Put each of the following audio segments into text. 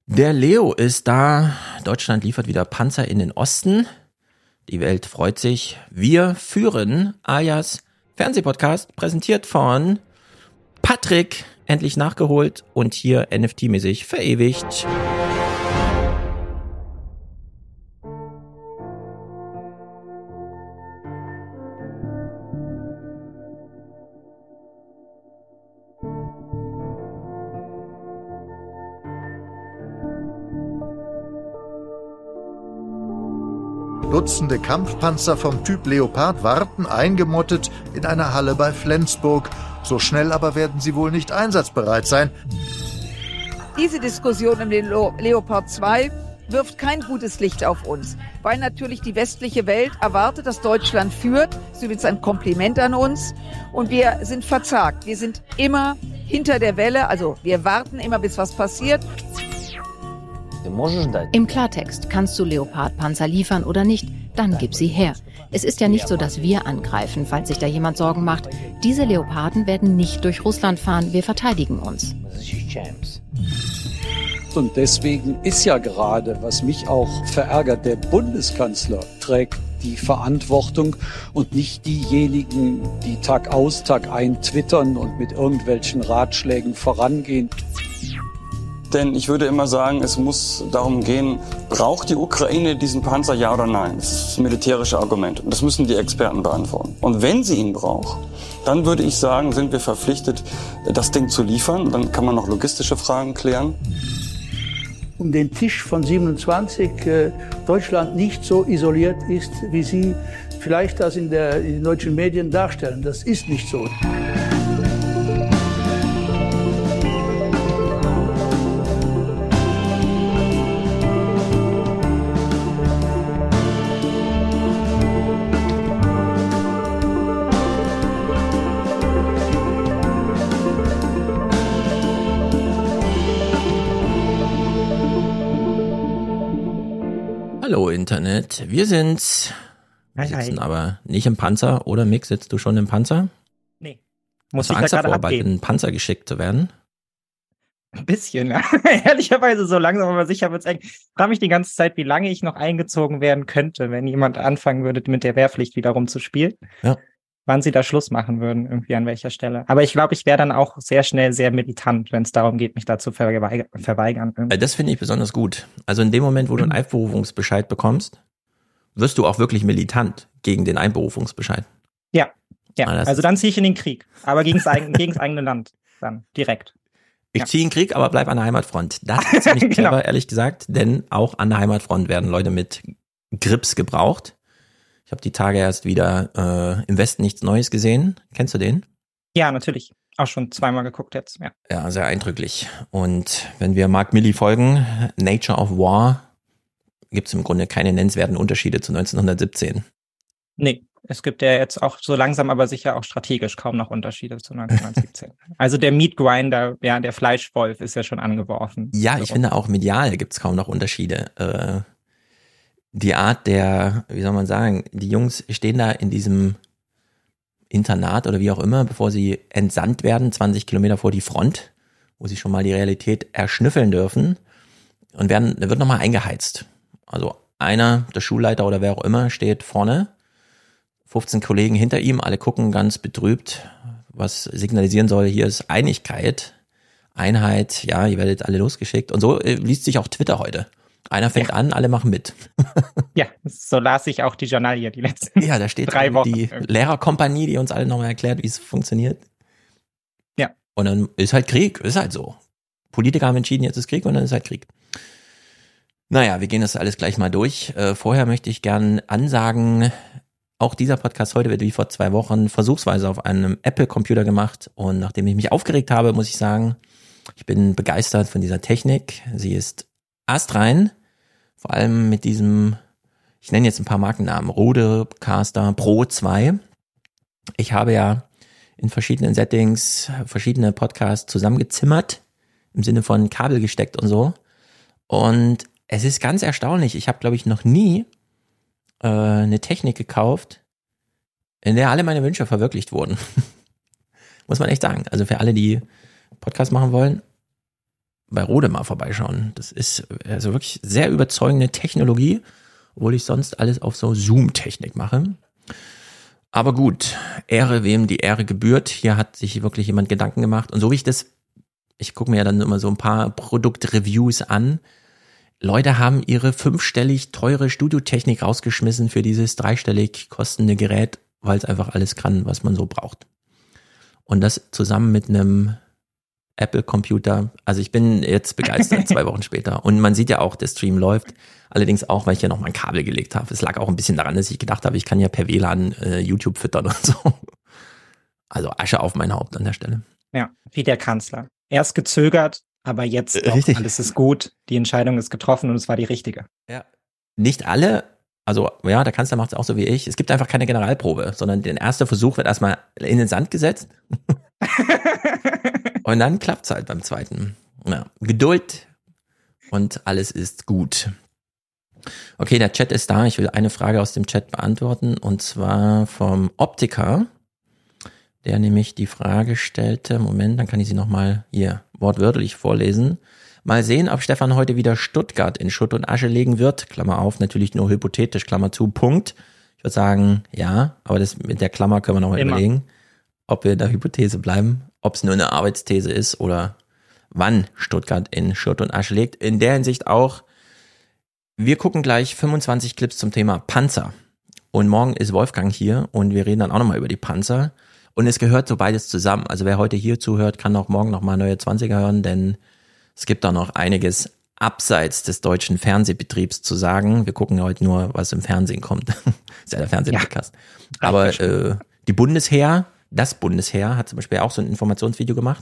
Der Leo ist da. Deutschland liefert wieder Panzer in den Osten. Die Welt freut sich. Wir führen Ajas Fernsehpodcast, präsentiert von Patrick, endlich nachgeholt und hier NFT-mäßig verewigt. Dutzende Kampfpanzer vom Typ Leopard warten eingemottet in einer Halle bei Flensburg. So schnell aber werden sie wohl nicht einsatzbereit sein. Diese Diskussion um den Leopard 2 wirft kein gutes Licht auf uns, weil natürlich die westliche Welt erwartet, dass Deutschland führt. Das ist übrigens ein Kompliment an uns. Und wir sind verzagt. Wir sind immer hinter der Welle, also wir warten immer, bis was passiert. Im Klartext, kannst du Leopardpanzer liefern oder nicht, dann gib sie her. Es ist ja nicht so, dass wir angreifen, falls sich da jemand Sorgen macht. Diese Leoparden werden nicht durch Russland fahren, wir verteidigen uns. Und deswegen ist ja gerade, was mich auch verärgert, der Bundeskanzler trägt die Verantwortung und nicht diejenigen, die Tag aus, Tag ein twittern und mit irgendwelchen Ratschlägen vorangehen. Denn ich würde immer sagen, es muss darum gehen, braucht die Ukraine diesen Panzer, ja oder nein? Das ist das militärische Argument. Und das müssen die Experten beantworten. Und wenn sie ihn braucht, dann würde ich sagen, sind wir verpflichtet, das Ding zu liefern. Dann kann man noch logistische Fragen klären. Um den Tisch von 27 Deutschland nicht so isoliert ist, wie Sie vielleicht das in den deutschen Medien darstellen. Das ist nicht so. Hallo Internet, wir sind's. Wir sitzen aber nicht im Panzer, oder Mick, sitzt du schon im Panzer? Nee. Hast du Angst davor, bald in den Panzer geschickt zu werden? Ein bisschen, ja. Ehrlicherweise so langsam, aber sicher wird's eng. Ich frage mich die ganze Zeit, wie lange ich noch eingezogen werden könnte, wenn jemand anfangen würde, mit der Wehrpflicht wieder rumzuspielen. Ja. Wann sie da Schluss machen würden, irgendwie an welcher Stelle. Aber ich glaube, ich wäre dann auch sehr schnell sehr militant, wenn es darum geht, mich da zu verweigern. Das finde ich besonders gut. Also in dem Moment, wo du einen Einberufungsbescheid bekommst, wirst du auch wirklich militant gegen den Einberufungsbescheid. Ja. Also dann ziehe ich in den Krieg, aber gegens eigene Land dann direkt. Ich ziehe in den Krieg, aber bleib an der Heimatfront. Das ist ziemlich clever, genau. Ehrlich gesagt, denn auch an der Heimatfront werden Leute mit Grips gebraucht. Ich habe die Tage erst wieder im Westen nichts Neues gesehen. Kennst du den? Ja, natürlich. Auch schon zweimal geguckt jetzt. Ja, sehr eindrücklich. Und wenn wir Mark Milley folgen, Nature of War, gibt es im Grunde keine nennenswerten Unterschiede zu 1917. Nee, es gibt ja jetzt auch so langsam, aber sicher auch strategisch kaum noch Unterschiede zu 1917. Also der Meat Grinder, ja, der Fleischwolf ist ja schon angeworfen. Ja, ich finde auch medial gibt es kaum noch Unterschiede. Die Art der, wie soll man sagen, die Jungs stehen da in diesem Internat oder wie auch immer, bevor sie entsandt werden, 20 Kilometer vor die Front, wo sie schon mal die Realität erschnüffeln dürfen und wird nochmal eingeheizt. Also einer, der Schulleiter oder wer auch immer, steht vorne, 15 Kollegen hinter ihm, alle gucken ganz betrübt, was signalisieren soll, hier ist Einigkeit, Einheit, ja, ihr werdet alle losgeschickt und so liest sich auch Twitter heute. Einer fängt an, alle machen mit. Ja, so las ich auch die Journalie die letzten 3 Wochen. Ja, da steht die Lehrerkompanie, die uns alle nochmal erklärt, wie es funktioniert. Ja. Und dann ist halt Krieg, ist halt so. Politiker haben entschieden, jetzt ist Krieg und dann ist halt Krieg. Naja, wir gehen das alles gleich mal durch. Vorher möchte ich gern ansagen, auch dieser Podcast heute wird wie vor 2 Wochen versuchsweise auf einem Apple-Computer gemacht. Und nachdem ich mich aufgeregt habe, muss ich sagen, ich bin begeistert von dieser Technik. Sie ist astrein, vor allem mit diesem, ich nenne jetzt ein paar Markennamen, Rodecaster Pro 2. Ich habe ja in verschiedenen Settings verschiedene Podcasts zusammengezimmert, im Sinne von Kabel gesteckt und so. Und es ist ganz erstaunlich, ich habe, glaube ich, noch nie eine Technik gekauft, in der alle meine Wünsche verwirklicht wurden. Muss man echt sagen. Also für alle, die Podcast machen wollen, bei Rode mal vorbeischauen. Das ist also wirklich sehr überzeugende Technologie, obwohl ich sonst alles auf so Zoom-Technik mache. Aber gut, Ehre, wem die Ehre gebührt. Hier hat sich wirklich jemand Gedanken gemacht. Und so wie ich gucke mir ja dann immer so ein paar Produktreviews an. Leute haben ihre 5-stellig teure Studiotechnik rausgeschmissen für dieses 3-stellig kostende Gerät, weil es einfach alles kann, was man so braucht. Und das zusammen mit einem Apple-Computer. Also ich bin jetzt begeistert 2 Wochen später. Und man sieht ja auch, der Stream läuft. Allerdings auch, weil ich ja noch mein Kabel gelegt habe. Es lag auch ein bisschen daran, dass ich gedacht habe, ich kann ja per WLAN YouTube füttern und so. Also Asche auf mein Haupt an der Stelle. Ja, wie der Kanzler. Erst gezögert, aber jetzt doch, alles ist gut. Die Entscheidung ist getroffen und es war die richtige. Ja. Nicht alle, also ja, der Kanzler macht es auch so wie ich. Es gibt einfach keine Generalprobe, sondern der erste Versuch wird erstmal in den Sand gesetzt. Und dann klappt's halt beim zweiten. Ja, Geduld und alles ist gut. Okay, der Chat ist da. Ich will eine Frage aus dem Chat beantworten und zwar vom Optiker, der nämlich die Frage stellte, Moment, dann kann ich sie nochmal hier wortwörtlich vorlesen. Mal sehen, ob Stefan heute wieder Stuttgart in Schutt und Asche legen wird. Klammer auf, natürlich nur hypothetisch, Klammer zu, Punkt. Ich würde sagen, ja, aber das mit der Klammer können wir nochmal überlegen, ob wir in der Hypothese bleiben, ob es nur eine Arbeitsthese ist oder wann Stuttgart in Schutt und Asche legt. In der Hinsicht auch, wir gucken gleich 25 Clips zum Thema Panzer. Und morgen ist Wolfgang hier und wir reden dann auch nochmal über die Panzer. Und es gehört so beides zusammen. Also wer heute hier zuhört, kann auch morgen nochmal neue 20er hören, denn es gibt da noch einiges abseits des deutschen Fernsehbetriebs zu sagen. Wir gucken heute nur, was im Fernsehen kommt. Ist ja der Fernsehpodcast. Ja, aber die das Bundesheer hat zum Beispiel auch so ein Informationsvideo gemacht.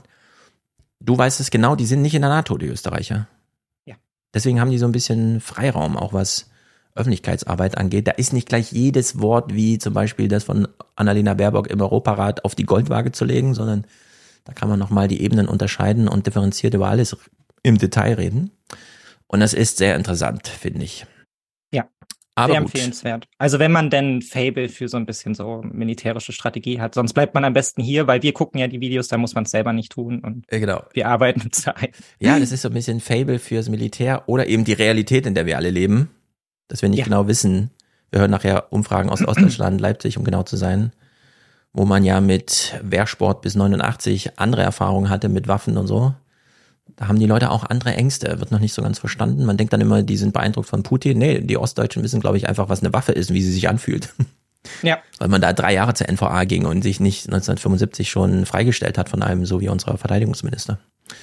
Du weißt es genau, die sind nicht in der NATO, die Österreicher. Ja. Deswegen haben die so ein bisschen Freiraum, auch was Öffentlichkeitsarbeit angeht. Da ist nicht gleich jedes Wort wie zum Beispiel das von Annalena Baerbock im Europarat auf die Goldwaage zu legen, sondern da kann man nochmal die Ebenen unterscheiden und differenziert über alles im Detail reden. Und das ist sehr interessant, finde ich. Ja, aber sehr gut. Empfehlenswert. Also wenn man denn Fable für so ein bisschen so militärische Strategie hat, sonst bleibt man am besten hier, weil wir gucken ja die Videos, da muss man es selber nicht tun und genau. Wir arbeiten mit Zeit. Ja, das ist so ein bisschen Fable fürs Militär oder eben die Realität, in der wir alle leben, dass wir nicht genau wissen. Wir hören nachher Umfragen aus Ostdeutschland, Leipzig, um genau zu sein, wo man ja mit Wehrsport bis 89 andere Erfahrungen hatte mit Waffen und so. Da haben die Leute auch andere Ängste, wird noch nicht so ganz verstanden. Man denkt dann immer, die sind beeindruckt von Putin. Nee, die Ostdeutschen wissen, glaube ich, einfach, was eine Waffe ist und wie sie sich anfühlt. Ja. Weil man da 3 Jahre zur NVA ging und sich nicht 1975 schon freigestellt hat von einem, so wie unser Verteidigungsminister.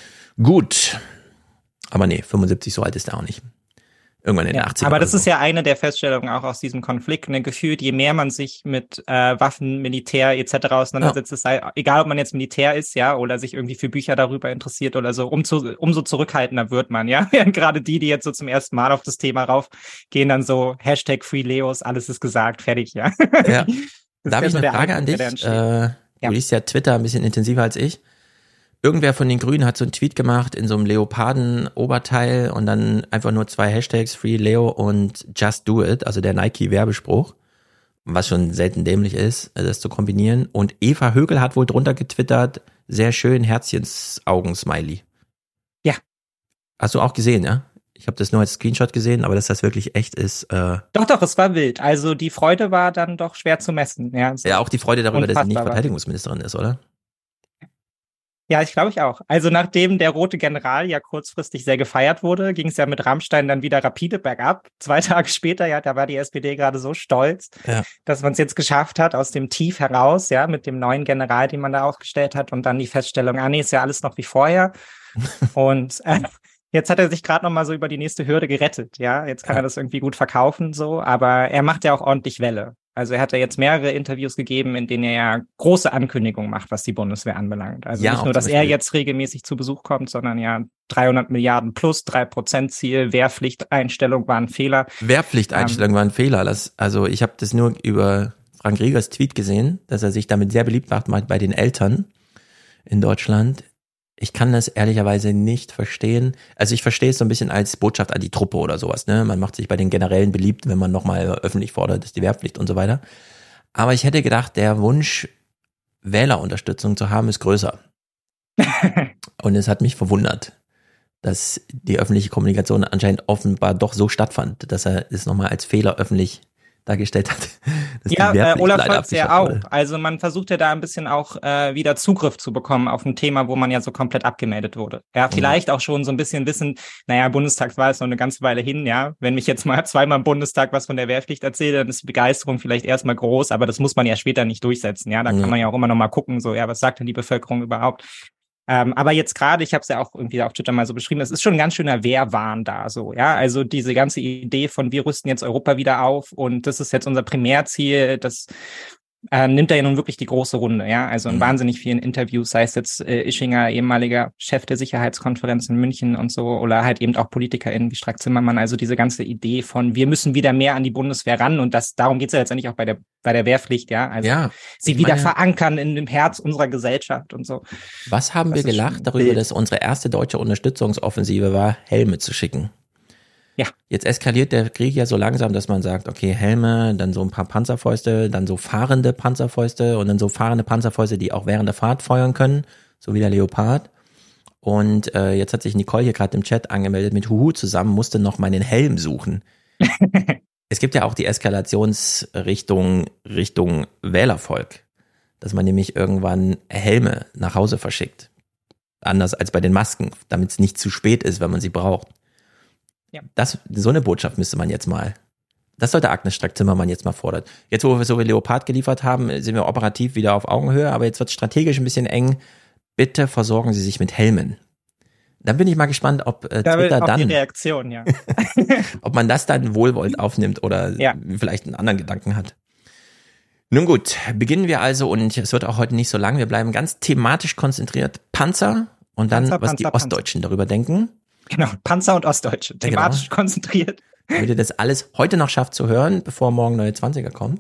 Gut. Aber nee, 75 so alt ist er auch nicht. Irgendwann in den 80ern. Aber das ist ja eine der Feststellungen auch aus diesem Konflikt. Ne? Gefühlt, je mehr man sich mit Waffen, Militär etc. auseinandersetzt, es sei, egal ob man jetzt Militär ist, ja, oder sich irgendwie für Bücher darüber interessiert oder so, umso zurückhaltender wird man, ja. Während gerade die jetzt so zum ersten Mal auf das Thema raufgehen, dann so #FreeLeos, alles ist gesagt, fertig, ja. Ja. Da habe ich eine Frage an dich. Du liest ja Twitter ein bisschen intensiver als ich. Irgendwer von den Grünen hat so einen Tweet gemacht in so einem Leoparden-Oberteil und dann einfach nur 2 Hashtags, FreeLeo und Just Do It, also der Nike-Werbespruch, was schon selten dämlich ist, das zu kombinieren. Und Eva Högel hat wohl drunter getwittert, sehr schön, Herzchens-Augen-Smiley. Ja. Hast du auch gesehen, ja? Ich habe das nur als Screenshot gesehen, aber dass das wirklich echt ist. Doch, es war wild. Also die Freude war dann doch schwer zu messen. Ja, ja, auch die Freude darüber, dass sie nicht Verteidigungsministerin ist, oder? Ja, ich glaube auch. Also nachdem der Rote General ja kurzfristig sehr gefeiert wurde, ging es ja mit Rammstein dann wieder rapide bergab. 2 Tage später, ja, da war die SPD gerade so stolz, dass man es jetzt geschafft hat, aus dem Tief heraus, ja, mit dem neuen General, den man da aufgestellt hat und dann die Feststellung, nee, ist ja alles noch wie vorher. Und jetzt hat er sich gerade noch mal so über die nächste Hürde gerettet, ja. Jetzt kann er das irgendwie gut verkaufen, so, aber er macht ja auch ordentlich Welle. Also er hat ja jetzt mehrere Interviews gegeben, in denen er ja große Ankündigungen macht, was die Bundeswehr anbelangt. Also nicht nur, dass er jetzt regelmäßig zu Besuch kommt, sondern ja 300 Milliarden plus 3% Ziel, Wehrpflichteinstellung war ein Fehler. Wehrpflichteinstellung war ein Fehler. Also ich habe das nur über Frank Riegers Tweet gesehen, dass er sich damit sehr beliebt macht bei den Eltern in Deutschland. Ich kann das ehrlicherweise nicht verstehen. Also ich verstehe es so ein bisschen als Botschaft an die Truppe oder sowas, ne? Man macht sich bei den Generälen beliebt, wenn man nochmal öffentlich fordert, ist die Wehrpflicht und so weiter. Aber ich hätte gedacht, der Wunsch, Wählerunterstützung zu haben, ist größer. Und es hat mich verwundert. dass die öffentliche Kommunikation anscheinend offenbar doch so stattfand, dass er es nochmal als Fehler öffentlich dargestellt hat. Ja, Olaf Scholz ja auch. Also man versucht ja da ein bisschen auch wieder Zugriff zu bekommen auf ein Thema, wo man ja so komplett abgemeldet wurde. Ja, vielleicht auch schon so ein bisschen wissen, Bundestagswahl ist noch eine ganze Weile hin, ja. Wenn ich jetzt mal zweimal im Bundestag was von der Wehrpflicht erzähle, dann ist die Begeisterung vielleicht erstmal groß, aber das muss man ja später nicht durchsetzen, ja. Da kann man ja auch immer noch mal gucken, so, ja, was sagt denn die Bevölkerung überhaupt? Aber jetzt gerade, ich habe es ja auch irgendwie auf Twitter mal so beschrieben, es ist schon ein ganz schöner Wehrwahn da so, ja, also diese ganze Idee von wir rüsten jetzt Europa wieder auf und das ist jetzt unser Primärziel, das nimmt er ja nun wirklich die große Runde, ja, also in wahnsinnig vielen Interviews, sei es jetzt Ischinger, ehemaliger Chef der Sicherheitskonferenz in München und so, oder halt eben auch PolitikerInnen wie Strack-Zimmermann, also diese ganze Idee von wir müssen wieder mehr an die Bundeswehr ran und darum geht's ja letztendlich auch bei der Wehrpflicht, ja, also sie wieder verankern in dem Herz unserer Gesellschaft und so. Was haben wir gelacht darüber, dass unsere erste deutsche Unterstützungsoffensive war, Helme zu schicken? Ja. Jetzt eskaliert der Krieg ja so langsam, dass man sagt, okay, Helme, dann so ein paar Panzerfäuste, dann so fahrende Panzerfäuste und dann so fahrende Panzerfäuste, die auch während der Fahrt feuern können, so wie der Leopard. Und jetzt hat sich Nicole hier gerade im Chat angemeldet, mit Huhu zusammen, musste noch meinen Helm suchen. Es gibt ja auch die Eskalationsrichtung Richtung Wählervolk, dass man nämlich irgendwann Helme nach Hause verschickt. Anders als bei den Masken, damit es nicht zu spät ist, wenn man sie braucht. Ja. So eine Botschaft müsste man jetzt mal. Das sollte Agnes Strack-Zimmermann jetzt mal fordern. Jetzt, wo wir so wie Leopard geliefert haben, sind wir operativ wieder auf Augenhöhe, aber jetzt wird es strategisch ein bisschen eng. Bitte versorgen Sie sich mit Helmen. Dann bin ich mal gespannt, ob Twitter dann die Reaktion, ja. ob man das dann wohlwollend aufnimmt oder vielleicht einen anderen Gedanken hat. Nun gut, beginnen wir also und es wird auch heute nicht so lang. Wir bleiben ganz thematisch konzentriert. Panzer und dann, was die Ostdeutschen darüber denken. Genau, Panzer und Ostdeutsche, thematisch konzentriert. Damit ihr das alles heute noch schafft zu hören, bevor morgen neue 20er kommen.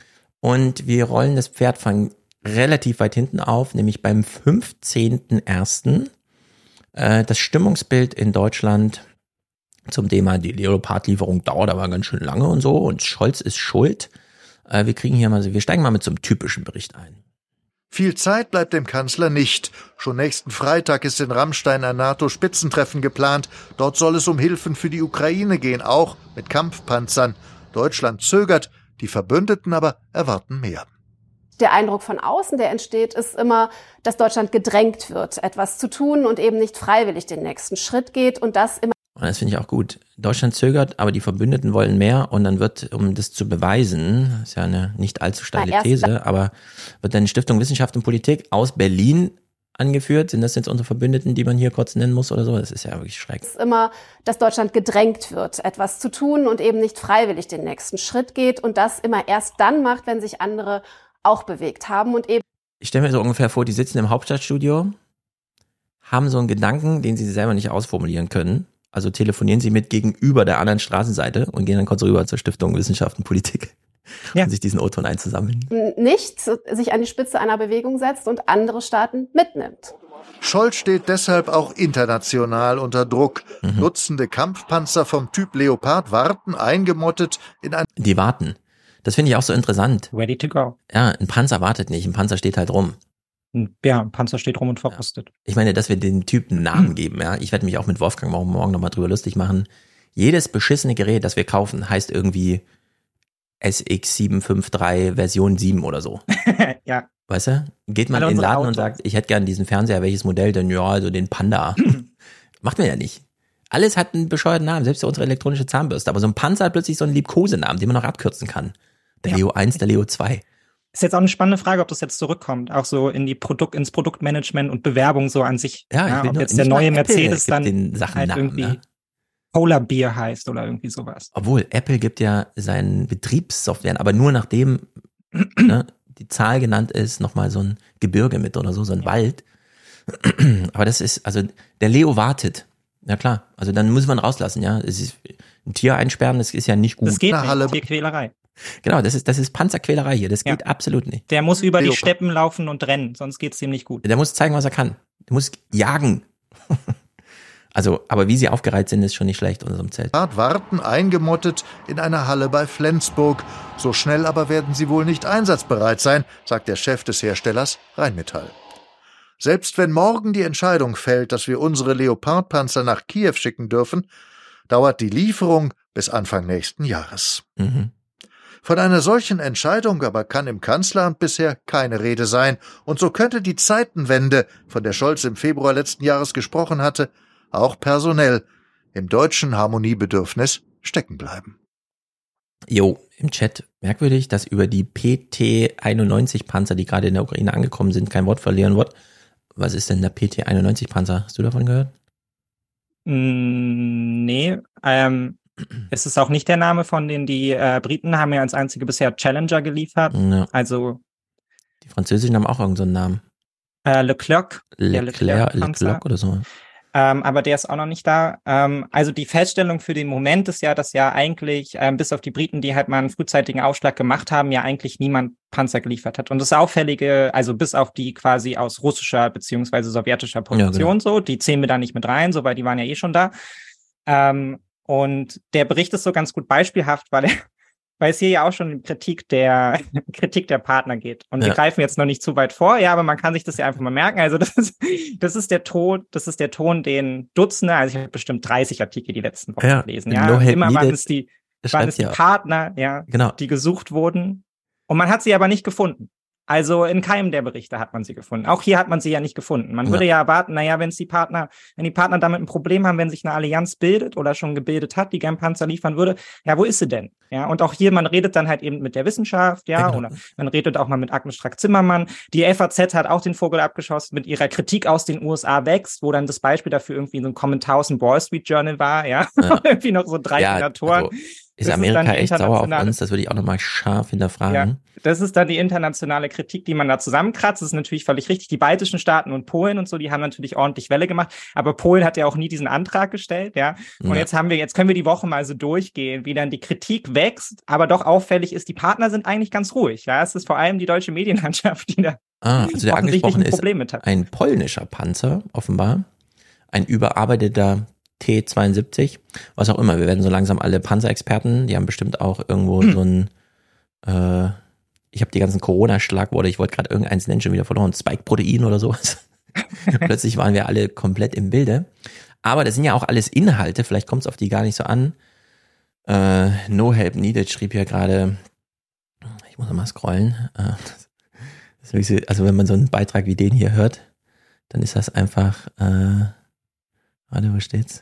Und wir rollen das Pferd von relativ weit hinten auf, nämlich beim 15.01. Das Stimmungsbild in Deutschland zum Thema, die Leopard-Lieferung dauert aber ganz schön lange und so und Scholz ist schuld. Wir steigen mal mit so einem typischen Bericht ein. Viel Zeit bleibt dem Kanzler nicht. Schon nächsten Freitag ist in Rammstein ein NATO-Spitzentreffen geplant. Dort soll es um Hilfen für die Ukraine gehen, auch mit Kampfpanzern. Deutschland zögert, die Verbündeten aber erwarten mehr. Der Eindruck von außen, der entsteht, ist immer, dass Deutschland gedrängt wird, etwas zu tun und eben nicht freiwillig den nächsten Schritt geht und das immer. Und das finde ich auch gut. Deutschland zögert, aber die Verbündeten wollen mehr und dann wird, um das zu beweisen, ist ja eine nicht allzu steile These, aber wird dann die Stiftung Wissenschaft und Politik aus Berlin angeführt. Sind das jetzt unsere Verbündeten, die man hier kurz nennen muss oder so? Das ist ja wirklich schrecklich. Es ist immer, dass Deutschland gedrängt wird, etwas zu tun und eben nicht freiwillig den nächsten Schritt geht und das immer erst dann macht, wenn sich andere auch bewegt haben und eben. Ich stelle mir so ungefähr vor, die sitzen im Hauptstadtstudio, haben so einen Gedanken, den sie selber nicht ausformulieren können. Also telefonieren sie mit gegenüber der anderen Straßenseite und gehen dann kurz rüber zur Stiftung Wissenschaft und Politik, um sich diesen O-Ton einzusammeln. Nicht sich an die Spitze einer Bewegung setzt und andere Staaten mitnimmt. Scholz steht deshalb auch international unter Druck. Dutzende Kampfpanzer vom Typ Leopard warten eingemottet in ein... Die warten. Das finde ich auch so interessant. Ready to go. Ja, ein Panzer wartet nicht, ein Panzer steht halt rum. Ja, ein Panzer steht rum und verrostet. Ja. Ich meine, dass wir den Typen Namen geben, ja. Ich werde mich auch mit Wolfgang morgen nochmal drüber lustig machen. Jedes beschissene Gerät, das wir kaufen, heißt irgendwie SX753 Version 7 oder so. Ja. Weißt du? Geht man in den Laden und sagt, ich hätte gern diesen Fernseher, welches Modell denn? Ja, also den Panda. Macht man ja nicht. Alles hat einen bescheuerten Namen, selbst unsere elektronische Zahnbürste. Aber so ein Panzer hat plötzlich so einen Liebkosenamen, den man noch abkürzen kann. Der Leo 1, der Leo 2. Ist jetzt auch eine spannende Frage, ob das jetzt zurückkommt, auch so ins Produktmanagement und Bewerbung so an sich. Ja, ob jetzt der neue Mercedes dann den Sachen halt Namen, irgendwie Polar Beer heißt oder irgendwie sowas. Obwohl, Apple gibt ja seinen Betriebssoftware, aber nur nachdem die Zahl genannt ist, nochmal so ein Gebirge mit oder so ein Wald. Aber das ist, also der Leo wartet. Ja klar, also dann muss man rauslassen, ja. Es ist ein Tier einsperren, das ist ja nicht gut. Das geht nicht, Tierquälerei. Genau, das ist Panzerquälerei hier, das geht absolut nicht. Der muss über die Steppen laufen und rennen, sonst geht's ihm nicht gut. Der muss zeigen, was er kann. Der muss jagen. Also, aber wie sie aufgereiht sind, ist schon nicht schlecht unter so einem Zelt. Warten eingemottet in einer Halle bei Flensburg. So schnell aber werden sie wohl nicht einsatzbereit sein, sagt der Chef des Herstellers Rheinmetall. Selbst wenn morgen die Entscheidung fällt, dass wir unsere Leopard-Panzer nach Kiew schicken dürfen, dauert die Lieferung bis Anfang nächsten Jahres. Von einer solchen Entscheidung aber kann im Kanzleramt bisher keine Rede sein. Und so könnte die Zeitenwende, von der Scholz im Februar letzten Jahres gesprochen hatte, auch personell im deutschen Harmoniebedürfnis stecken bleiben. Jo, im Chat merkwürdig, dass über die PT-91-Panzer, die gerade in der Ukraine angekommen sind, kein Wort verlieren wird. Was ist denn der PT-91-Panzer? Hast du davon gehört? Nee, es ist auch nicht der Name von denen. Die Briten haben ja als einzige bisher Challenger geliefert. Ja. Also die Französischen haben auch irgendeinen so einen Namen. Leclerc oder so. Aber der ist auch noch nicht da. Also die Feststellung für den Moment ist ja, dass ja eigentlich, bis auf die Briten, die halt mal einen frühzeitigen Aufschlag gemacht haben, ja eigentlich niemand Panzer geliefert hat. Und das Auffällige, also bis auf die quasi aus russischer beziehungsweise sowjetischer Produktion so, die zählen wir da nicht mit rein, so, weil die waren ja eh schon da. Und der Bericht ist so ganz gut beispielhaft, weil es hier ja auch schon um Kritik der Partner geht. Und wir greifen jetzt noch nicht zu weit vor, ja, aber man kann sich das ja einfach mal merken. Also das ist der Ton, den Dutzende, also ich habe bestimmt 30 Artikel die letzten Wochen gelesen. Ja, no immer waren es die Partner, genau, die gesucht wurden. Und man hat sie aber nicht gefunden. Also in keinem der Berichte hat man sie gefunden. Auch hier hat man sie ja nicht gefunden. Man würde ja erwarten, wenn die Partner damit ein Problem haben, wenn sich eine Allianz bildet oder schon gebildet hat, die gern Panzer liefern würde, ja, wo ist sie denn? Ja, und auch hier, man redet dann halt eben mit der Wissenschaft, oder man redet auch mal mit Agnes Strack-Zimmermann. Die FAZ hat auch den Vogel abgeschossen mit ihrer Kritik aus den USA wächst, wo dann das Beispiel dafür irgendwie so ein Kommentar aus dem Wall Street Journal war, irgendwie noch so 3 Senatoren. Also ist Amerika echt sauer auf uns? Das würde ich auch nochmal scharf hinterfragen. Ja, das ist dann die internationale Kritik, die man da zusammenkratzt. Das ist natürlich völlig richtig. Die baltischen Staaten und Polen und so, die haben natürlich ordentlich Welle gemacht. Aber Polen hat ja auch nie diesen Antrag gestellt, ja. Und jetzt können wir die Woche mal so durchgehen, wie dann die Kritik wächst, aber doch auffällig ist, die Partner sind eigentlich ganz ruhig, ja. Es ist vor allem die deutsche Medienlandschaft, die da also der angesprochene ist ein polnischer Panzer, offenbar. Ein überarbeiteter T-72, was auch immer. Wir werden so langsam alle Panzerexperten, die haben bestimmt auch irgendwo so ein, ich habe die ganzen Corona-Schlagworte, ich wollte gerade irgendeins nennen, schon wieder verloren, Spike-Protein oder sowas. Plötzlich waren wir alle komplett im Bilde. Aber das sind ja auch alles Inhalte, vielleicht kommt es auf die gar nicht so an. No Help Needed schrieb hier gerade, ich muss mal scrollen, also wenn man so einen Beitrag wie den hier hört, dann ist das einfach, warte, wo steht's?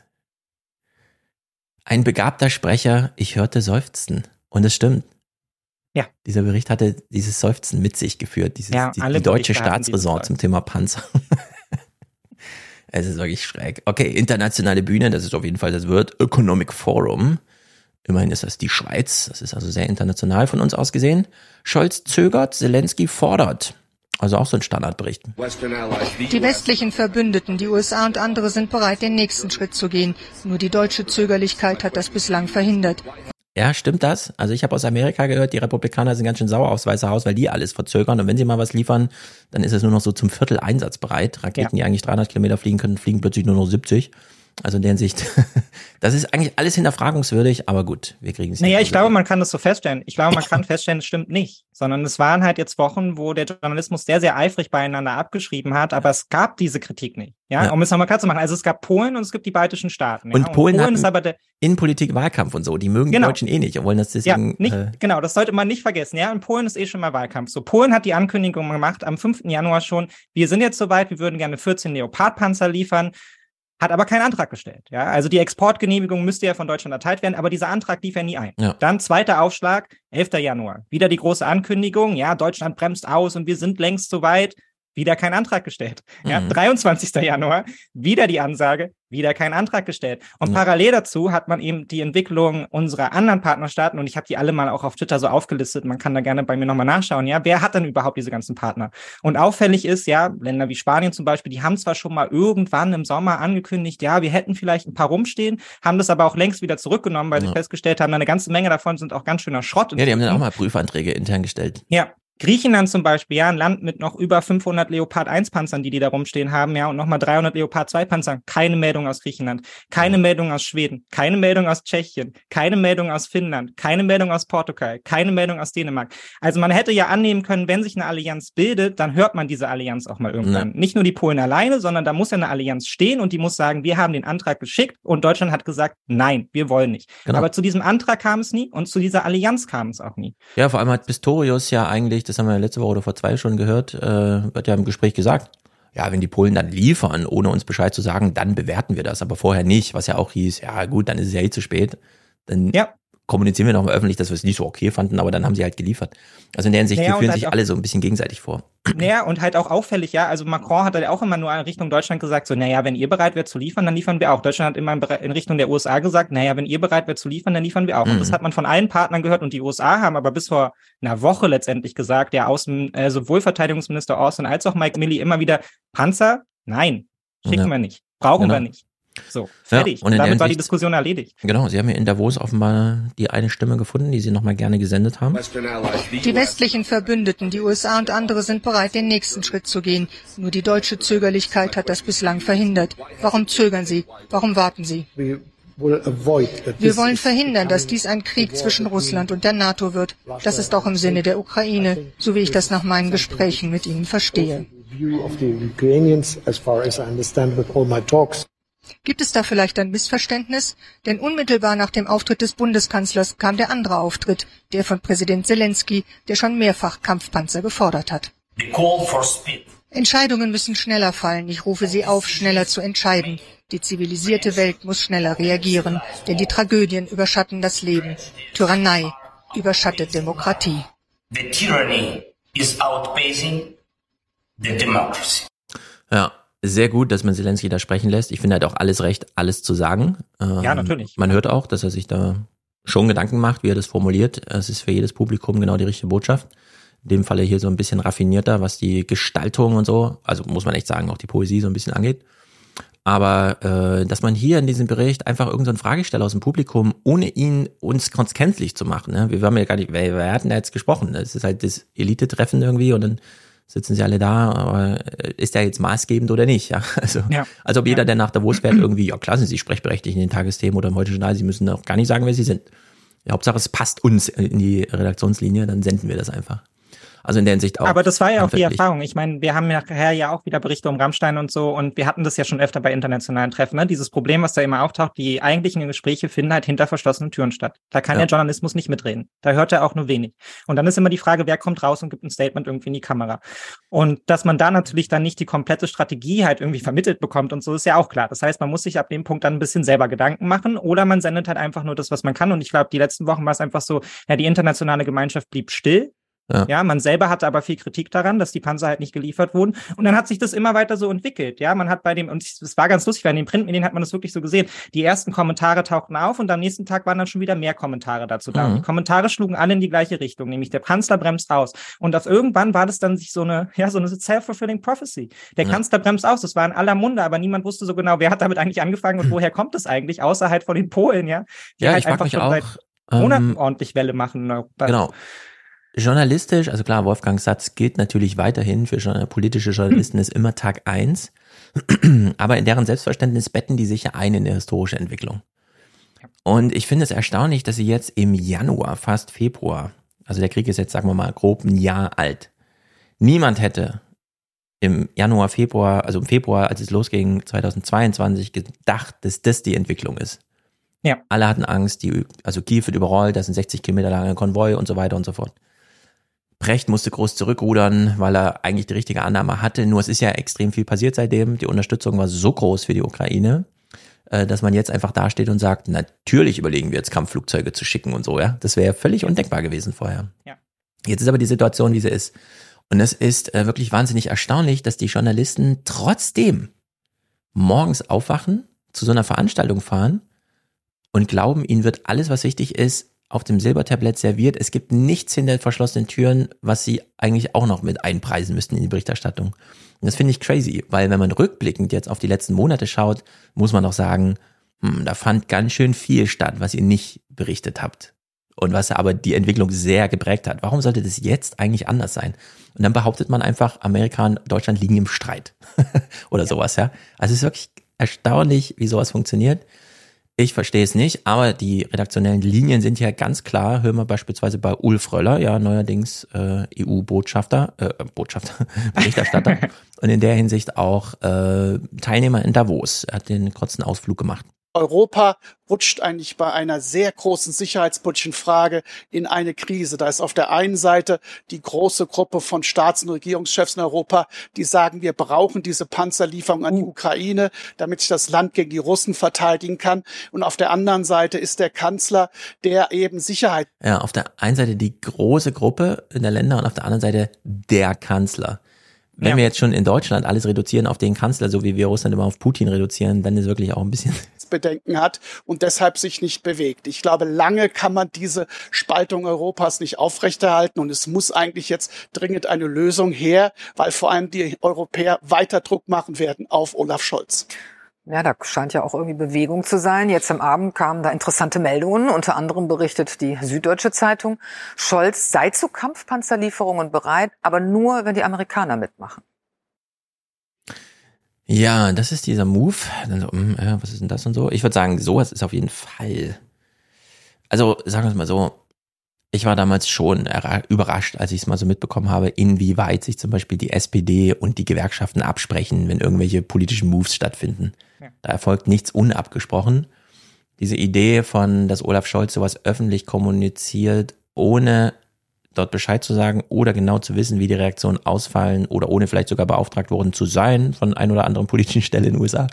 Ein begabter Sprecher, ich hörte Seufzen. Und es stimmt. Ja. Dieser Bericht hatte dieses Seufzen mit sich geführt, die deutsche Staatsräson zum Thema Panzer. Es ist wirklich schräg. Okay, internationale Bühne, das ist auf jeden Fall das World Economic Forum. Immerhin ist das die Schweiz, das ist also sehr international von uns aus gesehen. Scholz zögert, Zelensky fordert. Also auch so ein Standardbericht. Die westlichen Verbündeten, die USA und andere sind bereit, den nächsten Schritt zu gehen. Nur die deutsche Zögerlichkeit hat das bislang verhindert. Ja, stimmt das? Also ich habe aus Amerika gehört, die Republikaner sind ganz schön sauer aufs Weiße Haus, weil die alles verzögern. Und wenn sie mal was liefern, dann ist es nur noch so zum Viertel einsatzbereit. Raketen, die eigentlich 300 Kilometer fliegen können, fliegen plötzlich nur noch 70. Also in der Hinsicht, das ist eigentlich alles hinterfragungswürdig, aber gut, wir kriegen es. Naja, ich glaube, man kann das so feststellen. Ich glaube, man kann feststellen, es stimmt nicht. Sondern es waren halt jetzt Wochen, wo der Journalismus sehr, sehr eifrig beieinander abgeschrieben hat, aber es gab diese Kritik nicht. Ja, um es nochmal klar zu machen. Also es gab Polen und es gibt die baltischen Staaten. Ja? Und Polen ist aber der Innenpolitik, Wahlkampf und so. Die mögen die Deutschen eh nicht und wollen das deswegen. Ja, genau, das sollte man nicht vergessen. Ja, und Polen ist eh schon mal Wahlkampf. So, Polen hat die Ankündigung gemacht am 5. Januar schon, wir sind jetzt soweit, wir würden gerne 14 Leopard-Panzer liefern. Hat aber keinen Antrag gestellt. Ja, also die Exportgenehmigung müsste ja von Deutschland erteilt werden, aber dieser Antrag lief ja nie ein. Ja. Dann zweiter Aufschlag, 11. Januar. Wieder die große Ankündigung, ja, Deutschland bremst aus und wir sind längst soweit. Wieder kein Antrag gestellt. Ja, 23. Januar, wieder die Ansage, wieder kein Antrag gestellt. Und parallel dazu hat man eben die Entwicklung unserer anderen Partnerstaaten, und ich habe die alle mal auch auf Twitter so aufgelistet, man kann da gerne bei mir nochmal nachschauen, ja, wer hat denn überhaupt diese ganzen Partner? Und auffällig ist, ja, Länder wie Spanien zum Beispiel, die haben zwar schon mal irgendwann im Sommer angekündigt, ja, wir hätten vielleicht ein paar rumstehen, haben das aber auch längst wieder zurückgenommen, weil sie festgestellt haben, eine ganze Menge davon sind auch ganz schöner Schrott. Ja, die haben dann auch mal Prüfanträge intern gestellt. Ja. Griechenland zum Beispiel, ja, ein Land mit noch über 500 Leopard 1 Panzern, die da rumstehen haben, ja, und nochmal 300 Leopard 2 Panzern. Keine Meldung aus Griechenland, keine Meldung aus Schweden, keine Meldung aus Tschechien, keine Meldung aus Finnland, keine Meldung aus Portugal, keine Meldung aus Dänemark. Also man hätte ja annehmen können, wenn sich eine Allianz bildet, dann hört man diese Allianz auch mal irgendwann. Ja. Nicht nur die Polen alleine, sondern da muss ja eine Allianz stehen und die muss sagen, wir haben den Antrag geschickt und Deutschland hat gesagt, nein, wir wollen nicht. Genau. Aber zu diesem Antrag kam es nie und zu dieser Allianz kam es auch nie. Ja, vor allem hat Pistorius ja eigentlich, das haben wir letzte Woche oder vor 2 schon gehört, wird ja im Gespräch gesagt, ja, wenn die Polen dann liefern, ohne uns Bescheid zu sagen, dann bewerten wir das, aber vorher nicht, was ja auch hieß, ja gut, dann ist es ja zu spät, dann kommunizieren wir nochmal öffentlich, dass wir es nicht so okay fanden, aber dann haben sie halt geliefert. Also in der Hinsicht, die fühlen sich alle so ein bisschen gegenseitig vor. Naja, und halt auch auffällig, ja, also Macron hat ja auch immer nur in Richtung Deutschland gesagt, so, naja, wenn ihr bereit wärt zu liefern, dann liefern wir auch. Deutschland hat immer in Richtung der USA gesagt, naja, wenn ihr bereit wärt zu liefern, dann liefern wir auch. Und das hat man von allen Partnern gehört und die USA haben aber bis vor einer Woche letztendlich gesagt, der sowohl Verteidigungsminister Austin als auch Mike Milley immer wieder, Panzer, nein, schicken wir nicht, brauchen wir nicht. So, fertig. Ja, und damit war die Diskussion erledigt. Genau, sie haben ja in Davos offenbar die eine Stimme gefunden, die sie nochmal gerne gesendet haben. Die westlichen Verbündeten, die USA und andere sind bereit, den nächsten Schritt zu gehen. Nur die deutsche Zögerlichkeit hat das bislang verhindert. Warum zögern Sie? Warum warten Sie? Wir wollen verhindern, dass dies ein Krieg zwischen Russland und der NATO wird. Das ist auch im Sinne der Ukraine, so wie ich das nach meinen Gesprächen mit Ihnen verstehe. Gibt es da vielleicht ein Missverständnis? Denn unmittelbar nach dem Auftritt des Bundeskanzlers kam der andere Auftritt, der von Präsident Zelensky, der schon mehrfach Kampfpanzer gefordert hat. Entscheidungen müssen schneller fallen. Ich rufe Sie auf, schneller zu entscheiden. Die zivilisierte Welt muss schneller reagieren, denn die Tragödien überschatten das Leben. Tyrannei überschattet Demokratie. The tyranny is outpacing the democracy. Ja. Sehr gut, dass man Zelensky da sprechen lässt. Ich finde, er hat auch alles Recht, alles zu sagen. Ja, natürlich. Man hört auch, dass er sich da schon Gedanken macht, wie er das formuliert. Es ist für jedes Publikum genau die richtige Botschaft. In dem Falle hier so ein bisschen raffinierter, was die Gestaltung und so, also muss man echt sagen, auch die Poesie so ein bisschen angeht. Aber dass man hier in diesem Bericht einfach irgendeinen Fragesteller aus dem Publikum, ohne ihn uns kenntlich zu machen, ne? Wir haben ja gar nicht, wer hat denn da jetzt gesprochen? Das ist halt das Elite-Treffen irgendwie und dann sitzen sie alle da, aber ist der jetzt maßgebend oder nicht? Ja, also ob jeder, der nach Davos fährt, irgendwie, ja klar sind sie sprechberechtigt in den Tagesthemen oder im Heute-Journal, sie müssen auch gar nicht sagen, wer sie sind. Ja, Hauptsache, es passt uns in die Redaktionslinie, dann senden wir das einfach. Also in der Hinsicht auch. Aber das war ja auch die Erfahrung. Ich meine, wir haben nachher ja auch wieder Berichte um Rammstein und so und wir hatten das ja schon öfter bei internationalen Treffen, ne? Dieses Problem, was da immer auftaucht, die eigentlichen Gespräche finden halt hinter verschlossenen Türen statt. Da kann der Journalismus nicht mitreden. Da hört er auch nur wenig. Und dann ist immer die Frage, wer kommt raus und gibt ein Statement irgendwie in die Kamera. Und dass man da natürlich dann nicht die komplette Strategie halt irgendwie vermittelt bekommt und so, ist ja auch klar. Das heißt, man muss sich ab dem Punkt dann ein bisschen selber Gedanken machen oder man sendet halt einfach nur das, was man kann. Und ich glaube, die letzten Wochen war es einfach so, ja, die internationale Gemeinschaft blieb still. Ja, man selber hatte aber viel Kritik daran, dass die Panzer halt nicht geliefert wurden. Und dann hat sich das immer weiter so entwickelt. Ja, man hat und es war ganz lustig, weil in den Printmedien hat man das wirklich so gesehen. Die ersten Kommentare tauchten auf und am nächsten Tag waren dann schon wieder mehr Kommentare dazu da. Und die Kommentare schlugen alle in die gleiche Richtung, nämlich der Kanzler bremst aus. Und auf irgendwann war das dann sich so eine self-fulfilling prophecy. Der Kanzler bremst aus, das war in aller Munde, aber niemand wusste so genau, wer hat damit eigentlich angefangen und woher kommt es eigentlich, außer halt von den Polen, ja. Die halt ich frage mich auch, seit Monaten ordentlich Welle machen. Genau. Journalistisch, also klar, Wolfgangs Satz gilt natürlich weiterhin für politische Journalisten, ist immer Tag 1, aber in deren Selbstverständnis betten die sich ja ein in der historische Entwicklung. Und ich finde es erstaunlich, dass sie jetzt im Januar, fast Februar, also der Krieg ist jetzt, sagen wir mal, grob ein Jahr alt, niemand hätte im Januar, Februar, also im Februar, als es losging, 2022, gedacht, dass das die Entwicklung ist. Ja. Alle hatten Angst, also Kiew wird überrollt, das sind 60 Kilometer langer Konvoi und so weiter und so fort. Brecht musste groß zurückrudern, weil er eigentlich die richtige Annahme hatte. Nur es ist ja extrem viel passiert seitdem. Die Unterstützung war so groß für die Ukraine, dass man jetzt einfach dasteht und sagt, natürlich überlegen wir jetzt Kampfflugzeuge zu schicken und so. Ja, das wäre völlig undenkbar gewesen vorher. Ja. Jetzt ist aber die Situation, wie sie ist. Und es ist wirklich wahnsinnig erstaunlich, dass die Journalisten trotzdem morgens aufwachen, zu so einer Veranstaltung fahren und glauben, ihnen wird alles, was wichtig ist, auf dem Silbertablett serviert. Es gibt nichts hinter verschlossenen Türen, was sie eigentlich auch noch mit einpreisen müssten in die Berichterstattung. Und das finde ich crazy, weil wenn man rückblickend jetzt auf die letzten Monate schaut, muss man auch sagen, da fand ganz schön viel statt, was ihr nicht berichtet habt. und was aber die Entwicklung sehr geprägt hat. Warum sollte das jetzt eigentlich anders sein? Und dann behauptet man einfach, Amerika und Deutschland liegen im Streit oder sowas, ja. Also es ist wirklich erstaunlich, wie sowas funktioniert. Ich verstehe es nicht, aber die redaktionellen Linien sind ja ganz klar. Hören wir beispielsweise bei Ulf Röller, ja neuerdings EU-Botschafter, Berichterstatter und in der Hinsicht auch Teilnehmer in Davos. Er hat den kurzen Ausflug gemacht. Europa rutscht eigentlich bei einer sehr großen sicherheitspolitischen Frage in eine Krise. Da ist auf der einen Seite die große Gruppe von Staats- und Regierungschefs in Europa, die sagen, wir brauchen diese Panzerlieferung an die Ukraine, damit sich das Land gegen die Russen verteidigen kann. Und auf der anderen Seite ist der Kanzler, der eben Sicherheit... Ja, auf der einen Seite die große Gruppe in der Länder und auf der anderen Seite der Kanzler. Wenn wir jetzt schon in Deutschland alles reduzieren auf den Kanzler, so wie wir Russland immer auf Putin reduzieren, dann ist wirklich auch ein bisschen... Bedenken hat und deshalb sich nicht bewegt. Ich glaube, lange kann man diese Spaltung Europas nicht aufrechterhalten und es muss eigentlich jetzt dringend eine Lösung her, weil vor allem die Europäer weiter Druck machen werden auf Olaf Scholz. Ja, da scheint ja auch irgendwie Bewegung zu sein. Jetzt am Abend kamen da interessante Meldungen. Unter anderem berichtet die Süddeutsche Zeitung, Scholz sei zu Kampfpanzerlieferungen bereit, aber nur, wenn die Amerikaner mitmachen. Ja, das ist dieser Move. Dann so, was ist denn das und so? Ich würde sagen, sowas ist auf jeden Fall. Also sagen wir es mal so, ich war damals schon überrascht, als ich es mal so mitbekommen habe, inwieweit sich zum Beispiel die SPD und die Gewerkschaften absprechen, wenn irgendwelche politischen Moves stattfinden. Ja. Da erfolgt nichts unabgesprochen. Diese Idee von, dass Olaf Scholz sowas öffentlich kommuniziert, ohne dort Bescheid zu sagen oder genau zu wissen, wie die Reaktionen ausfallen oder ohne vielleicht sogar beauftragt worden zu sein von ein oder anderen politischen Stelle in den USA,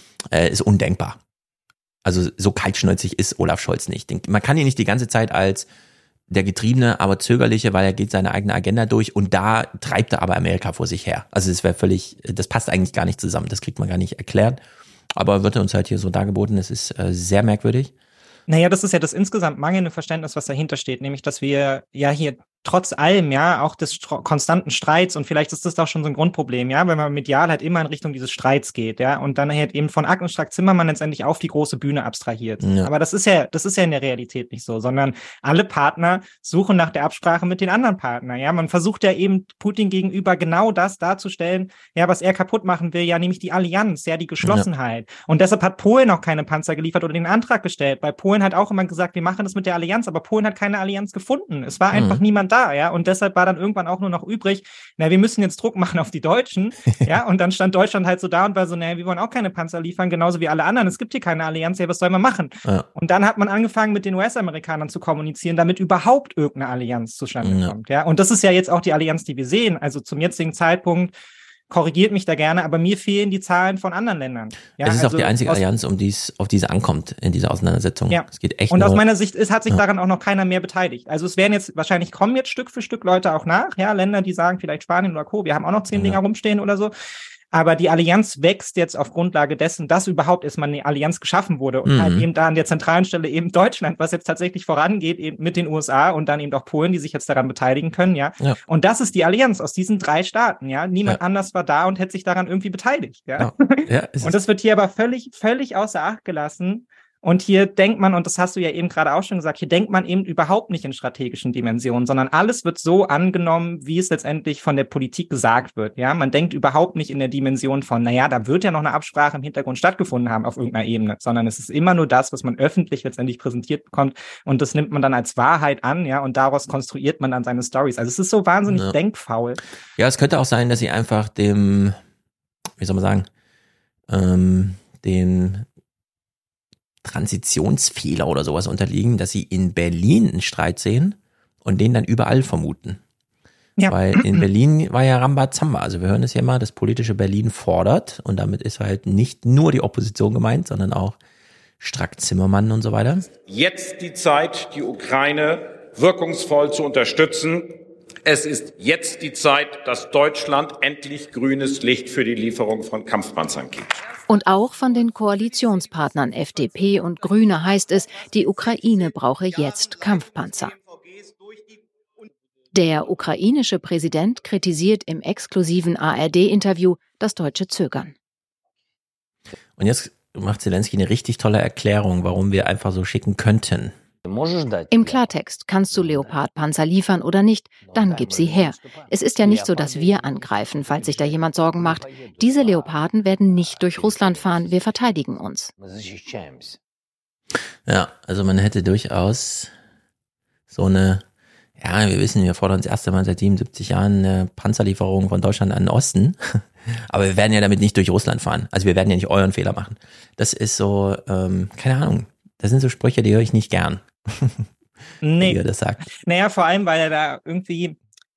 ist undenkbar. Also so kaltschnäuzig ist Olaf Scholz nicht. Man kann ihn nicht die ganze Zeit als der Getriebene, aber Zögerliche, weil er geht seine eigene Agenda durch und da treibt er aber Amerika vor sich her. Also das passt eigentlich gar nicht zusammen, das kriegt man gar nicht erklärt, aber wird uns halt hier so dargeboten, es ist sehr merkwürdig. Naja, das ist ja das insgesamt mangelnde Verständnis, was dahinter steht, nämlich, dass wir ja hier trotz allem, ja, auch des konstanten Streits, und vielleicht ist das auch schon so ein Grundproblem, ja, wenn man medial halt immer in Richtung dieses Streits geht, ja, und dann halt eben von Agnes Strack-Zimmermann letztendlich auf die große Bühne abstrahiert. Ja. Aber das ist ja in der Realität nicht so, sondern alle Partner suchen nach der Absprache mit den anderen Partnern, ja. Man versucht ja eben Putin gegenüber genau das darzustellen, ja, was er kaputt machen will, ja, nämlich die Allianz, ja, die Geschlossenheit. Ja. Und deshalb hat Polen auch keine Panzer geliefert oder den Antrag gestellt, weil Polen hat auch immer gesagt, wir machen das mit der Allianz, aber Polen hat keine Allianz gefunden. Es war einfach niemand da, ja, und deshalb war dann irgendwann auch nur noch übrig, wir müssen jetzt Druck machen auf die Deutschen, ja, und dann stand Deutschland halt so da und war so, wir wollen auch keine Panzer liefern, genauso wie alle anderen, es gibt hier keine Allianz, ja, was soll man machen? Ja. Und dann hat man angefangen, mit den US-Amerikanern zu kommunizieren, damit überhaupt irgendeine Allianz zustande kommt, ja, und das ist ja jetzt auch die Allianz, die wir sehen, also zum jetzigen Zeitpunkt, korrigiert mich da gerne, aber mir fehlen die Zahlen von anderen Ländern. Ja, es ist auch die einzige Allianz, auf die es ankommt in dieser Auseinandersetzung. Ja. Es geht echt und aus meiner Sicht hat sich daran auch noch keiner mehr beteiligt. Also es werden jetzt, wahrscheinlich kommen jetzt Stück für Stück Leute auch nach, ja, Länder, die sagen, vielleicht Spanien oder Co., wir haben auch noch 10 Dinger rumstehen oder so. Aber die Allianz wächst jetzt auf Grundlage dessen, dass überhaupt erstmal eine Allianz geschaffen wurde und halt eben da an der zentralen Stelle eben Deutschland, was jetzt tatsächlich vorangeht, eben mit den USA und dann eben auch Polen, die sich jetzt daran beteiligen können, ja. Und das ist die Allianz aus diesen 3 Staaten, ja. Niemand anders war da und hätte sich daran irgendwie beteiligt, ja. Und das wird hier aber völlig außer Acht gelassen. Und hier denkt man, und das hast du ja eben gerade auch schon gesagt, hier denkt man eben überhaupt nicht in strategischen Dimensionen, sondern alles wird so angenommen, wie es letztendlich von der Politik gesagt wird. Ja, man denkt überhaupt nicht in der Dimension von, da wird ja noch eine Absprache im Hintergrund stattgefunden haben auf irgendeiner Ebene, sondern es ist immer nur das, was man öffentlich letztendlich präsentiert bekommt und das nimmt man dann als Wahrheit an, ja, und daraus konstruiert man dann seine Stories. Also es ist so wahnsinnig denkfaul. Ja, es könnte auch sein, dass sie einfach dem Transitionsfehler oder sowas unterliegen, dass sie in Berlin einen Streit sehen und den dann überall vermuten. Ja. Weil in Berlin war ja Rambazamba, also wir hören es ja immer, das politische Berlin fordert und damit ist halt nicht nur die Opposition gemeint, sondern auch Strack-Zimmermann und so weiter. Jetzt die Zeit, die Ukraine wirkungsvoll zu unterstützen. Es ist jetzt die Zeit, dass Deutschland endlich grünes Licht für die Lieferung von Kampfpanzern gibt. Und auch von den Koalitionspartnern FDP und Grüne heißt es, die Ukraine brauche jetzt Kampfpanzer. Der ukrainische Präsident kritisiert im exklusiven ARD-Interview das deutsche Zögern. Und jetzt macht Zelensky eine richtig tolle Erklärung, warum wir einfach so schicken könnten. Im Klartext, kannst du Leopard-Panzer liefern oder nicht, dann gib sie her. Es ist ja nicht so, dass wir angreifen, falls sich da jemand Sorgen macht. Diese Leoparden werden nicht durch Russland fahren, wir verteidigen uns. Ja, also man hätte durchaus so eine, ja, wir wissen, wir fordern das erste Mal seit 77 Jahren eine Panzerlieferung von Deutschland an den Osten. Aber wir werden ja damit nicht durch Russland fahren. Also wir werden ja nicht euren Fehler machen. Das ist so, keine Ahnung. Das sind so Sprüche, die höre ich nicht gern. Nee. Wie er das sagt. Naja, vor allem, weil er da irgendwie,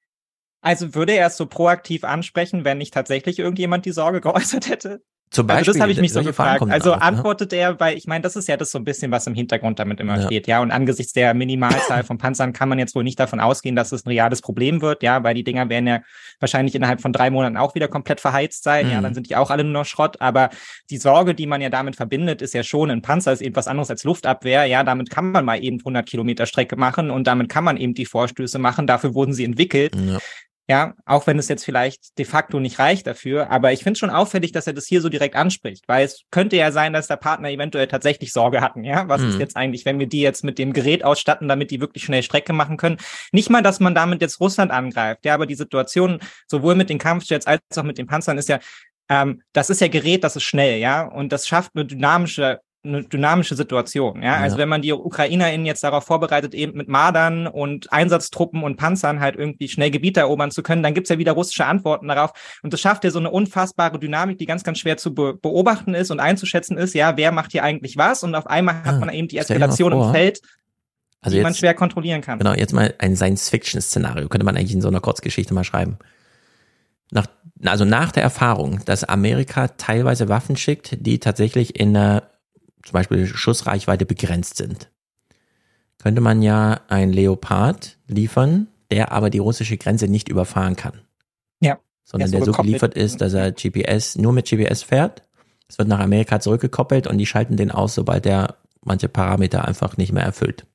also würde er es so proaktiv ansprechen, wenn nicht tatsächlich irgendjemand die Sorge geäußert hätte? Zum Beispiel, also das habe ich mich so gefragt. Also auf, antwortet er, weil ich meine, das ist ja das so ein bisschen, was im Hintergrund damit immer steht, ja. Und angesichts der Minimalzahl von Panzern kann man jetzt wohl nicht davon ausgehen, dass es ein reales Problem wird, ja, weil die Dinger werden ja wahrscheinlich innerhalb von 3 Monaten auch wieder komplett verheizt sein, ja, dann sind die auch alle nur noch Schrott. Aber die Sorge, die man ja damit verbindet, ist ja schon, ein Panzer ist eben was anderes als Luftabwehr, ja, damit kann man mal eben 100 Kilometer Strecke machen und damit kann man eben die Vorstöße machen, dafür wurden sie entwickelt. Ja. Ja, auch wenn es jetzt vielleicht de facto nicht reicht dafür, aber ich finde es schon auffällig, dass er das hier so direkt anspricht, weil es könnte ja sein, dass der Partner eventuell tatsächlich Sorge hatten, ja, was ist jetzt eigentlich, wenn wir die jetzt mit dem Gerät ausstatten, damit die wirklich schnell Strecke machen können, nicht mal, dass man damit jetzt Russland angreift, ja, aber die Situation sowohl mit den Kampfjets als auch mit den Panzern ist ja, das ist ja Gerät, das ist schnell, ja, und das schafft eine dynamische Situation, ja. Also wenn man die UkrainerInnen jetzt darauf vorbereitet, eben mit Mardern und Einsatztruppen und Panzern halt irgendwie schnell Gebiete erobern zu können, dann gibt's ja wieder russische Antworten darauf. Und das schafft ja so eine unfassbare Dynamik, die ganz, ganz schwer zu beobachten ist und einzuschätzen ist, ja, wer macht hier eigentlich was? Und auf einmal hat man eben die Eskalation im Feld, die man schwer kontrollieren kann. Genau, jetzt mal ein Science-Fiction-Szenario, könnte man eigentlich in so einer Kurzgeschichte mal schreiben. Nach der Erfahrung, dass Amerika teilweise Waffen schickt, die tatsächlich in einer zum Beispiel Schussreichweite begrenzt sind, könnte man ja ein Leopard liefern, der aber die russische Grenze nicht überfahren kann. Ja. Sondern der so geliefert ist, dass er nur mit GPS fährt. Es wird nach Amerika zurückgekoppelt und die schalten den aus, sobald er manche Parameter einfach nicht mehr erfüllt.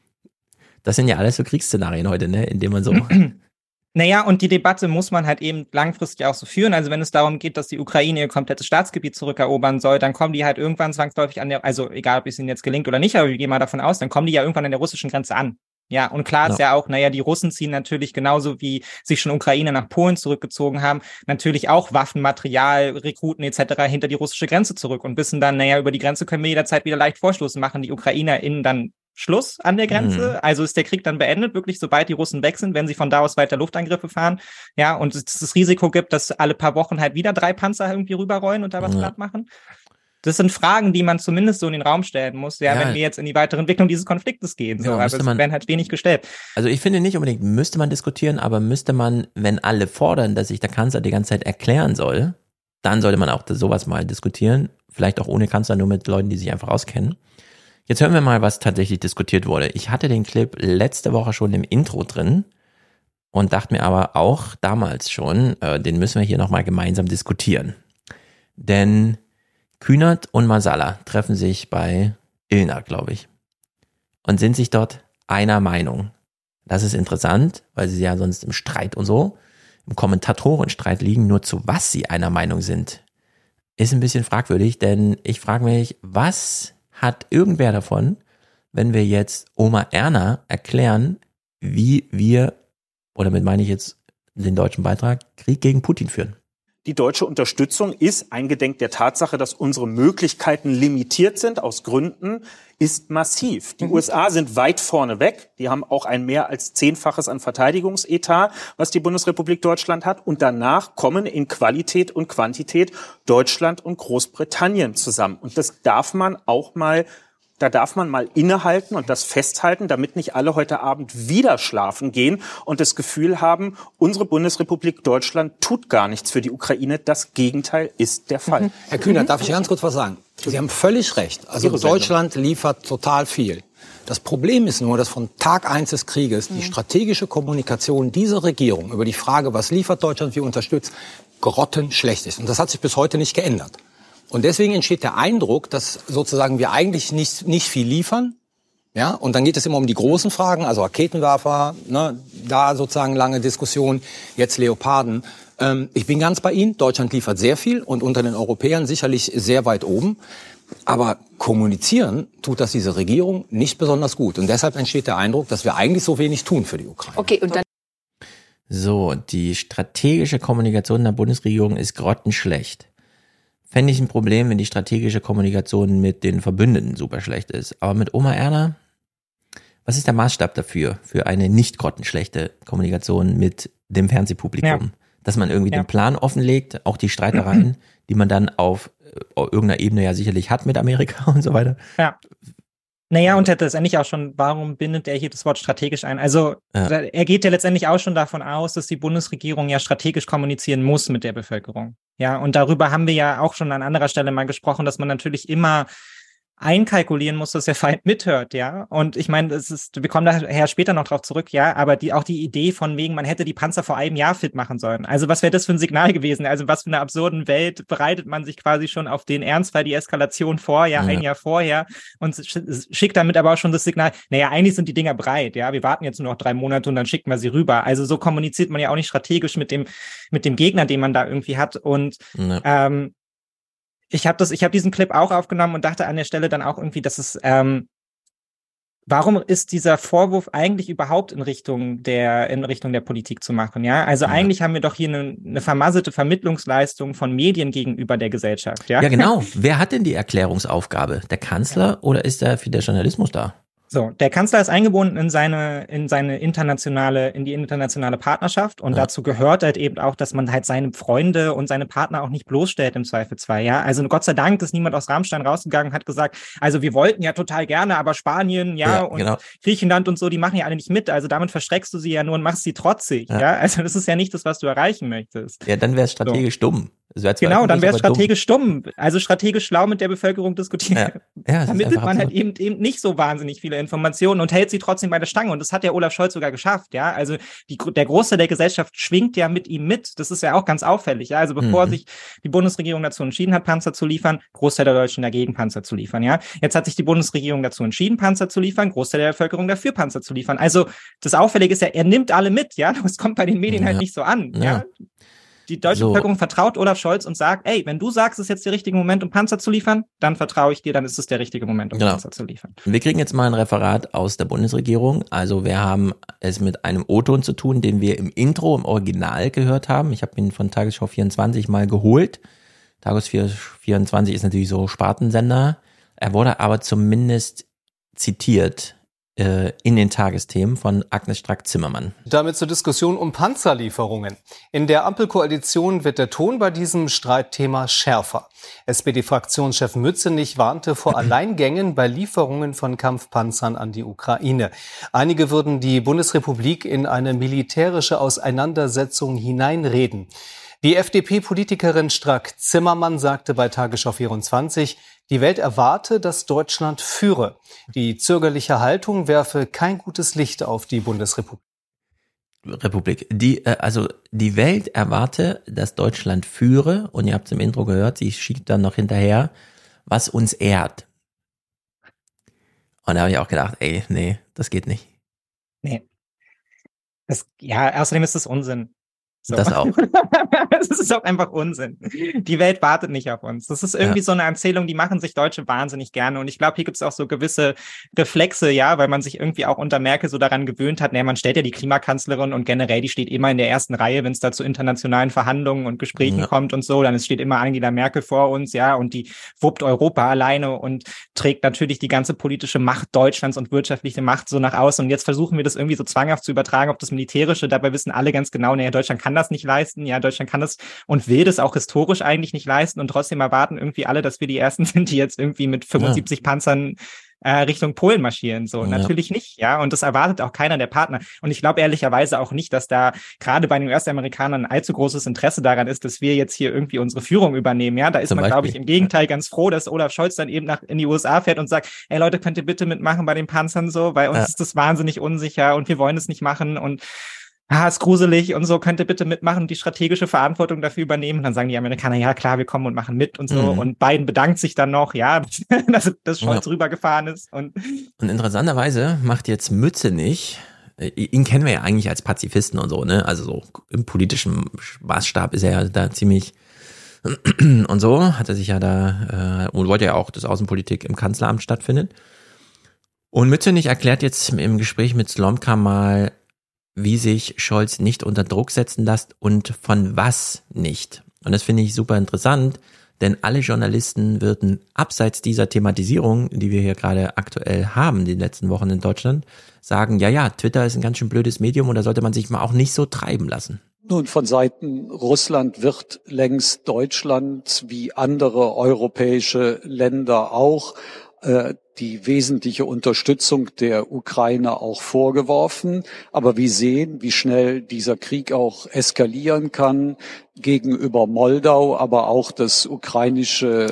Das sind ja alles so Kriegsszenarien heute, ne, in denen man so... Naja, und die Debatte muss man halt eben langfristig auch so führen. Also wenn es darum geht, dass die Ukraine ihr komplettes Staatsgebiet zurückerobern soll, dann kommen die halt irgendwann zwangsläufig an der, also egal ob es ihnen jetzt gelingt oder nicht, aber wir gehen mal davon aus, dann kommen die ja irgendwann an der russischen Grenze an. Ja, und klar ist ja auch, naja, die Russen ziehen natürlich genauso wie sich schon Ukraine nach Polen zurückgezogen haben, natürlich auch Waffen, Material, Rekruten etc. hinter die russische Grenze zurück und wissen dann, naja, über die Grenze können wir jederzeit wieder leicht Vorstoßen machen, die UkrainerInnen dann Schluss an der Grenze, also ist der Krieg dann beendet, wirklich sobald die Russen weg sind, wenn sie von da aus weiter Luftangriffe fahren, ja, und es das Risiko gibt, dass alle paar Wochen halt wieder 3 Panzer irgendwie rüberrollen und da was platt machen. Das sind Fragen, die man zumindest so in den Raum stellen muss, ja, wenn wir jetzt in die weitere Entwicklung dieses Konfliktes gehen, so, aber es werden halt wenig gestellt. Also ich finde nicht unbedingt, müsste man diskutieren, aber müsste man, wenn alle fordern, dass sich der Kanzler die ganze Zeit erklären soll, dann sollte man auch sowas mal diskutieren, vielleicht auch ohne Kanzler, nur mit Leuten, die sich einfach auskennen. Jetzt hören wir mal, was tatsächlich diskutiert wurde. Ich hatte den Clip letzte Woche schon im Intro drin und dachte mir aber auch damals schon, den müssen wir hier nochmal gemeinsam diskutieren. Denn Kühnert und Masala treffen sich bei Ilna, glaube ich, und sind sich dort einer Meinung. Das ist interessant, weil sie ja sonst im Streit und so, im Kommentatorenstreit liegen, nur zu was sie einer Meinung sind. Ist ein bisschen fragwürdig, denn ich frage mich, was hat irgendwer davon, wenn wir jetzt Oma Erna erklären, wie wir, oder damit meine ich jetzt den deutschen Beitrag, Krieg gegen Putin führen? Die deutsche Unterstützung ist, eingedenk der Tatsache, dass unsere Möglichkeiten limitiert sind aus Gründen, ist massiv. Die USA sind weit vorne weg. Die haben auch ein mehr als 10-faches an Verteidigungsetat, was die Bundesrepublik Deutschland hat. Und danach kommen in Qualität und Quantität Deutschland und Großbritannien zusammen. Und das darf man auch mal, da darf man mal innehalten und das festhalten, damit nicht alle heute Abend wieder schlafen gehen und das Gefühl haben, unsere Bundesrepublik Deutschland tut gar nichts für die Ukraine. Das Gegenteil ist der Fall. Herr Kühnert, darf ich ganz kurz was sagen? Sie haben völlig recht. Also Deutschland liefert total viel. Das Problem ist nur, dass von Tag 1 des Krieges die strategische Kommunikation dieser Regierung über die Frage, was liefert Deutschland, wie unterstützt, grottenschlecht ist. Und das hat sich bis heute nicht geändert. Und deswegen entsteht der Eindruck, dass sozusagen wir eigentlich nicht viel liefern. Ja, und dann geht es immer um die großen Fragen, also Raketenwerfer, ne, da sozusagen lange Diskussion, jetzt Leoparden. Ich bin ganz bei Ihnen, Deutschland liefert sehr viel und unter den Europäern sicherlich sehr weit oben. Aber kommunizieren tut das diese Regierung nicht besonders gut. Und deshalb entsteht der Eindruck, dass wir eigentlich so wenig tun für die Ukraine. Okay, und dann So, die strategische Kommunikation der Bundesregierung ist grottenschlecht. Fände ich ein Problem, wenn die strategische Kommunikation mit den Verbündeten super schlecht ist. Aber mit Oma Erna, was ist der Maßstab dafür, für eine nicht grottenschlechte Kommunikation mit dem Fernsehpublikum? Ja. Dass man irgendwie den Plan offenlegt, auch die Streitereien, die man dann auf irgendeiner Ebene ja sicherlich hat mit Amerika und so weiter. Ja. Naja, und letztendlich auch schon, warum bindet er hier das Wort strategisch ein? Also er geht ja letztendlich auch schon davon aus, dass die Bundesregierung ja strategisch kommunizieren muss mit der Bevölkerung. Ja, und darüber haben wir ja auch schon an anderer Stelle mal gesprochen, dass man natürlich immer einkalkulieren muss, dass der Feind mithört, ja. Und ich meine, wir kommen daher später noch drauf zurück, ja, aber auch die Idee von wegen, man hätte die Panzer vor einem Jahr fit machen sollen. Also was wäre das für ein Signal gewesen? Also was für eine absurden Welt bereitet man sich quasi schon auf den Ernstfall, die Eskalation vor, ein Jahr vorher und schickt damit aber auch schon das Signal, naja, eigentlich sind die Dinger bereit, ja, wir warten jetzt nur noch 3 Monate und dann schicken wir sie rüber. Also so kommuniziert man ja auch nicht strategisch mit dem Gegner, den man da irgendwie hat und Ich habe diesen Clip auch aufgenommen und dachte an der Stelle dann auch irgendwie, dass es, warum ist dieser Vorwurf eigentlich überhaupt in Richtung der Politik zu machen, ja? Also eigentlich haben wir doch hier eine vermasselte Vermittlungsleistung von Medien gegenüber der Gesellschaft, ja? Ja, genau. Wer hat denn die Erklärungsaufgabe? Der Kanzler oder ist der für den Journalismus da? So, der Kanzler ist eingebunden in die internationale Partnerschaft und dazu gehört halt eben auch, dass man halt seine Freunde und seine Partner auch nicht bloßstellt im Zweifelsfall, ja. Also Gott sei Dank ist niemand aus Rammstein rausgegangen und hat gesagt, also wir wollten ja total gerne, aber Spanien, und Griechenland und so, die machen ja alle nicht mit, also damit verschreckst du sie ja nur und machst sie trotzig, ja. Also das ist ja nicht das, was du erreichen möchtest. Ja, dann wäre es strategisch dumm. Genau, dann wäre es strategisch dumm. Also strategisch schlau mit der Bevölkerung diskutieren. Ja, vermittelt man halt eben nicht so wahnsinnig viele Informationen und hält sie trotzdem bei der Stange. Und das hat ja Olaf Scholz sogar geschafft, ja. Also der Großteil der Gesellschaft schwingt ja mit ihm mit. Das ist ja auch ganz auffällig, ja. Also bevor sich die Bundesregierung dazu entschieden hat, Panzer zu liefern, Großteil der Deutschen dagegen, Panzer zu liefern, ja. Jetzt hat sich die Bundesregierung dazu entschieden, Panzer zu liefern, Großteil der Bevölkerung dafür, Panzer zu liefern. Also das Auffällige ist ja, er nimmt alle mit, ja. Das kommt bei den Medien halt nicht so an, ja. Die deutsche Bevölkerung vertraut Olaf Scholz und sagt, ey, wenn du sagst, es ist jetzt der richtige Moment, um Panzer zu liefern, dann vertraue ich dir, dann ist es der richtige Moment, um Panzer zu liefern. Wir kriegen jetzt mal ein Referat aus der Bundesregierung. Also wir haben es mit einem O-Ton zu tun, den wir im Intro, im Original gehört haben. Ich habe ihn von Tagesschau 24 mal geholt. Tagesschau 24 ist natürlich so Spartensender. Er wurde aber zumindest zitiert in den Tagesthemen von Agnes Strack-Zimmermann. Damit zur Diskussion um Panzerlieferungen. In der Ampelkoalition wird der Ton bei diesem Streitthema schärfer. SPD-Fraktionschef Mützenich warnte vor Alleingängen bei Lieferungen von Kampfpanzern an die Ukraine. Einige würden die Bundesrepublik in eine militärische Auseinandersetzung hineinreden. Die FDP-Politikerin Strack-Zimmermann sagte bei Tagesschau 24, die Welt erwarte, dass Deutschland führe. Die zögerliche Haltung werfe kein gutes Licht auf die Bundesrepublik. Die Welt erwarte, dass Deutschland führe, und ihr habt es im Intro gehört, sie schiebt dann noch hinterher, was uns ehrt. Und da habe ich auch gedacht, nee, das geht nicht. Nee. Außerdem ist das Unsinn. So. Das auch. Das ist auch einfach Unsinn. Die Welt wartet nicht auf uns. Das ist irgendwie so eine Erzählung, die machen sich Deutsche wahnsinnig gerne. Und ich glaube, hier gibt es auch so gewisse Reflexe, weil man sich irgendwie auch unter Merkel so daran gewöhnt hat, man stellt ja die Klimakanzlerin und generell, die steht immer in der ersten Reihe, wenn es da zu internationalen Verhandlungen und Gesprächen kommt und so, dann steht immer Angela Merkel vor uns, und die wuppt Europa alleine und trägt natürlich die ganze politische Macht Deutschlands und wirtschaftliche Macht so nach außen. Und jetzt versuchen wir das irgendwie so zwanghaft zu übertragen auf das Militärische. Dabei wissen alle ganz genau, Deutschland kann das nicht leisten. Ja, Deutschland kann das und will das auch historisch eigentlich nicht leisten. Und trotzdem erwarten irgendwie alle, dass wir die Ersten sind, die jetzt irgendwie mit 75 Panzern Richtung Polen marschieren. So, natürlich nicht, Und das erwartet auch keiner der Partner. Und ich glaube ehrlicherweise auch nicht, dass da gerade bei den US-Amerikanern ein allzu großes Interesse daran ist, dass wir jetzt hier irgendwie unsere Führung übernehmen. Ja, da ist man, glaube ich, im Gegenteil ganz froh, dass Olaf Scholz dann eben in die USA fährt und sagt, ey Leute, könnt ihr bitte mitmachen bei den Panzern so, weil uns ist das wahnsinnig unsicher und wir wollen es nicht machen und ist gruselig und so, könnt ihr bitte mitmachen und die strategische Verantwortung dafür übernehmen. Und dann sagen die Amerikaner, ja klar, wir kommen und machen mit und so. Und Biden bedankt sich dann noch, dass Scholz rübergefahren ist. Und interessanterweise macht jetzt Mützenich, ihn kennen wir ja eigentlich als Pazifisten und so, ne? Also so im politischen Maßstab ist er ja da ziemlich Und so hat er sich ja da, und wollte ja auch, dass Außenpolitik im Kanzleramt stattfindet. Und Mützenich erklärt jetzt im Gespräch mit Slomka mal, wie sich Scholz nicht unter Druck setzen lässt und von was nicht. Und das finde ich super interessant, denn alle Journalisten würden abseits dieser Thematisierung, die wir hier gerade aktuell haben, die letzten Wochen in Deutschland, sagen, ja, Twitter ist ein ganz schön blödes Medium und da sollte man sich mal auch nicht so treiben lassen. Nun, von Seiten Russland wird längst Deutschland wie andere europäische Länder auch die wesentliche Unterstützung der Ukraine auch vorgeworfen. Aber wir sehen, wie schnell dieser Krieg auch eskalieren kann gegenüber Moldau, aber auch dass ukrainische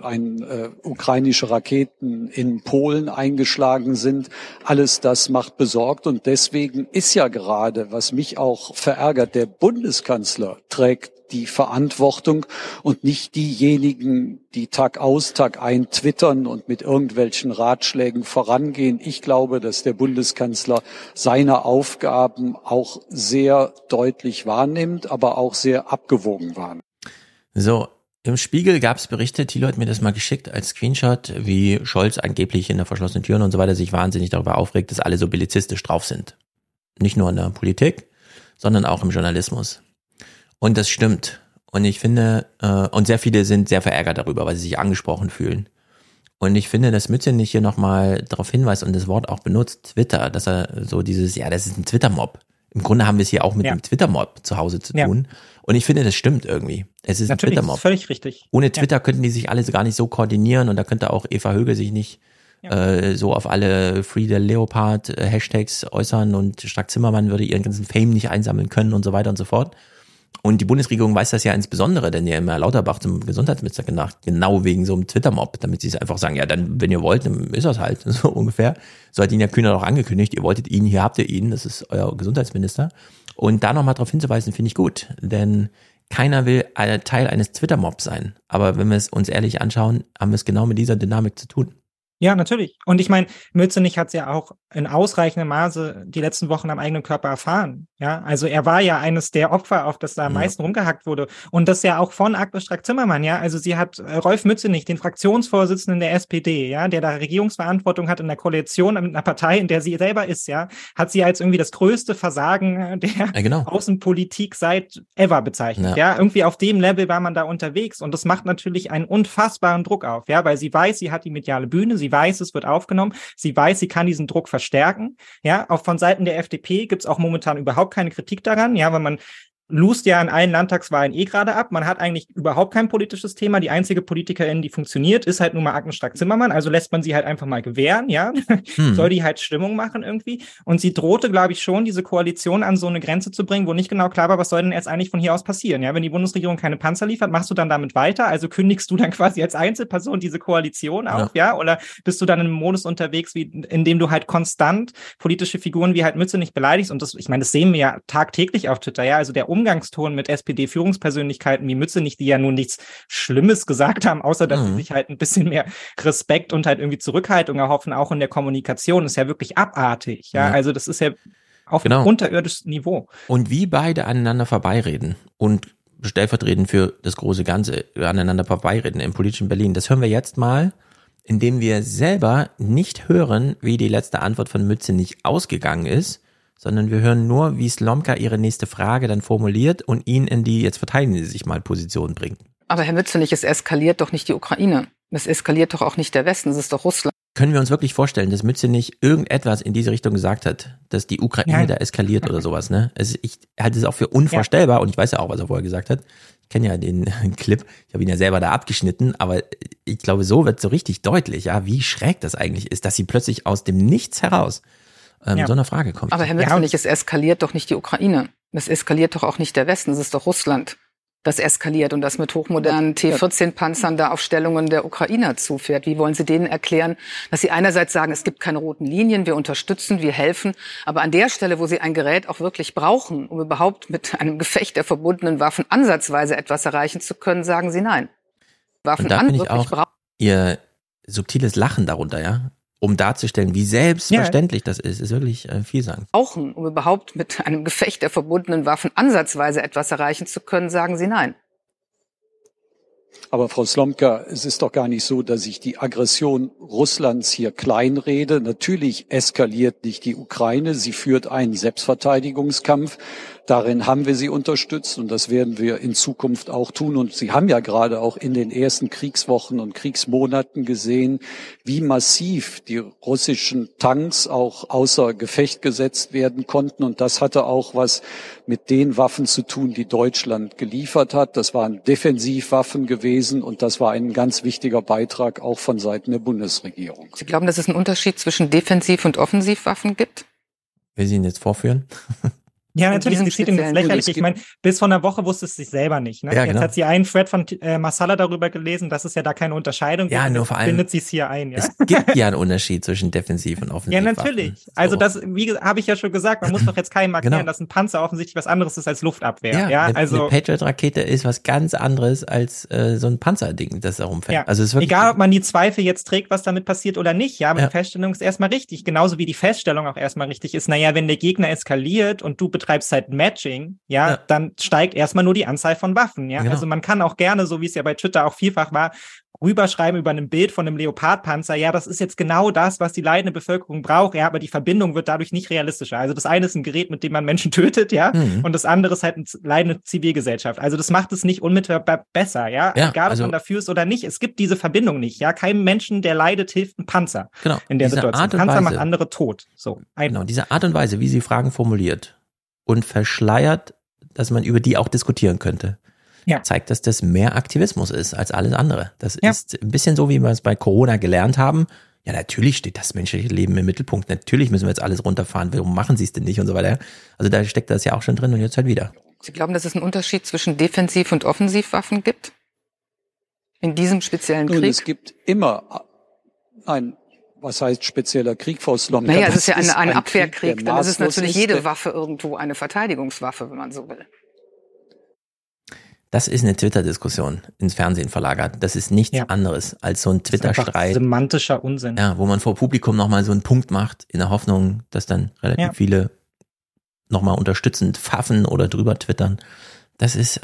Raketen in Polen eingeschlagen sind. Alles das macht besorgt und deswegen ist ja gerade, was mich auch verärgert, der Bundeskanzler trägt die Verantwortung und nicht diejenigen, die Tag aus, Tag ein twittern und mit irgendwelchen Ratschlägen vorangehen. Ich glaube, dass der Bundeskanzler seine Aufgaben auch sehr deutlich wahrnimmt, aber auch sehr abgewogen wahrnimmt. So, im Spiegel gab es Berichte, Thilo hat mir das mal geschickt als Screenshot, wie Scholz angeblich hinter verschlossenen Türen und so weiter sich wahnsinnig darüber aufregt, dass alle so bellizistisch drauf sind. Nicht nur in der Politik, sondern auch im Journalismus. Und das stimmt. Und ich finde, und sehr viele sind sehr verärgert darüber, weil sie sich angesprochen fühlen. Und ich finde, dass Mützenich hier nochmal darauf hinweist und das Wort auch benutzt, Twitter, dass er so dieses, das ist ein Twitter-Mob. Im Grunde haben wir es hier auch mit einem Twitter-Mob zu Hause zu tun. Und ich finde, das stimmt irgendwie. Es ist natürlich ein Twitter-Mob. Ist völlig richtig. Ohne Twitter könnten die sich alle gar nicht so koordinieren und da könnte auch Eva Högel sich nicht so auf alle Free the Leopard Hashtags äußern und Strack-Zimmermann würde ihren ganzen Fame nicht einsammeln können und so weiter und so fort. Und die Bundesregierung weiß das ja insbesondere, denn ja immer Lauterbach zum Gesundheitsminister gedacht, genau wegen so einem Twitter-Mob, damit sie es einfach sagen, ja dann, wenn ihr wollt, dann ist das halt, so ungefähr. So hat ihn ja Kühner auch angekündigt, ihr wolltet ihn, hier habt ihr ihn, das ist euer Gesundheitsminister. Und da nochmal darauf hinzuweisen, finde ich gut, denn keiner will Teil eines Twitter-Mobs sein. Aber wenn wir es uns ehrlich anschauen, haben wir es genau mit dieser Dynamik zu tun. Ja, natürlich. Und ich meine, Mützenich hat es ja auch in ausreichendem Maße die letzten Wochen am eigenen Körper erfahren. Ja, also er war ja eines der Opfer, auf das da am meisten rumgehackt wurde. Und das ja auch von Agnes Strack-Zimmermann, ja. Also sie hat Rolf Mützenich, den Fraktionsvorsitzenden der SPD, ja, der da Regierungsverantwortung hat in der Koalition mit einer Partei, in der sie selber ist, ja, hat sie als irgendwie das größte Versagen der Außenpolitik seit ever bezeichnet. Ja, irgendwie auf dem Level war man da unterwegs. Und das macht natürlich einen unfassbaren Druck auf, ja, weil sie weiß, sie hat die mediale Bühne, sie weiß, es wird aufgenommen, sie weiß, sie kann diesen Druck verstärken. Ja, auch von Seiten der FDP gibt es auch momentan überhaupt keine Kritik daran, ja, weil man lust ja in allen Landtagswahlen gerade ab. Man hat eigentlich überhaupt kein politisches Thema. Die einzige Politikerin, die funktioniert, ist halt nur mal Agnes Strack-Zimmermann. Also lässt man sie halt einfach mal gewähren, ja. Soll die halt Stimmung machen irgendwie. Und sie drohte, glaube ich, schon, diese Koalition an so eine Grenze zu bringen, wo nicht genau klar war, was soll denn jetzt eigentlich von hier aus passieren, ja. Wenn die Bundesregierung keine Panzer liefert, machst du dann damit weiter? Also kündigst du dann quasi als Einzelperson diese Koalition auf, ja? Oder bist du dann in einem Modus unterwegs, in dem du halt konstant politische Figuren wie halt Mützenich beleidigst? Und das, ich meine, das sehen wir ja tagtäglich auf Twitter, ja. Also der Umgangston mit SPD-Führungspersönlichkeiten wie Mützenich, die ja nun nichts Schlimmes gesagt haben, außer dass sie sich halt ein bisschen mehr Respekt und halt irgendwie Zurückhaltung erhoffen, auch in der Kommunikation, ist ja wirklich abartig. Ja, also das ist ja auf unterirdisches Niveau. Und wie beide aneinander vorbeireden und stellvertretend für das große Ganze aneinander vorbeireden im politischen Berlin, das hören wir jetzt mal, indem wir selber nicht hören, wie die letzte Antwort von Mützenich ausgegangen ist, sondern wir hören nur, wie Slomka ihre nächste Frage dann formuliert und ihn in die, jetzt verteidigen Sie sich mal, Position bringt. Aber Herr Mützenich, es eskaliert doch nicht die Ukraine. Es eskaliert doch auch nicht der Westen, es ist doch Russland. Können wir uns wirklich vorstellen, dass Mützenich irgendetwas in diese Richtung gesagt hat, dass die Ukraine da eskaliert oder sowas, ne? Also ich halte es auch für unvorstellbar und ich weiß ja auch, was er vorher gesagt hat. Ich kenne ja den Clip, ich habe ihn ja selber da abgeschnitten, aber ich glaube, so wird so richtig deutlich, ja, wie schräg das eigentlich ist, dass sie plötzlich aus dem Nichts heraus mit so einer Frage kommt. Aber Herr Mützenich, es eskaliert doch nicht die Ukraine. Es eskaliert doch auch nicht der Westen. Es ist doch Russland, das eskaliert und das mit hochmodernen T-14-Panzern da auf Stellungen der Ukrainer zufährt. Wie wollen Sie denen erklären, dass Sie einerseits sagen, es gibt keine roten Linien, wir unterstützen, wir helfen, aber an der Stelle, wo Sie ein Gerät auch wirklich brauchen, um überhaupt mit einem Gefecht der verbundenen Waffen ansatzweise etwas erreichen zu können, sagen Sie nein. Waffen und da finde ich auch Ihr subtiles Lachen darunter, ja? Um darzustellen, wie selbstverständlich das ist wirklich vielsagend. Brauchen, um überhaupt mit einem Gefecht der verbundenen Waffen ansatzweise etwas erreichen zu können, sagen Sie nein. Aber Frau Slomka, es ist doch gar nicht so, dass ich die Aggression Russlands hier kleinrede. Natürlich eskaliert nicht die Ukraine. Sie führt einen Selbstverteidigungskampf. Darin haben wir sie unterstützt und das werden wir in Zukunft auch tun. Und Sie haben ja gerade auch in den ersten Kriegswochen und Kriegsmonaten gesehen, wie massiv die russischen Tanks auch außer Gefecht gesetzt werden konnten. Und das hatte auch was mit den Waffen zu tun, die Deutschland geliefert hat. Das waren Defensivwaffen gewesen und das war ein ganz wichtiger Beitrag auch von Seiten der Bundesregierung. Sie glauben, dass es einen Unterschied zwischen Defensiv- und Offensivwaffen gibt? Will Sie ihn jetzt vorführen? Ja, natürlich, sie zieht ihn ins Lächerliche. Ich meine, bis vor einer Woche wusste es sich selber nicht. Ne? Ja, Jetzt genau. hat sie einen Thread von Marsala darüber gelesen, dass es ja da keine Unterscheidung gibt. Ja, nur vor allem findet sie es hier ein. Ja? Es gibt ja einen Unterschied zwischen Defensiv- und Offensiv. Ja, natürlich. So. Also das, wie habe ich ja schon gesagt, man muss doch jetzt keinem erklären, dass ein Panzer offensichtlich was anderes ist als Luftabwehr. Ja, also eine Patriot-Rakete ist was ganz anderes als so ein Panzerding, das da rumfällt. Ja. Also es ist wirklich, egal, ob man die Zweifel jetzt trägt, was damit passiert oder nicht. Ja, aber die Feststellung ist erstmal richtig. Genauso wie die Feststellung auch erstmal richtig ist. Naja, wenn der Gegner eskaliert und du betreibst halt Matching, dann steigt erstmal nur die Anzahl von Waffen, ja. Genau. Also man kann auch gerne, so wie es ja bei Twitter auch vielfach war, rüberschreiben über einem Bild von einem Leopardpanzer, ja, das ist jetzt genau das, was die leidende Bevölkerung braucht, ja, aber die Verbindung wird dadurch nicht realistischer. Also das eine ist ein Gerät, mit dem man Menschen tötet, ja, und das andere ist halt eine leidende Zivilgesellschaft. Also das macht es nicht unmittelbar besser, ja, egal ob man dafür ist oder nicht. Es gibt diese Verbindung nicht, ja. Keinem Menschen, der leidet, hilft ein Panzer in der Situation. Panzer macht andere tot. So, genau, diese Art und Weise, wie sie Fragen formuliert und verschleiert, dass man über die auch diskutieren könnte, zeigt, dass das mehr Aktivismus ist als alles andere. Das ist ein bisschen so, wie wir es bei Corona gelernt haben. Ja, natürlich steht das menschliche Leben im Mittelpunkt. Natürlich müssen wir jetzt alles runterfahren. Warum machen sie es denn nicht und so weiter. Also da steckt das ja auch schon drin und jetzt halt wieder. Sie glauben, dass es einen Unterschied zwischen Defensiv- und Offensivwaffen gibt? In diesem speziellen Krieg? Nun, es gibt immer was heißt spezieller Krieg, Frau Slomka? Naja, es ist ja ein Abwehrkrieg. Dann ist es natürlich jede Waffe irgendwo eine Verteidigungswaffe, wenn man so will. Das ist eine Twitter-Diskussion ins Fernsehen verlagert. Das ist nichts anderes als so ein Twitter-Streit. Semantischer Unsinn. Ja, wo man vor Publikum nochmal so einen Punkt macht, in der Hoffnung, dass dann relativ viele nochmal unterstützend pfaffen oder drüber twittern. Das ist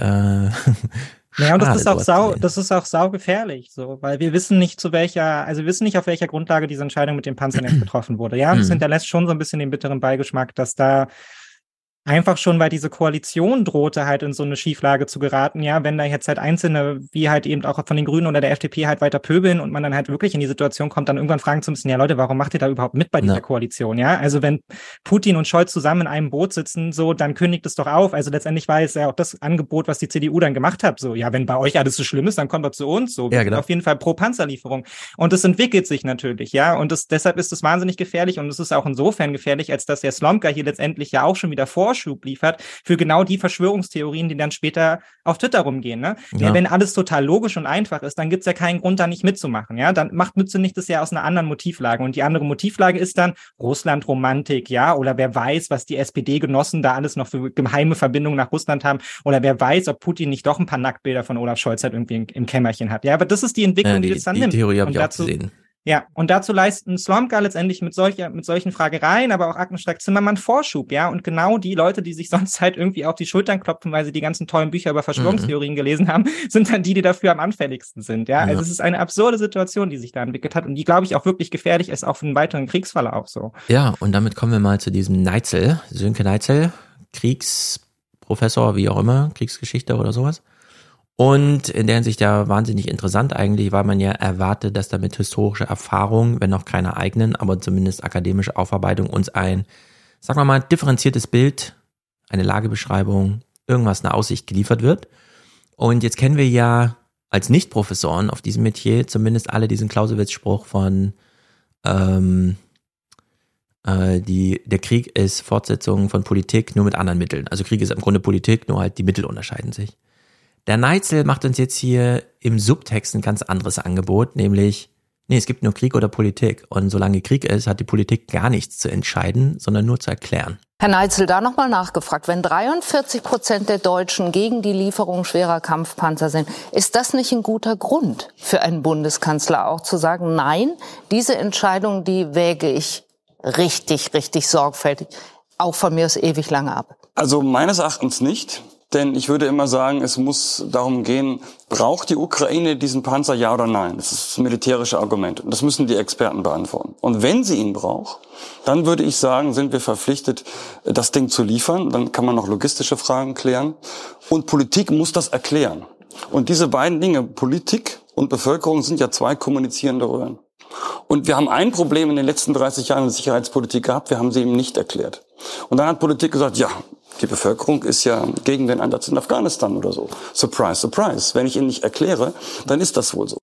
ja, und das ist auch saugefährlich, so, weil wir wissen nicht auf welcher Grundlage diese Entscheidung mit den Panzern jetzt getroffen wurde. Ja, und es hinterlässt schon so ein bisschen den bitteren Beigeschmack, dass da einfach schon, weil diese Koalition drohte halt in so eine Schieflage zu geraten, ja, wenn da jetzt halt Einzelne, wie halt eben auch von den Grünen oder der FDP halt weiter pöbeln und man dann halt wirklich in die Situation kommt, dann irgendwann fragen zu müssen, ja Leute, warum macht ihr da überhaupt mit bei dieser Koalition, ja? Also wenn Putin und Scholz zusammen in einem Boot sitzen, so, dann kündigt es doch auf. Also letztendlich war es ja auch das Angebot, was die CDU dann gemacht hat, so, ja, wenn bei euch alles so schlimm ist, dann kommt doch zu uns, so. Wir sind auf jeden Fall pro Panzerlieferung. Und es entwickelt sich natürlich, ja, und deshalb ist es wahnsinnig gefährlich und es ist auch insofern gefährlich, als dass der Slomka hier letztendlich ja auch schon wieder Vorschub liefert für genau die Verschwörungstheorien, die dann später auf Twitter rumgehen. Ne? Ja, wenn alles total logisch und einfach ist, dann gibt's ja keinen Grund, da nicht mitzumachen. Ja, dann macht Mützenich das ja aus einer anderen Motivlage. Und die andere Motivlage ist dann Russland-Romantik, ja, oder wer weiß, was die SPD-Genossen da alles noch für geheime Verbindungen nach Russland haben, oder wer weiß, ob Putin nicht doch ein paar Nacktbilder von Olaf Scholz halt irgendwie im Kämmerchen hat. Ja, aber das ist die Entwicklung, die jetzt dann nimmt. Die Theorie habe ich auch gesehen. Ja, und dazu leisten Slomka letztendlich mit solchen Fragereien, aber auch Agnes Strack-Zimmermann Vorschub, ja, und genau die Leute, die sich sonst halt irgendwie auf die Schultern klopfen, weil sie die ganzen tollen Bücher über Verschwörungstheorien gelesen haben, sind dann die dafür am anfälligsten sind, ja. Also es ist eine absurde Situation, die sich da entwickelt hat und die, glaube ich, auch wirklich gefährlich ist, auch für einen weiteren Kriegsfall auch so. Ja, und damit kommen wir mal zu diesem Neitzel, Sönke Neitzel, Kriegsprofessor, wie auch immer, Kriegsgeschichte oder sowas. Und in der Hinsicht ja wahnsinnig interessant eigentlich, weil man ja erwartet, dass damit historische Erfahrung, wenn auch keine eigenen, aber zumindest akademische Aufarbeitung uns ein, sagen wir mal, differenziertes Bild, eine Lagebeschreibung, irgendwas, eine Aussicht geliefert wird. Und jetzt kennen wir ja als Nicht-Professoren auf diesem Metier zumindest alle diesen Clausewitz-Spruch von der Krieg ist Fortsetzung von Politik, nur mit anderen Mitteln. Also Krieg ist im Grunde Politik, nur halt die Mittel unterscheiden sich. Der Neitzel macht uns jetzt hier im Subtext ein ganz anderes Angebot, nämlich, es gibt nur Krieg oder Politik. Und solange Krieg ist, hat die Politik gar nichts zu entscheiden, sondern nur zu erklären. Herr Neitzel, da nochmal nachgefragt. Wenn 43% der Deutschen gegen die Lieferung schwerer Kampfpanzer sind, ist das nicht ein guter Grund für einen Bundeskanzler auch zu sagen, nein, diese Entscheidung, die wäge ich richtig, richtig sorgfältig, auch von mir aus ewig lange ab? Also meines Erachtens nicht. Denn ich würde immer sagen, es muss darum gehen, braucht die Ukraine diesen Panzer, ja oder nein? Das ist das militärische Argument. Und das müssen die Experten beantworten. Und wenn sie ihn braucht, dann würde ich sagen, sind wir verpflichtet, das Ding zu liefern. Dann kann man noch logistische Fragen klären. Und Politik muss das erklären. Und diese beiden Dinge, Politik und Bevölkerung, sind ja zwei kommunizierende Röhren. Und wir haben ein Problem in den letzten 30 Jahren in der Sicherheitspolitik gehabt, wir haben sie eben nicht erklärt. Und dann hat Politik gesagt, ja, die Bevölkerung ist ja gegen den Einsatz in Afghanistan oder so. Surprise, surprise. Wenn ich ihn nicht erkläre, dann ist das wohl so.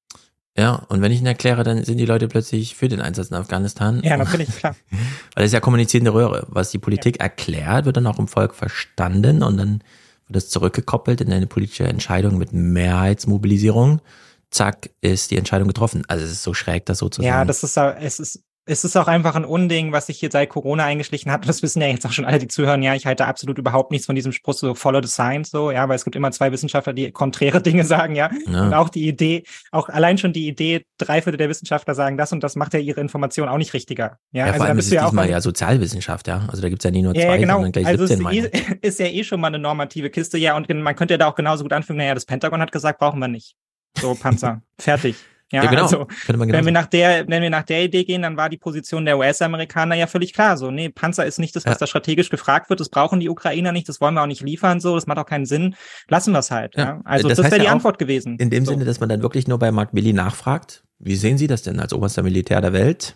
Ja, und wenn ich ihn erkläre, dann sind die Leute plötzlich für den Einsatz in Afghanistan. Ja, natürlich, klar. Weil das ist ja kommunizierende Röhre. Was die Politik erklärt, wird dann auch im Volk verstanden und dann wird das zurückgekoppelt in eine politische Entscheidung mit Mehrheitsmobilisierung. Zack, ist die Entscheidung getroffen. Also es ist so schräg, das so zu sagen. Ja, es ist auch einfach ein Unding, was sich hier seit Corona eingeschlichen hat. Das wissen ja jetzt auch schon alle, die zuhören. Ja, ich halte absolut überhaupt nichts von diesem Spruch, so follow the science, so, ja, weil es gibt immer zwei Wissenschaftler, die konträre Dinge sagen, ja. Und auch die Idee, auch allein schon die Idee, 3/4 der Wissenschaftler sagen das und das macht ja ihre Information auch nicht richtiger. Ja, also vor allem ist es diesmal ja Sozialwissenschaft, ja. Also da gibt's ja nicht nur zwei, genau, sondern gleich also 17 Meinungen. Ist ja eh schon mal eine normative Kiste, ja, und man könnte ja da auch genauso gut anfügen, naja, das Pentagon hat gesagt, brauchen wir nicht. So, Panzer. Fertig. Ja, genau. Also, wenn wir nach der Idee gehen, dann war die Position der US-Amerikaner ja völlig klar. So, nee, Panzer ist nicht das, was da strategisch gefragt wird. Das brauchen die Ukrainer nicht. Das wollen wir auch nicht liefern. So, das macht auch keinen Sinn. Lassen wir es halt. Ja. Also, das wäre die Antwort gewesen. In dem Sinne, dass man dann wirklich nur bei Mark Milley nachfragt. Wie sehen Sie das denn als oberster Militär der Welt?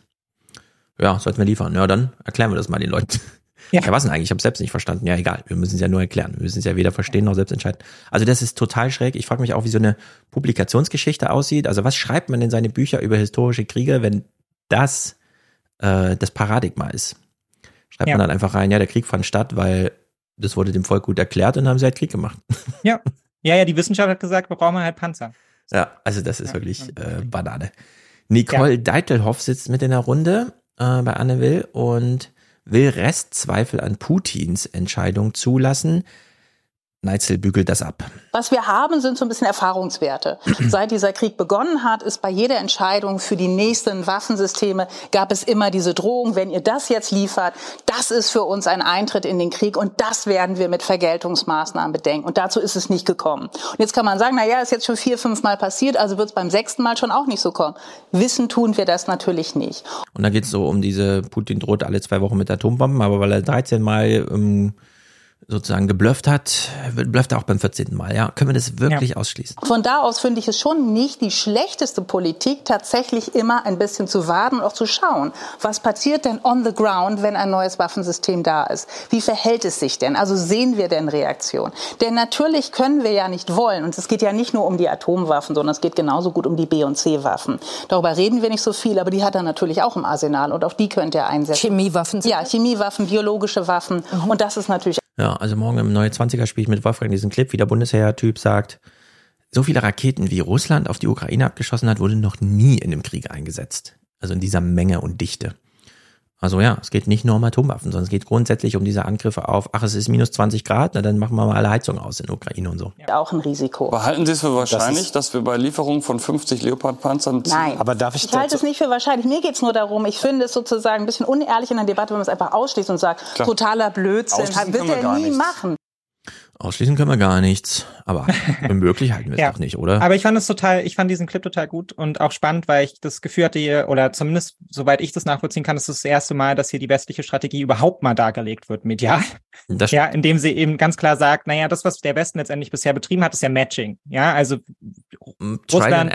Ja, sollten wir liefern. Ja, dann erklären wir das mal den Leuten. Ja, was denn eigentlich? Ich habe selbst nicht verstanden. Ja, egal. Wir müssen es ja nur erklären. Wir müssen es ja weder verstehen noch selbst entscheiden. Also das ist total schräg. Ich frage mich auch, wie so eine Publikationsgeschichte aussieht. Also was schreibt man in seine Bücher über historische Kriege, wenn das das Paradigma ist? Schreibt man dann einfach rein, ja, der Krieg fand statt, weil das wurde dem Volk gut erklärt und dann haben sie halt Krieg gemacht. Ja, die Wissenschaft hat gesagt, wir brauchen halt Panzer. Ja, also das ist wirklich Banane. Nicole Deitelhoff sitzt mit in der Runde bei Anne Will und will Restzweifel an Putins Entscheidung zulassen. Neitzel bügelt das ab. Was wir haben, sind so ein bisschen Erfahrungswerte. Seit dieser Krieg begonnen hat, ist bei jeder Entscheidung für die nächsten Waffensysteme gab es immer diese Drohung, wenn ihr das jetzt liefert, das ist für uns ein Eintritt in den Krieg und das werden wir mit Vergeltungsmaßnahmen bedenken. Und dazu ist es nicht gekommen. Und jetzt kann man sagen, na ja, ist jetzt schon 4-5 Mal passiert, also wird es beim 6. Mal schon auch nicht so kommen. Wissen tun wir das natürlich nicht. Und da geht es so um Putin droht alle 2 Wochen mit Atombomben, aber weil er 13 Mal sozusagen geblufft hat, blufft er auch beim 14. Mal. Ja, können wir das wirklich ausschließen? Von da aus finde ich es schon nicht die schlechteste Politik, tatsächlich immer ein bisschen zu warten und auch zu schauen, was passiert denn on the ground, wenn ein neues Waffensystem da ist? Wie verhält es sich denn? Also sehen wir denn Reaktion? Denn natürlich können wir ja nicht wollen, und es geht ja nicht nur um die Atomwaffen, sondern es geht genauso gut um die B- und C-Waffen. Darüber reden wir nicht so viel, aber die hat er natürlich auch im Arsenal und auch die könnte er einsetzen. Chemiewaffen? Ja, Chemiewaffen, biologische Waffen und das ist natürlich... Ja, also morgen im Neue 20er spiele ich mit Wolfgang diesen Clip, wie der Bundesheer-Typ sagt, so viele Raketen wie Russland auf die Ukraine abgeschossen hat, wurde noch nie in dem Krieg eingesetzt. Also in dieser Menge und Dichte. Also ja, es geht nicht nur um Atomwaffen, sondern es geht grundsätzlich um diese Angriffe auf, es ist minus 20 Grad, na dann machen wir mal alle Heizungen aus in der Ukraine und so. Auch ein Risiko. Aber halten Sie es für wahrscheinlich, dass wir bei Lieferungen von 50 Leopard-Panzern... Nein, aber darf ich halte es nicht für wahrscheinlich. Mir geht es nur darum, ich finde es sozusagen ein bisschen unehrlich in der Debatte, wenn man es einfach ausschließt und sagt, totaler Blödsinn, wird er nie machen. Ausschließen können wir gar nichts, aber möglich halten wir es doch nicht, oder? Aber ich fand diesen Clip total gut und auch spannend, weil ich das Gefühl hatte hier, oder zumindest, soweit ich das nachvollziehen kann, ist das erste Mal, dass hier die westliche Strategie überhaupt mal dargelegt wird, medial. Ja, indem sie eben ganz klar sagt, naja, das, was der Westen letztendlich bisher betrieben hat, ist ja Matching. Ja, also Russland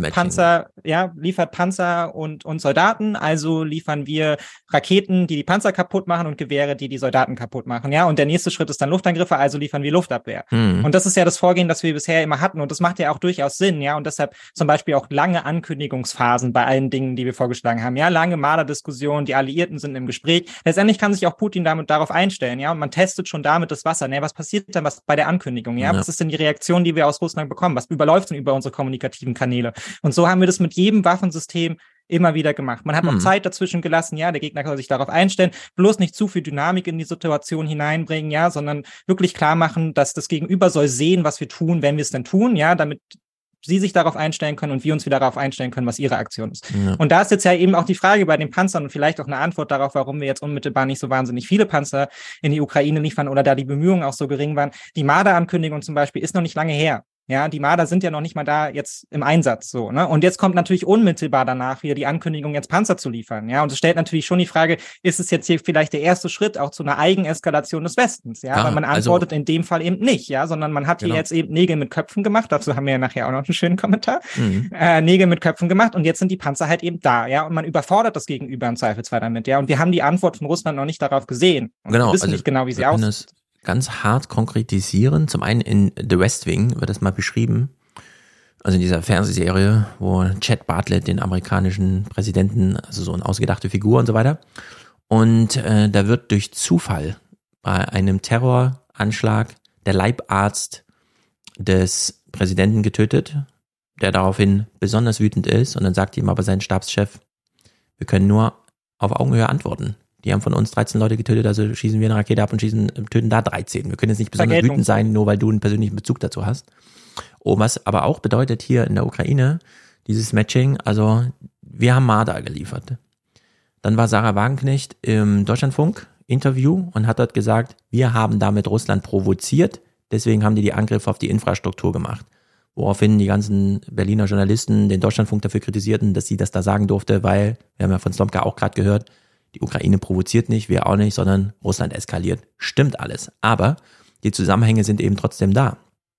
liefert Panzer und Soldaten, also liefern wir Raketen, die Panzer kaputt machen und Gewehre, die Soldaten kaputt machen. Ja, und der nächste Schritt ist dann Luftangriffe, also liefern wir Luftabwehr. Und das ist ja das Vorgehen, das wir bisher immer hatten und das macht ja auch durchaus Sinn, ja, und deshalb zum Beispiel auch lange Ankündigungsphasen bei allen Dingen, die wir vorgeschlagen haben, ja, lange Marder-Diskussionen, die Alliierten sind im Gespräch. Letztendlich kann sich auch Putin darauf einstellen, ja, und man testet schon damit das Wasser, ne, was passiert dann bei der Ankündigung, ja, was ist denn die Reaktion, die wir aus Russland bekommen, was überläuft denn über unsere kommunikativen Kanäle? Und so haben wir das mit jedem Waffensystem immer wieder gemacht. Man hat auch Zeit dazwischen gelassen, ja, der Gegner kann sich darauf einstellen, bloß nicht zu viel Dynamik in die Situation hineinbringen, ja, sondern wirklich klar machen, dass das Gegenüber soll sehen, was wir tun, wenn wir es denn tun, ja, damit sie sich darauf einstellen können und wir uns wieder darauf einstellen können, was ihre Aktion ist. Ja. Und da ist jetzt ja eben auch die Frage bei den Panzern und vielleicht auch eine Antwort darauf, warum wir jetzt unmittelbar nicht so wahnsinnig viele Panzer in die Ukraine liefern oder da die Bemühungen auch so gering waren. Die Marder-Ankündigung zum Beispiel ist noch nicht lange her. Ja, die Marder sind ja noch nicht mal da jetzt im Einsatz, so, ne? Und jetzt kommt natürlich unmittelbar danach wieder die Ankündigung, jetzt Panzer zu liefern, ja? Und es stellt natürlich schon die Frage, ist es jetzt hier vielleicht der erste Schritt auch zu einer Eigeneskalation des Westens, ja? Weil man antwortet in dem Fall eben nicht, ja? Sondern man hat hier jetzt eben Nägel mit Köpfen gemacht, dazu haben wir ja nachher auch noch einen schönen Kommentar, Nägel mit Köpfen gemacht und jetzt sind die Panzer halt eben da, ja? Und man überfordert das Gegenüber im Zweifelsfall damit, ja? Und wir haben die Antwort von Russland noch nicht darauf gesehen. Und wir wissen nicht genau, wie sie aussieht. Ganz hart konkretisieren. Zum einen in The West Wing wird das mal beschrieben. Also in dieser Fernsehserie, wo Chad Bartlett den amerikanischen Präsidenten, also so eine ausgedachte Figur und so weiter. Und da wird durch Zufall bei einem Terroranschlag der Leibarzt des Präsidenten getötet, der daraufhin besonders wütend ist. Und dann sagt ihm aber sein Stabschef, wir können nur auf Augenhöhe antworten. Die haben von uns 13 Leute getötet, also schießen wir eine Rakete ab und töten da 13. Wir können jetzt nicht besonders wütend sein, nur weil du einen persönlichen Bezug dazu hast. Oh, was aber auch bedeutet hier in der Ukraine, dieses Matching, also wir haben Marder geliefert. Dann war Sarah Wagenknecht im Deutschlandfunk-Interview und hat dort gesagt, wir haben damit Russland provoziert, deswegen haben die Angriffe auf die Infrastruktur gemacht. Woraufhin die ganzen Berliner Journalisten den Deutschlandfunk dafür kritisierten, dass sie das da sagen durfte, weil, wir haben ja von Slomka auch gerade gehört, die Ukraine provoziert nicht, wir auch nicht, sondern Russland eskaliert. Stimmt alles. Aber die Zusammenhänge sind eben trotzdem da.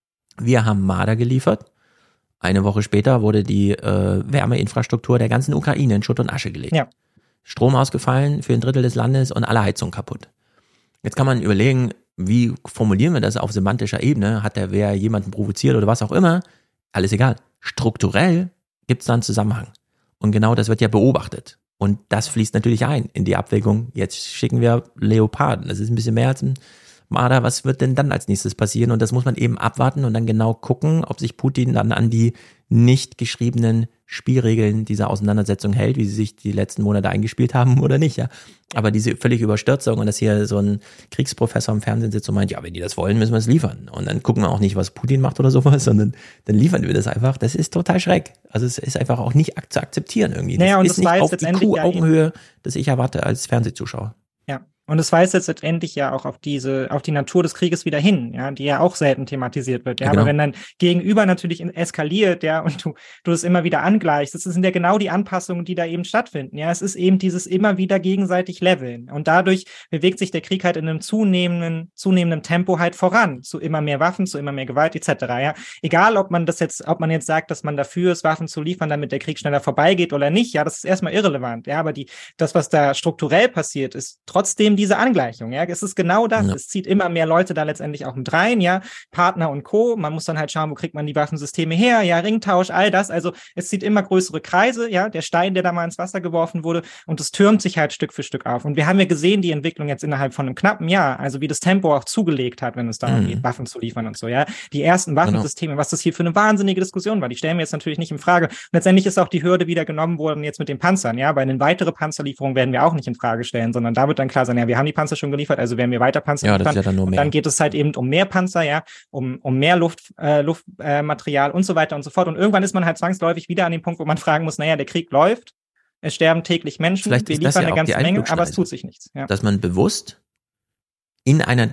Wir haben Marder geliefert. Eine Woche später wurde die Wärmeinfrastruktur der ganzen Ukraine in Schutt und Asche gelegt. Ja. Strom ausgefallen für ein Drittel des Landes und alle Heizungen kaputt. Jetzt kann man überlegen, wie formulieren wir das auf semantischer Ebene? Hat der wer jemanden provoziert oder was auch immer? Alles egal. Strukturell gibt es da einen Zusammenhang. Und genau das wird ja beobachtet. Und das fließt natürlich ein in die Abwägung. Jetzt schicken wir Leoparden. Das ist ein bisschen mehr als ein Marder. Was wird denn dann als nächstes passieren? Und das muss man eben abwarten und dann genau gucken, ob sich Putin dann an die nicht geschriebenen Spielregeln dieser Auseinandersetzung hält, wie sie sich die letzten Monate eingespielt haben oder nicht. Ja. Aber diese völlige Überstürzung und dass hier so ein Kriegsprofessor im Fernsehen sitzt und meint, ja, wenn die das wollen, müssen wir es liefern. Und dann gucken wir auch nicht, was Putin macht oder sowas, sondern dann liefern wir das einfach. Das ist total schreck. Also es ist einfach auch nicht zu akzeptieren irgendwie. Das ist nicht auf die Kuh-Augenhöhe, das ich erwarte als Fernsehzuschauer. Ja. Und es weist jetzt letztendlich ja auch auf die Natur des Krieges wieder hin, ja, die ja auch selten thematisiert wird. Ja, genau. Aber wenn dann Gegenüber natürlich eskaliert, ja, und du es immer wieder angleichst, das sind ja genau die Anpassungen, die da eben stattfinden. Ja, es ist eben dieses immer wieder gegenseitig Leveln. Und dadurch bewegt sich der Krieg halt in einem zunehmenden Tempo halt voran, zu immer mehr Waffen, zu immer mehr Gewalt, etc. Ja, egal, ob man jetzt sagt, dass man dafür ist, Waffen zu liefern, damit der Krieg schneller vorbeigeht oder nicht, ja, das ist erstmal irrelevant. Ja, aber das, was da strukturell passiert, ist trotzdem diese Angleichung, ja, es ist genau das, es zieht immer mehr Leute da letztendlich auch mit rein, ja, Partner und Co., man muss dann halt schauen, wo kriegt man die Waffensysteme her, ja, Ringtausch, all das, also es zieht immer größere Kreise, ja, der Stein, der da mal ins Wasser geworfen wurde und es türmt sich halt Stück für Stück auf und wir haben ja gesehen, die Entwicklung jetzt innerhalb von einem knappen Jahr, also wie das Tempo auch zugelegt hat, wenn es darum geht, Waffen zu liefern und so, ja, die ersten Waffensysteme, was das hier für eine wahnsinnige Diskussion war, die stellen wir jetzt natürlich nicht in Frage und letztendlich ist auch die Hürde wieder genommen worden jetzt mit den Panzern, ja, bei den weiteren Panzerlieferungen werden wir auch nicht in Frage stellen, sondern da wird dann klar sein, ja, wir haben die Panzer schon geliefert, also werden wir weiter Panzer liefern. Ja dann nur mehr. Und dann geht es halt eben um mehr Panzer, ja, um mehr Luftmaterial und so weiter und so fort. Und irgendwann ist man halt zwangsläufig wieder an dem Punkt, wo man fragen muss, naja, der Krieg läuft, es sterben täglich Menschen, wir liefern eine ganze Menge, aber es tut sich nichts. Ja. Dass man bewusst in einer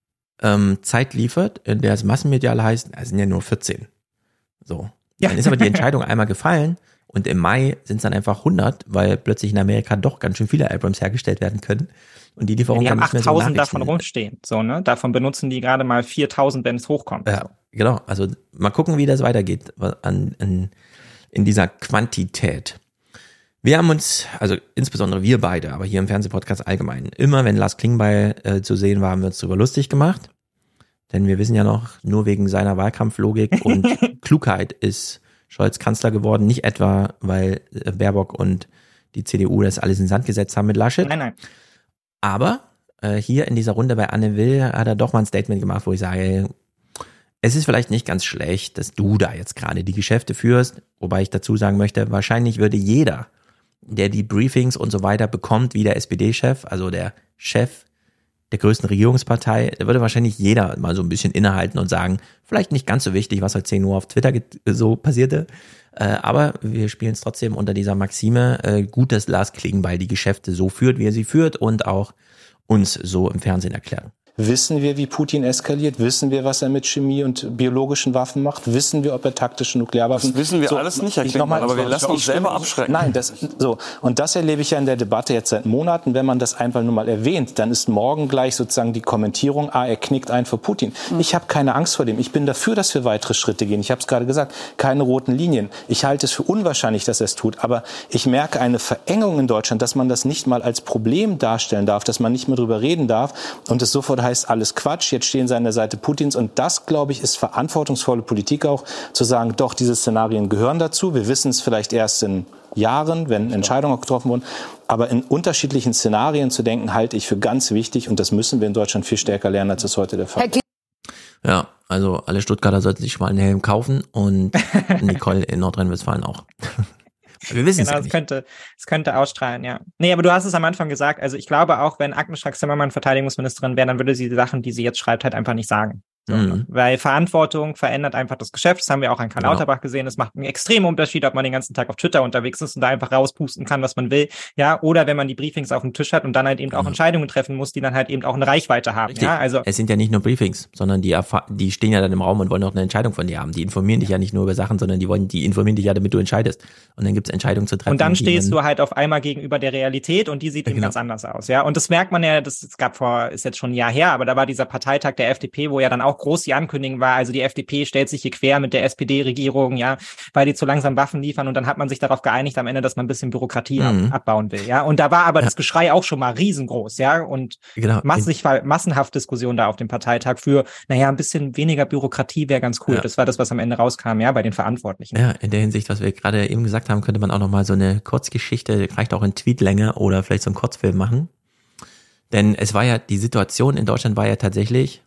Zeit liefert, in der es massenmedial heißt, es sind ja nur 14. So. Ja. Dann ist aber die Entscheidung einmal gefallen. Und im Mai sind es dann einfach 100, weil plötzlich in Amerika doch ganz schön viele Abrams hergestellt werden können. Und die Lieferung haben nicht mehr so 8.000 davon rumstehen. So, ne? Davon benutzen die gerade mal 4.000, wenn es hochkommt. Ja, so. Genau. Also mal gucken, wie das weitergeht in dieser Quantität. Wir haben uns, also insbesondere wir beide, aber hier im Fernsehpodcast allgemein, immer wenn Lars Klingbeil zu sehen war, haben wir uns darüber lustig gemacht. Denn wir wissen ja noch, nur wegen seiner Wahlkampflogik und Klugheit ist Scholz Kanzler geworden, nicht etwa, weil Baerbock und die CDU das alles in den Sand gesetzt haben mit Laschet. Nein. Aber hier in dieser Runde bei Anne Will hat er doch mal ein Statement gemacht, wo ich sage, es ist vielleicht nicht ganz schlecht, dass du da jetzt gerade die Geschäfte führst, wobei ich dazu sagen möchte, wahrscheinlich würde jeder, der die Briefings und so weiter bekommt, wie der SPD-Chef, also der Chef der größten Regierungspartei, da würde wahrscheinlich jeder mal so ein bisschen innehalten und sagen, vielleicht nicht ganz so wichtig, was heute 10 Uhr auf Twitter so passierte, aber wir spielen es trotzdem unter dieser Maxime, gut, dass Lars Klingbeil die Geschäfte so führt, wie er sie führt und auch uns so im Fernsehen erklärt. Wissen wir, wie Putin eskaliert? Wissen wir, was er mit Chemie und biologischen Waffen macht? Wissen wir, ob er taktische Nuklearwaffen... Das wissen wir alles nicht, Herr Klingbeil, aber wir lassen uns selber abschrecken. Nein, und das erlebe ich ja in der Debatte jetzt seit Monaten. Wenn man das einfach nur mal erwähnt, dann ist morgen gleich sozusagen die Kommentierung, er knickt ein für Putin. Ich habe keine Angst vor dem. Ich bin dafür, dass wir weitere Schritte gehen. Ich habe es gerade gesagt, keine roten Linien. Ich halte es für unwahrscheinlich, dass er es tut. Aber ich merke eine Verengung in Deutschland, dass man das nicht mal als Problem darstellen darf, dass man nicht mehr drüber reden darf und es sofort heißt, alles Quatsch, jetzt stehen sie an der Seite Putins. Und das, glaube ich, ist verantwortungsvolle Politik auch, zu sagen, doch, diese Szenarien gehören dazu. Wir wissen es vielleicht erst in Jahren, wenn Entscheidungen auch getroffen wurden. Aber in unterschiedlichen Szenarien zu denken, halte ich für ganz wichtig. Und das müssen wir in Deutschland viel stärker lernen, als es heute der Fall ist. Ja, also alle Stuttgarter sollten sich mal einen Helm kaufen und Nicole in Nordrhein-Westfalen auch. Wir wissen genau, es könnte ausstrahlen, ja. Nee, aber du hast es am Anfang gesagt, also ich glaube auch, wenn Agnes Strack-Zimmermann Verteidigungsministerin wäre, dann würde sie die Sachen, die sie jetzt schreibt, halt einfach nicht sagen. So, weil Verantwortung verändert einfach das Geschäft. Das haben wir auch an Karl Lauterbach gesehen. Es macht einen extremen Unterschied, ob man den ganzen Tag auf Twitter unterwegs ist und da einfach rauspusten kann, was man will. Ja, oder wenn man die Briefings auf dem Tisch hat und dann halt eben auch Entscheidungen treffen muss, die dann halt eben auch eine Reichweite haben. Richtig. Ja, also es sind ja nicht nur Briefings, sondern die stehen ja dann im Raum und wollen auch eine Entscheidung von dir haben. Die informieren dich ja nicht nur über Sachen, sondern die informieren dich ja, damit du entscheidest. Und dann gibt's Entscheidungen zu treffen. Und dann stehst du halt auf einmal gegenüber der Realität und die sieht eben ganz anders aus. Ja, und das merkt man ja, ist jetzt schon ein Jahr her, aber da war dieser Parteitag der FDP, wo ja dann auch groß die Ankündigung war, also die FDP stellt sich hier quer mit der SPD-Regierung, ja, weil die zu langsam Waffen liefern und dann hat man sich darauf geeinigt am Ende, dass man ein bisschen Bürokratie abbauen will, ja, und da war aber das Geschrei auch schon mal riesengroß, ja, und massenhaft Diskussion da auf dem Parteitag für, ein bisschen weniger Bürokratie wäre ganz cool, das war das, was am Ende rauskam, ja, bei den Verantwortlichen. Ja, in der Hinsicht, was wir gerade eben gesagt haben, könnte man auch nochmal so eine Kurzgeschichte, reicht auch in Tweetlänge oder vielleicht so einen Kurzfilm machen, denn es war ja, die Situation in Deutschland war ja tatsächlich.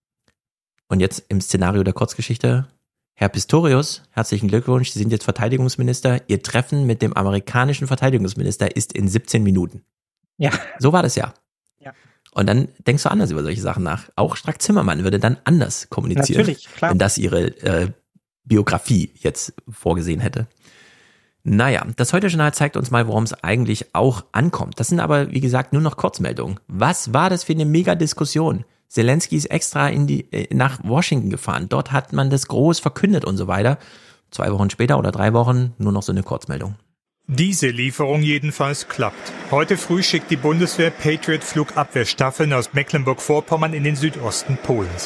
Und jetzt im Szenario der Kurzgeschichte, Herr Pistorius, herzlichen Glückwunsch, Sie sind jetzt Verteidigungsminister. Ihr Treffen mit dem amerikanischen Verteidigungsminister ist in 17 Minuten. Ja. So war das ja. Und dann denkst du anders über solche Sachen nach. Auch Strack-Zimmermann würde dann anders kommunizieren, natürlich, klar, wenn das ihre Biografie jetzt vorgesehen hätte. Naja, das Heute-Journal zeigt uns mal, worum es eigentlich auch ankommt. Das sind aber, wie gesagt, nur noch Kurzmeldungen. Was war das für eine Mega-Diskussion? Zelensky ist extra nach Washington gefahren. Dort hat man das groß verkündet und so weiter. 2 Wochen später oder 3 Wochen nur noch so eine Kurzmeldung. Diese Lieferung jedenfalls klappt. Heute früh schickt die Bundeswehr Patriot-Flugabwehrstaffeln aus Mecklenburg-Vorpommern in den Südosten Polens.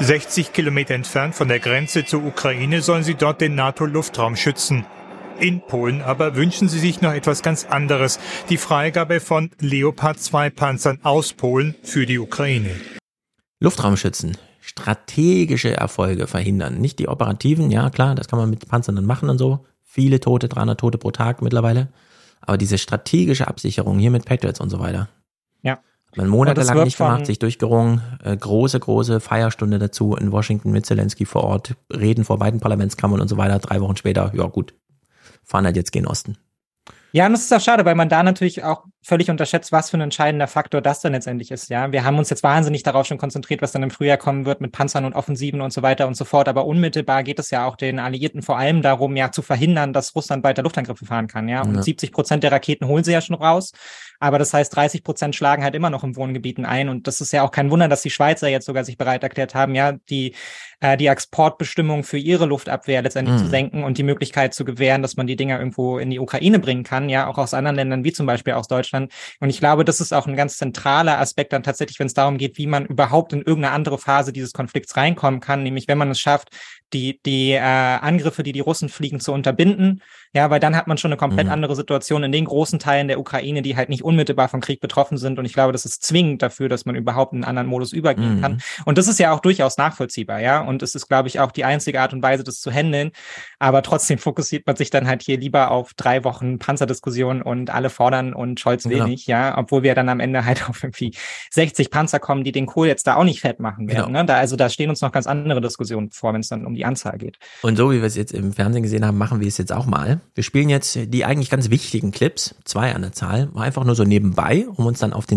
60 Kilometer entfernt von der Grenze zur Ukraine sollen sie dort den NATO-Luftraum schützen. In Polen aber wünschen sie sich noch etwas ganz anderes. Die Freigabe von Leopard-2-Panzern aus Polen für die Ukraine. Luftraumschützen, strategische Erfolge verhindern. Nicht die operativen, ja klar, das kann man mit Panzern dann machen und so. Viele Tote, 300 Tote pro Tag mittlerweile. Aber diese strategische Absicherung hier mit Patriots und so weiter. Ja. Hat man monatelang nicht gemacht, sich durchgerungen. Große Feierstunde dazu in Washington mit Zelensky vor Ort. Reden vor beiden Parlamentskammern und so weiter. 3 Wochen später, ja gut, fahren halt jetzt gen Osten. Ja, und das ist auch schade, weil man da natürlich auch völlig unterschätzt, was für ein entscheidender Faktor das dann letztendlich ist. Ja, wir haben uns jetzt wahnsinnig darauf schon konzentriert, was dann im Frühjahr kommen wird mit Panzern und Offensiven und so weiter und so fort. Aber unmittelbar geht es ja auch den Alliierten vor allem darum, ja zu verhindern, dass Russland weiter Luftangriffe fahren kann. Ja, und 70% der Raketen holen sie ja schon raus. Aber das heißt, 30% schlagen halt immer noch in Wohngebieten ein. Und das ist ja auch kein Wunder, dass die Schweizer jetzt sogar sich bereit erklärt haben, ja, die Exportbestimmung für ihre Luftabwehr letztendlich zu senken und die Möglichkeit zu gewähren, dass man die Dinger irgendwo in die Ukraine bringen kann, ja, auch aus anderen Ländern, wie zum Beispiel aus Deutschland. Und ich glaube, das ist auch ein ganz zentraler Aspekt dann tatsächlich, wenn es darum geht, wie man überhaupt in irgendeine andere Phase dieses Konflikts reinkommen kann, nämlich wenn man es schafft, die Angriffe, die Russen fliegen, zu unterbinden. Ja, weil dann hat man schon eine komplett andere Situation in den großen Teilen der Ukraine, die halt nicht unmittelbar vom Krieg betroffen sind. Und ich glaube, das ist zwingend dafür, dass man überhaupt in einen anderen Modus übergehen kann. Und das ist ja auch durchaus nachvollziehbar, ja. Und es ist, glaube ich, auch die einzige Art und Weise, das zu handeln. Aber trotzdem fokussiert man sich dann halt hier lieber auf 3 Wochen Panzerdiskussion und alle fordern und Scholz will nicht, ja. Obwohl wir dann am Ende halt auf irgendwie 60 Panzer kommen, die den Kohl jetzt da auch nicht fett machen werden. Ne? Da stehen uns noch ganz andere Diskussionen vor, wenn es dann um die Anzahl geht. Und so wie wir es jetzt im Fernsehen gesehen haben, machen wir es jetzt auch mal. Wir spielen jetzt die eigentlich ganz wichtigen Clips, 2 an der Zahl, einfach nur so nebenbei, um uns dann auf den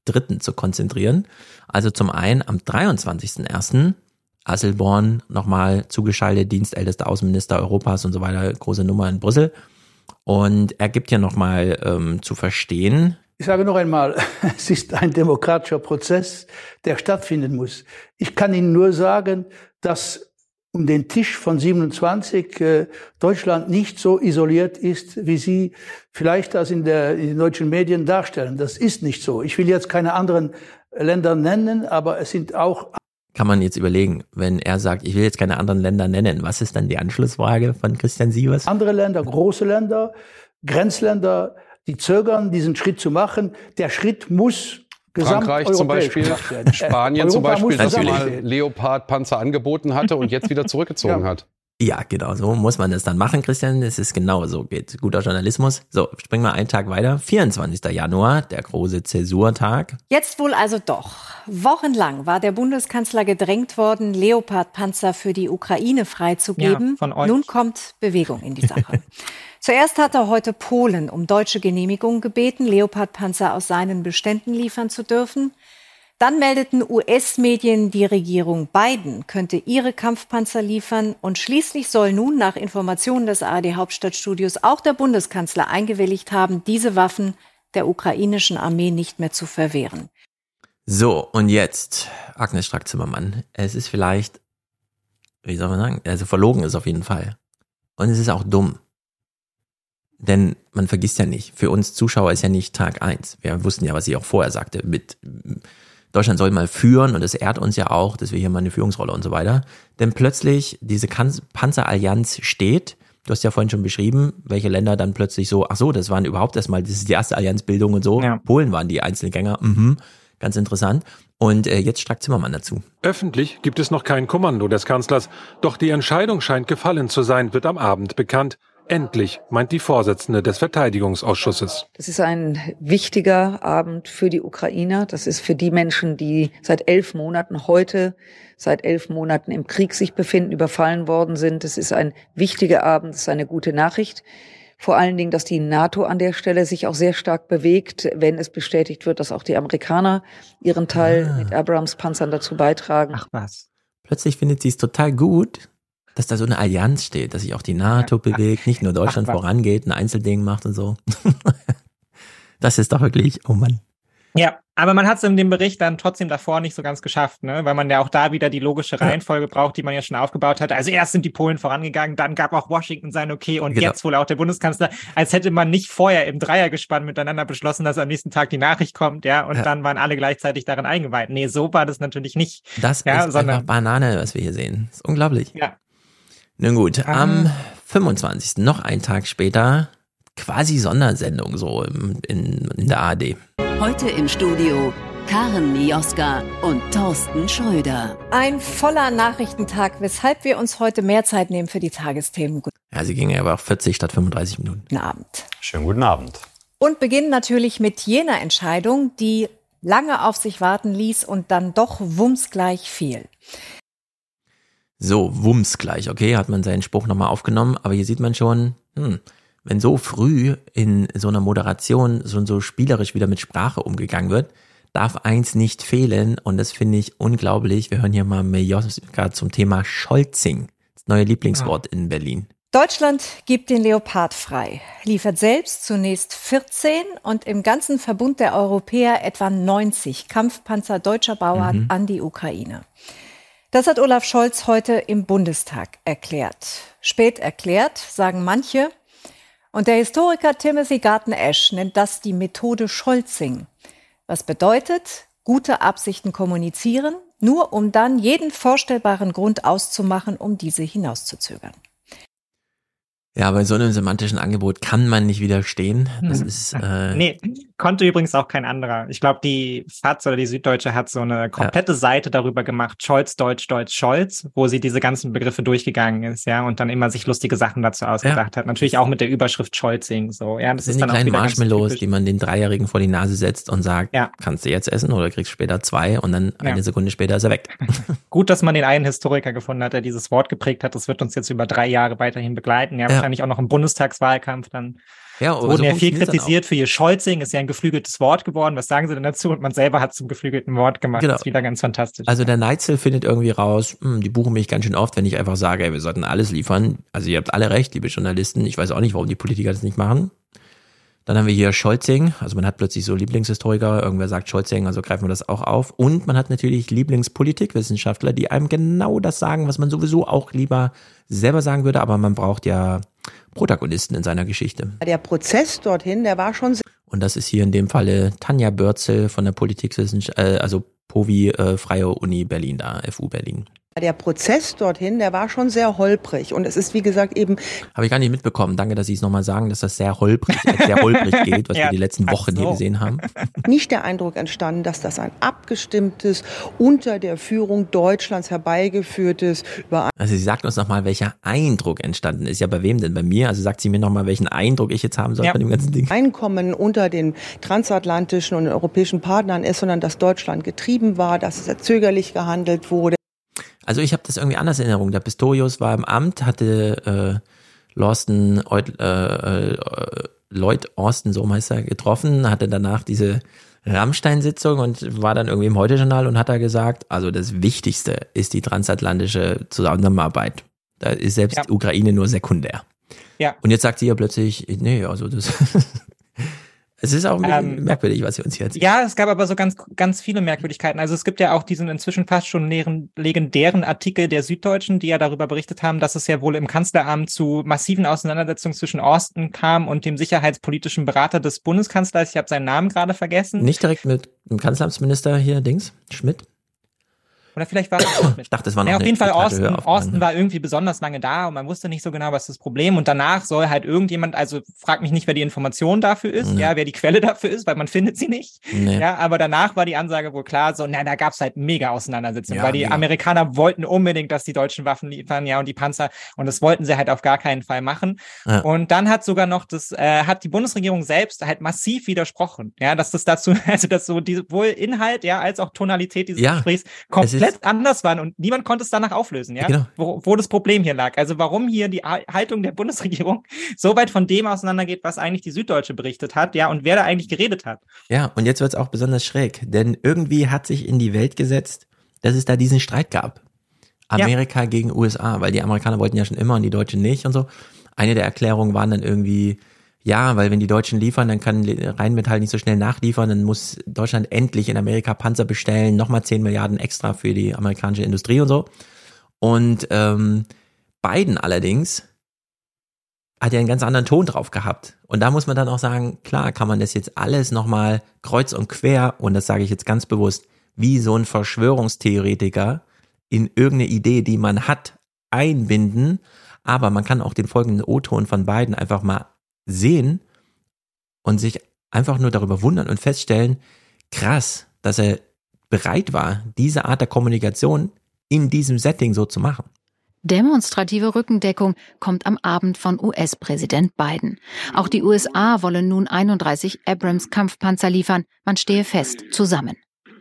11.3. zu konzentrieren. Also zum einen am 23.1. Asselborn nochmal zugeschaltet, dienstältester Außenminister Europas und so weiter, große Nummer in Brüssel. Und er gibt ja nochmal zu verstehen. Ich sage noch einmal, es ist ein demokratischer Prozess, der stattfinden muss. Ich kann Ihnen nur sagen, dass um den Tisch von 27 Deutschland nicht so isoliert ist, wie Sie vielleicht das in den deutschen Medien darstellen. Das ist nicht so. Ich will jetzt keine anderen Länder nennen, aber es sind auch... Kann man jetzt überlegen, wenn er sagt, ich will jetzt keine anderen Länder nennen, was ist dann die Anschlussfrage von Christian Sievers? Andere Länder, große Länder, Grenzländer, die zögern, diesen Schritt zu machen. Der Schritt muss Frankreich zum Beispiel, Spanien zum Beispiel, das mal Leopard-Panzer angeboten hatte und jetzt wieder zurückgezogen hat. Ja, genau, so muss man das dann machen, Christian. Es ist genau so, geht guter Journalismus. So, springen wir einen Tag weiter. 24. Januar, der große Zäsurtag. Jetzt wohl also doch. Wochenlang war der Bundeskanzler gedrängt worden, Leopard-Panzer für die Ukraine freizugeben. Ja, von euch. Nun kommt Bewegung in die Sache. Zuerst hat er heute Polen um deutsche Genehmigung gebeten, Leopard-Panzer aus seinen Beständen liefern zu dürfen. Dann meldeten US-Medien, die Regierung Biden könnte ihre Kampfpanzer liefern. Und schließlich soll nun nach Informationen des ARD-Hauptstadtstudios auch der Bundeskanzler eingewilligt haben, diese Waffen der ukrainischen Armee nicht mehr zu verwehren. So, und jetzt, Agnes Strack-Zimmermann. Es ist vielleicht, wie soll man sagen, also verlogen ist auf jeden Fall. Und es ist auch dumm. Denn man vergisst ja nicht, für uns Zuschauer ist ja nicht Tag 1. Wir wussten ja, was sie auch vorher sagte, mit Deutschland soll mal führen und es ehrt uns ja auch, dass wir hier mal eine Führungsrolle und so weiter. Denn plötzlich diese Panzerallianz steht, du hast ja vorhin schon beschrieben, welche Länder dann plötzlich so, ach so, das waren überhaupt erstmal, das ist die erste Allianzbildung und so. Ja. Polen waren die Einzelgänger, ganz interessant. Und jetzt Strack-Zimmermann dazu. Öffentlich gibt es noch kein Kommando des Kanzlers, doch die Entscheidung scheint gefallen zu sein, wird am Abend bekannt. Endlich, meint die Vorsitzende des Verteidigungsausschusses. Das ist ein wichtiger Abend für die Ukrainer. Das ist für die Menschen, die seit 11 Monaten im Krieg sich befinden, überfallen worden sind. Es ist ein wichtiger Abend, es ist eine gute Nachricht. Vor allen Dingen, dass die NATO an der Stelle sich auch sehr stark bewegt, wenn es bestätigt wird, dass auch die Amerikaner ihren Teil mit Abrams-Panzern dazu beitragen. Ach was. Plötzlich findet sie es total gut, dass da so eine Allianz steht, dass sich auch die NATO bewegt, nicht nur Deutschland vorangeht, ein Einzelding macht und so. Das ist doch wirklich, oh Mann. Ja, aber man hat es in dem Bericht dann trotzdem davor nicht so ganz geschafft, ne? Weil man ja auch da wieder die logische Reihenfolge braucht, die man ja schon aufgebaut hat. Also erst sind die Polen vorangegangen, dann gab auch Washington sein Okay und jetzt wohl auch der Bundeskanzler, als hätte man nicht vorher im Dreiergespann miteinander beschlossen, dass am nächsten Tag die Nachricht kommt, ja, und dann waren alle gleichzeitig darin eingeweiht. Nee, so war das natürlich nicht. Das ist einfach Banane, was wir hier sehen. Das ist unglaublich. Ja. Nun gut, am 25., noch einen Tag später, quasi Sondersendung so in der ARD. Heute im Studio Karen Mioska und Thorsten Schröder. Ein voller Nachrichtentag, weshalb wir uns heute mehr Zeit nehmen für die Tagesthemen. Ja, sie gingen aber auch 40 statt 35 Minuten. Guten Abend. Schönen guten Abend. Und beginnen natürlich mit jener Entscheidung, die lange auf sich warten ließ und dann doch wumsgleich fiel. So, wumsgleich, okay, hat man seinen Spruch nochmal aufgenommen, aber hier sieht man schon, wenn so früh in so einer Moderation so spielerisch wieder mit Sprache umgegangen wird, darf eins nicht fehlen und das finde ich unglaublich. Wir hören hier mal Mioska zum Thema Scholzing, das neue Lieblingswort in Berlin. Deutschland gibt den Leopard frei, liefert selbst zunächst 14 und im ganzen Verbund der Europäer etwa 90 Kampfpanzer deutscher Bauart an die Ukraine. Das hat Olaf Scholz heute im Bundestag erklärt. Spät erklärt, sagen manche. Und der Historiker Timothy Garton-Ash nennt das die Methode Scholzing. Was bedeutet, gute Absichten kommunizieren, nur um dann jeden vorstellbaren Grund auszumachen, um diese hinauszuzögern. Ja, bei so einem semantischen Angebot kann man nicht widerstehen. Das ist nee, konnte übrigens auch kein anderer. Ich glaube, die FAZ oder die Süddeutsche hat so eine komplette Seite darüber gemacht, Scholz, Deutsch, Deutsch, Scholz, wo sie diese ganzen Begriffe durchgegangen ist, ja, und dann immer sich lustige Sachen dazu ausgedacht hat. Natürlich auch mit der Überschrift Scholzing, so, ja. Das ist dann die kleinen Marshmallows, die man den Dreijährigen vor die Nase setzt und sagt, kannst du jetzt essen oder kriegst später 2 und dann eine Sekunde später ist er weg. Gut, dass man den einen Historiker gefunden hat, der dieses Wort geprägt hat. Das wird uns jetzt über 3 Jahre weiterhin begleiten, ja. Wahrscheinlich auch noch im Bundestagswahlkampf dann Ja, wurden ja viel kritisiert für ihr Scholzing, ist ja ein geflügeltes Wort geworden. Was sagen Sie denn dazu? Und man selber hat es zum geflügelten Wort gemacht. Genau. Das ist wieder ganz fantastisch. Also der Neitzel findet irgendwie raus, die buchen mich ganz schön oft, wenn ich einfach sage, ey, wir sollten alles liefern. Also ihr habt alle recht, liebe Journalisten. Ich weiß auch nicht, warum die Politiker das nicht machen. Dann haben wir hier Scholzing, also man hat plötzlich so Lieblingshistoriker, irgendwer sagt Scholzing, also greifen wir das auch auf. Und man hat natürlich Lieblingspolitikwissenschaftler, die einem genau das sagen, was man sowieso auch lieber selber sagen würde, aber man braucht ja Protagonisten in seiner Geschichte. Der Prozess dorthin, der war schon... Und das ist hier in dem Falle Tanja Börzel von der Politikwissenschaft, also POVI, Freie Uni Berlin da, FU Berlin. Der Prozess dorthin, der war schon sehr holprig und es ist, wie gesagt, eben... Habe ich gar nicht mitbekommen. Danke, dass Sie es nochmal sagen, dass das sehr holprig geht, was wir die letzten Wochen hier gesehen haben. Nicht der Eindruck entstanden, dass das ein abgestimmtes, unter der Führung Deutschlands herbeigeführtes... Also sie sagt uns nochmal, welcher Eindruck entstanden ist. Ja, bei wem denn? Bei mir? Also sagt sie mir nochmal, welchen Eindruck ich jetzt haben soll von dem ganzen Ding. Einkommen unter den transatlantischen und europäischen Partnern ist, sondern dass Deutschland getrieben war, dass es zögerlich gehandelt wurde. Also ich habe das irgendwie anders in Erinnerung. Der Pistorius war im Amt, hatte Lloyd Austin, so heißt er, getroffen, hatte danach diese Rammstein-Sitzung und war dann irgendwie im Heute-Journal und hat da gesagt, also das Wichtigste ist die transatlantische Zusammenarbeit. Da ist selbst die Ukraine nur sekundär. Ja. Und jetzt sagt sie ja plötzlich, nee, also das... Es ist auch merkwürdig, was sie uns hier erzählt. Ja, es gab aber so ganz viele Merkwürdigkeiten. Also es gibt ja auch diesen inzwischen fast schon legendären Artikel der Süddeutschen, die ja darüber berichtet haben, dass es ja wohl im Kanzleramt zu massiven Auseinandersetzungen zwischen Austin kam und dem sicherheitspolitischen Berater des Bundeskanzlers. Ich habe seinen Namen gerade vergessen. Nicht direkt mit dem Kanzleramtsminister hier, Schmidt? Oder vielleicht war es auch mit. Ich dachte, das war noch auf jeden Fall Austin war irgendwie besonders lange da und man wusste nicht so genau, was das Problem. Und danach soll halt irgendjemand, also frag mich nicht, wer die Information dafür ist, wer die Quelle dafür ist, weil man findet sie nicht. Nee. Ja, aber danach war die Ansage wohl klar, so, da gab es halt mega Auseinandersetzungen, weil die Amerikaner wollten unbedingt, dass die Deutschen Waffen liefern, und die Panzer, und das wollten sie halt auf gar keinen Fall machen. Ja. Und dann hat sogar noch hat die Bundesregierung selbst halt massiv widersprochen, dass das dazu, also dass so sowohl Inhalt, als auch Tonalität dieses Gesprächs komplett anders waren und niemand konnte es danach auflösen, Genau. Wo das Problem hier lag. Also warum hier die Haltung der Bundesregierung so weit von dem auseinandergeht, was eigentlich die Süddeutsche berichtet hat, und wer da eigentlich geredet hat. Ja, und jetzt wird es auch besonders schräg, denn irgendwie hat sich in die Welt gesetzt, dass es da diesen Streit gab. Amerika gegen USA, weil die Amerikaner wollten ja schon immer und die Deutschen nicht und so. Eine der Erklärungen waren dann irgendwie, weil wenn die Deutschen liefern, dann kann Rheinmetall nicht so schnell nachliefern, dann muss Deutschland endlich in Amerika Panzer bestellen, nochmal 10 Milliarden extra für die amerikanische Industrie und so. Und Biden allerdings hat ja einen ganz anderen Ton drauf gehabt. Und da muss man dann auch sagen, klar kann man das jetzt alles nochmal kreuz und quer, und das sage ich jetzt ganz bewusst, wie so ein Verschwörungstheoretiker in irgendeine Idee, die man hat, einbinden. Aber man kann auch den folgenden O-Ton von Biden einfach mal sehen und sich einfach nur darüber wundern und feststellen, krass, dass er bereit war, diese Art der Kommunikation in diesem Setting so zu machen. Demonstrative Rückendeckung kommt am Abend von US-Präsident Biden. Auch die USA wollen nun 31 Abrams-Kampfpanzer liefern. Man stehe fest zusammen.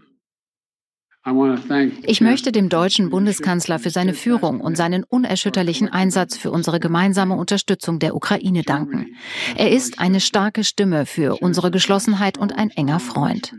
Ich möchte dem deutschen Bundeskanzler für seine Führung und seinen unerschütterlichen Einsatz für unsere gemeinsame Unterstützung der Ukraine danken. Er ist eine starke Stimme für unsere Geschlossenheit und ein enger Freund.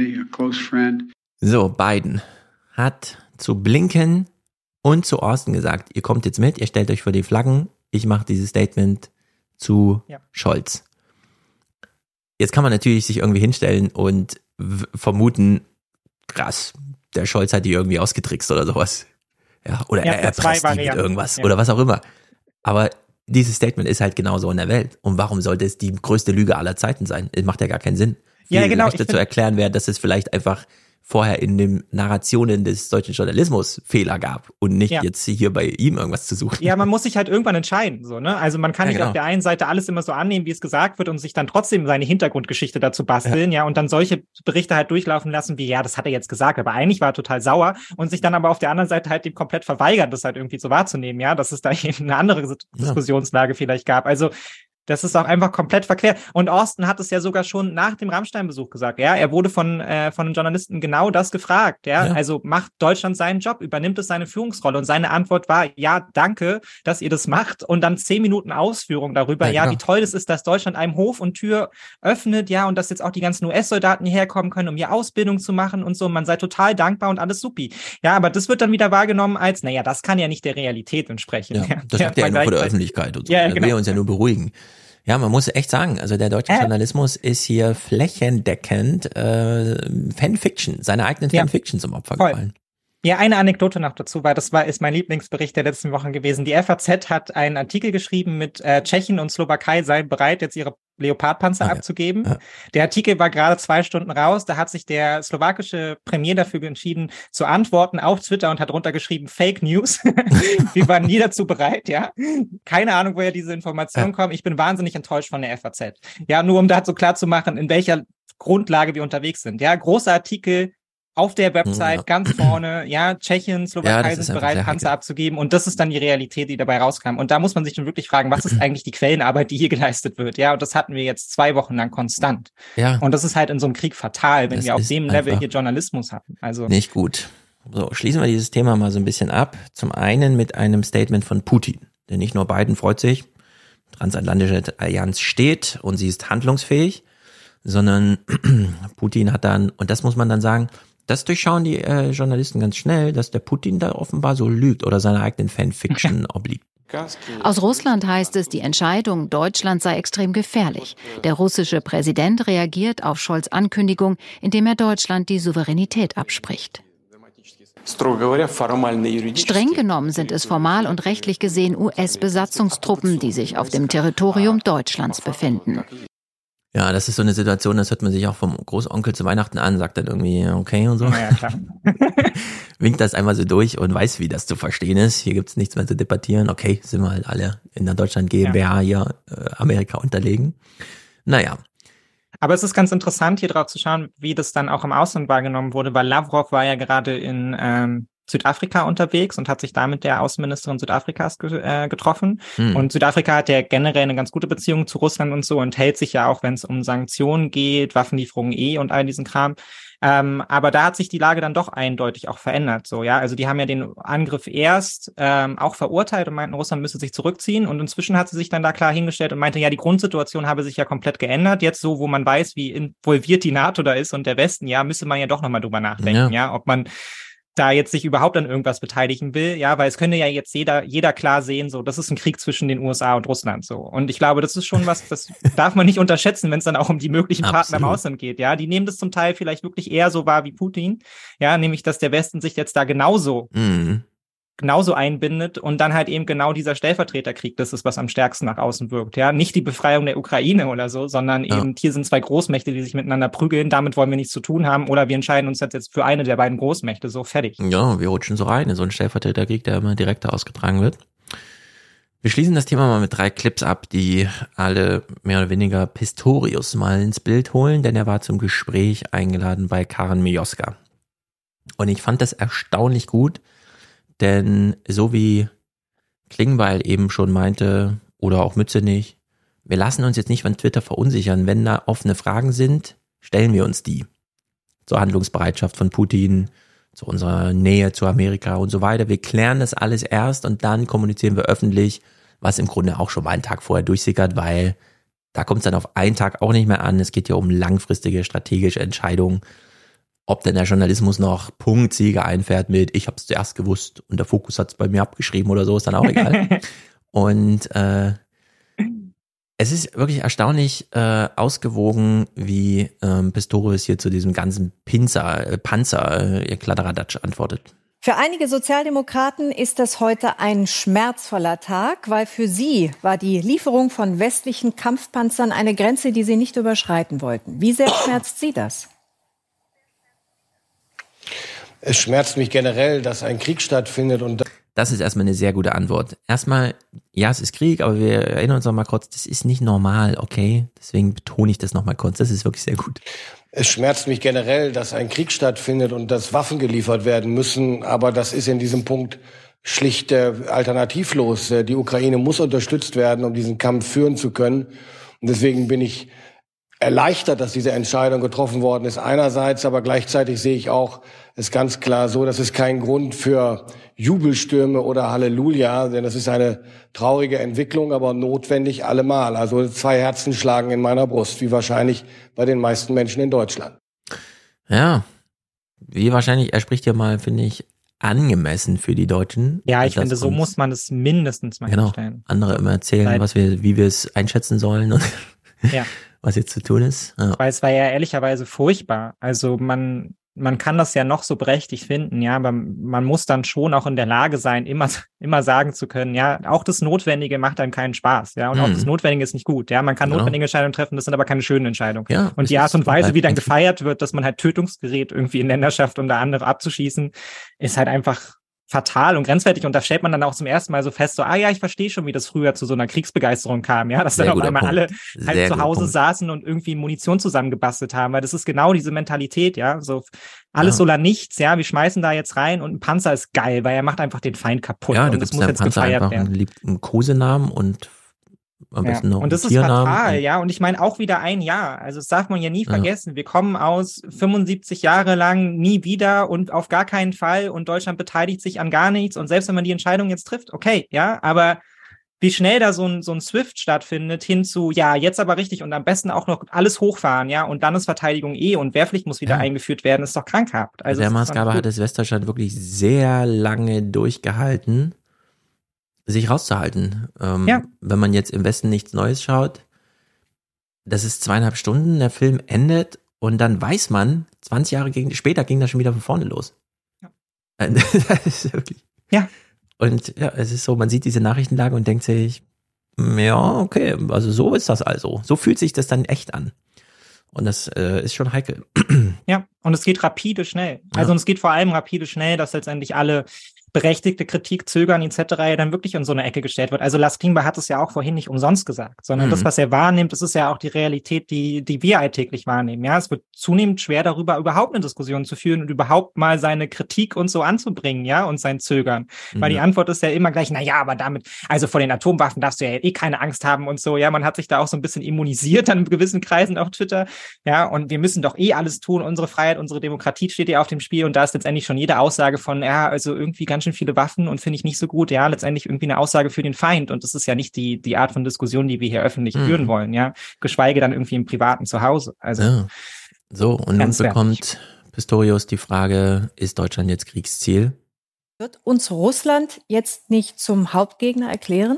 So, Biden hat zu Blinken und zu Austin gesagt, ihr kommt jetzt mit, ihr stellt euch vor die Flaggen, ich mache dieses Statement zu Scholz. Jetzt kann man natürlich sich irgendwie hinstellen und vermuten, krass, der Scholz hat die irgendwie ausgetrickst oder sowas. Oder er erpresst die mit irgendwas oder was auch immer. Aber dieses Statement ist halt genauso in der Welt. Und warum sollte es die größte Lüge aller Zeiten sein? Es macht ja gar keinen Sinn. Viel leichter zu erklären wäre, dass es vielleicht einfach vorher in den Narrationen des deutschen Journalismus Fehler gab und nicht jetzt hier bei ihm irgendwas zu suchen. Ja, man muss sich halt irgendwann entscheiden, so, ne? Also man kann nicht auf der einen Seite alles immer so annehmen, wie es gesagt wird und sich dann trotzdem seine Hintergrundgeschichte dazu basteln, und dann solche Berichte halt durchlaufen lassen, wie, das hat er jetzt gesagt, aber eigentlich war er total sauer und sich dann aber auf der anderen Seite halt dem komplett verweigern, das halt irgendwie so wahrzunehmen, dass es da eben eine andere Diskussionslage vielleicht gab. Also Das ist auch einfach komplett verquer. Und Austin hat es ja sogar schon nach dem Rammstein-Besuch gesagt. Ja, er wurde von einem Journalisten genau das gefragt. Ja, also macht Deutschland seinen Job, übernimmt es seine Führungsrolle. Und seine Antwort war, ja, danke, dass ihr das macht. Und dann 10 Minuten Ausführung darüber, wie toll es ist, dass Deutschland einem Hof und Tür öffnet, ja, und dass jetzt auch die ganzen US-Soldaten hierher kommen können, um hier Ausbildung zu machen und so. Man sei total dankbar und alles supi. Ja, aber das wird dann wieder wahrgenommen als, naja, das kann ja nicht der Realität entsprechen. Ja, das sagt er ja nur vor der Öffentlichkeit und so. Ja, genau. Will uns ja nur beruhigen. Ja, man muss echt sagen, also der deutsche Journalismus ist hier flächendeckend Fanfiction, seine eigenen Fanfiction zum Opfer gefallen. Ja, eine Anekdote noch dazu, weil ist mein Lieblingsbericht der letzten Wochen gewesen. Die FAZ hat einen Artikel geschrieben mit Tschechien und Slowakei seien bereit, jetzt ihre Leopardpanzer abzugeben. Ja. Der Artikel war gerade 2 Stunden raus. Da hat sich der slowakische Premier dafür entschieden, zu antworten auf Twitter und hat drunter geschrieben, Fake News. Wir waren nie dazu bereit, ja. Keine Ahnung, woher diese Informationen kommen. Ich bin wahnsinnig enttäuscht von der FAZ. Ja, nur um da so klar zu machen, in welcher Grundlage wir unterwegs sind. Ja, großer Artikel auf der Website, ganz vorne, ja, Tschechien, Slowakei sind bereit, Panzer abzugeben. Und das ist dann die Realität, die dabei rauskam. Und da muss man sich dann wirklich fragen, was ist eigentlich die Quellenarbeit, die hier geleistet wird? Ja, und das hatten wir jetzt 2 Wochen lang konstant. Ja. Und das ist halt in so einem Krieg fatal, wenn wir auf dem Level hier Journalismus hatten. Also nicht gut. So, schließen wir dieses Thema mal so ein bisschen ab. Zum einen mit einem Statement von Putin. Denn nicht nur Biden freut sich, transatlantische Allianz steht und sie ist handlungsfähig, sondern Putin hat dann, und das muss man dann sagen, das durchschauen die Journalisten ganz schnell, dass der Putin da offenbar so lügt oder seiner eigenen Fanfiction obliegt. Aus Russland heißt es, die Entscheidung, Deutschland sei extrem gefährlich. Der russische Präsident reagiert auf Scholz' Ankündigung, indem er Deutschland die Souveränität abspricht. Streng genommen sind es formal und rechtlich gesehen US-Besatzungstruppen, die sich auf dem Territorium Deutschlands befinden. Ja, das ist so eine Situation, das hört man sich auch vom Großonkel zu Weihnachten an, sagt dann irgendwie okay und so. Ja, klar. Winkt das einmal so durch und weiß, wie das zu verstehen ist. Hier gibt's nichts mehr zu debattieren. Okay, sind wir halt alle in der Deutschland GmbH hier Amerika unterlegen. Naja. Aber es ist ganz interessant, hier drauf zu schauen, wie das dann auch im Ausland wahrgenommen wurde, weil Lavrov war ja gerade in Südafrika unterwegs und hat sich da mit der Außenministerin Südafrikas getroffen. Und Südafrika hat ja generell eine ganz gute Beziehung zu Russland und so und hält sich ja auch, wenn es um Sanktionen geht, Waffenlieferungen und all diesen Kram. Aber da hat sich die Lage dann doch eindeutig auch verändert. So, ja, also die haben ja den Angriff erst auch verurteilt und meinten, Russland müsse sich zurückziehen. Und inzwischen hat sie sich dann da klar hingestellt und meinte, ja, die Grundsituation habe sich ja komplett geändert. Jetzt so, wo man weiß, wie involviert die NATO da ist und der Westen, ja, müsste man ja doch nochmal drüber nachdenken, ja, ob man da jetzt sich überhaupt an irgendwas beteiligen will, ja, weil es könnte ja jetzt jeder klar sehen, so, das ist ein Krieg zwischen den USA und Russland, so. Und ich glaube, das ist schon was, das darf man nicht unterschätzen, wenn es dann auch um die möglichen Partner im Ausland geht, ja. Die nehmen das zum Teil vielleicht wirklich eher so wahr wie Putin, ja, nämlich, dass der Westen sich jetzt da genauso einbindet und dann halt eben genau dieser Stellvertreterkrieg, das ist, was am stärksten nach außen wirkt, ja. Nicht die Befreiung der Ukraine oder so, sondern eben, hier sind 2 Großmächte, die sich miteinander prügeln, damit wollen wir nichts zu tun haben oder wir entscheiden uns jetzt für eine der beiden Großmächte, so fertig. Ja, wir rutschen so rein in so einen Stellvertreterkrieg, der immer direkter ausgetragen wird. Wir schließen das Thema mal mit 3 Clips ab, die alle mehr oder weniger Pistorius mal ins Bild holen, denn er war zum Gespräch eingeladen bei Karen Mioska. Und ich fand das erstaunlich gut, denn so wie Klingbeil eben schon meinte, oder auch Mützenich, wir lassen uns jetzt nicht von Twitter verunsichern. Wenn da offene Fragen sind, stellen wir uns die. Zur Handlungsbereitschaft von Putin, zu unserer Nähe zu Amerika und so weiter. Wir klären das alles erst und dann kommunizieren wir öffentlich, was im Grunde auch schon mal einen Tag vorher durchsickert, weil da kommt es dann auf einen Tag auch nicht mehr an. Es geht ja um langfristige strategische Entscheidungen. Ob denn der Journalismus noch Punktsiege einfährt mit, ich habe es zuerst gewusst und der Fokus hat es bei mir abgeschrieben oder so, ist dann auch egal. Und es ist wirklich erstaunlich ausgewogen, wie Pistorius hier zu diesem ganzen Panzer-Kladderadatsch antwortet. Für einige Sozialdemokraten ist das heute ein schmerzvoller Tag, weil für sie war die Lieferung von westlichen Kampfpanzern eine Grenze, die sie nicht überschreiten wollten. Wie sehr schmerzt Sie das? Es schmerzt mich generell, dass ein Krieg stattfindet und das ist erstmal eine sehr gute Antwort. Erstmal, ja, es ist Krieg, aber wir erinnern uns noch mal kurz, das ist nicht normal, okay? Deswegen betone ich das noch mal kurz, das ist wirklich sehr gut. Es schmerzt mich generell, dass ein Krieg stattfindet und dass Waffen geliefert werden müssen, aber das ist in diesem Punkt schlicht alternativlos. Die Ukraine muss unterstützt werden, um diesen Kampf führen zu können. Und deswegen bin ich erleichtert, dass diese Entscheidung getroffen worden ist einerseits, aber gleichzeitig sehe ich auch es ganz klar so, dass es kein Grund für Jubelstürme oder Halleluja, denn das ist eine traurige Entwicklung, aber notwendig allemal. Also 2 Herzen schlagen in meiner Brust, wie wahrscheinlich bei den meisten Menschen in Deutschland. Ja, wie wahrscheinlich, er spricht ja mal, finde ich, angemessen für die Deutschen. Ja, ich finde, so muss man es mindestens mal hinstellen. Andere immer erzählen, wie wir es einschätzen sollen und was jetzt zu tun ist. Ja. Weil es war ja ehrlicherweise furchtbar. Also man kann das ja noch so prächtig finden, ja, aber man muss dann schon auch in der Lage sein, immer sagen zu können, ja, auch das Notwendige macht einem keinen Spaß, ja, und auch das Notwendige ist nicht gut, ja, man kann notwendige Entscheidungen treffen, das sind aber keine schönen Entscheidungen. Ja, und die Art und Weise, wie dann gefeiert wird, dass man halt Tötungsgerät irgendwie in Länder schafft, um da andere abzuschießen, ist halt einfach fatal und grenzwertig. Und da stellt man dann auch zum ersten Mal so fest, so, ich verstehe schon, wie das früher zu so einer Kriegsbegeisterung kam, ja, dass dann auf einmal alle halt zu Hause saßen und irgendwie Munition zusammengebastelt haben, weil das ist genau diese Mentalität, ja, so alles oder nichts, ja, wir schmeißen da jetzt rein und ein Panzer ist geil, weil er macht einfach den Feind kaputt und das muss jetzt Panzer gefeiert werden. Einen Kosenamen und am besten noch und das ist fatal, ja, und ich meine auch wieder ein Jahr, also das darf man ja nie vergessen, wir kommen aus 75 Jahre lang nie wieder und auf gar keinen Fall und Deutschland beteiligt sich an gar nichts und selbst wenn man die Entscheidung jetzt trifft, okay, ja, aber wie schnell da so ein Swift stattfindet, hin zu, ja, jetzt aber richtig und am besten auch noch alles hochfahren, ja, und dann ist Verteidigung und Wehrpflicht muss wieder eingeführt werden, ist doch krankhaft. Also der Maßgabe hat es Westdeutschland wirklich sehr lange durchgehalten, sich rauszuhalten. Wenn man jetzt im Westen nichts Neues schaut, das ist 2,5 Stunden, der Film endet und dann weiß man, 20 Jahre später ging das schon wieder von vorne los. Ja. Das ist wirklich. Ja. Und ja, es ist so, man sieht diese Nachrichtenlage und denkt sich, ja, okay, also so ist das also. So fühlt sich das dann echt an. Und das ist schon heikel. Ja, und es geht rapide schnell. Also und es geht vor allem rapide schnell, dass letztendlich alle berechtigte Kritik, Zögern etc. ja dann wirklich in so eine Ecke gestellt wird. Also Lars Klingbeil hat es ja auch vorhin nicht umsonst gesagt, sondern das, was er wahrnimmt, das ist ja auch die Realität, die wir alltäglich wahrnehmen. Ja, es wird zunehmend schwer, darüber überhaupt eine Diskussion zu führen und überhaupt mal seine Kritik und so anzubringen, ja, und sein Zögern. Weil die Antwort ist ja immer gleich, aber damit, also vor den Atomwaffen darfst du ja keine Angst haben und so. Ja, man hat sich da auch so ein bisschen immunisiert dann in gewissen Kreisen auf Twitter. Ja, und wir müssen doch alles tun. Unsere Freiheit, unsere Demokratie steht ja auf dem Spiel und da ist letztendlich schon jede Aussage von, also irgendwie ganz schön viele Waffen und finde ich nicht so gut, ja, letztendlich irgendwie eine Aussage für den Feind und das ist ja nicht die Art von Diskussion, die wir hier öffentlich führen wollen, ja, geschweige dann irgendwie im privaten Zuhause. Also so, und nun bekommt Pistorius die Frage, ist Deutschland jetzt Kriegsziel? Wird uns Russland jetzt nicht zum Hauptgegner erklären?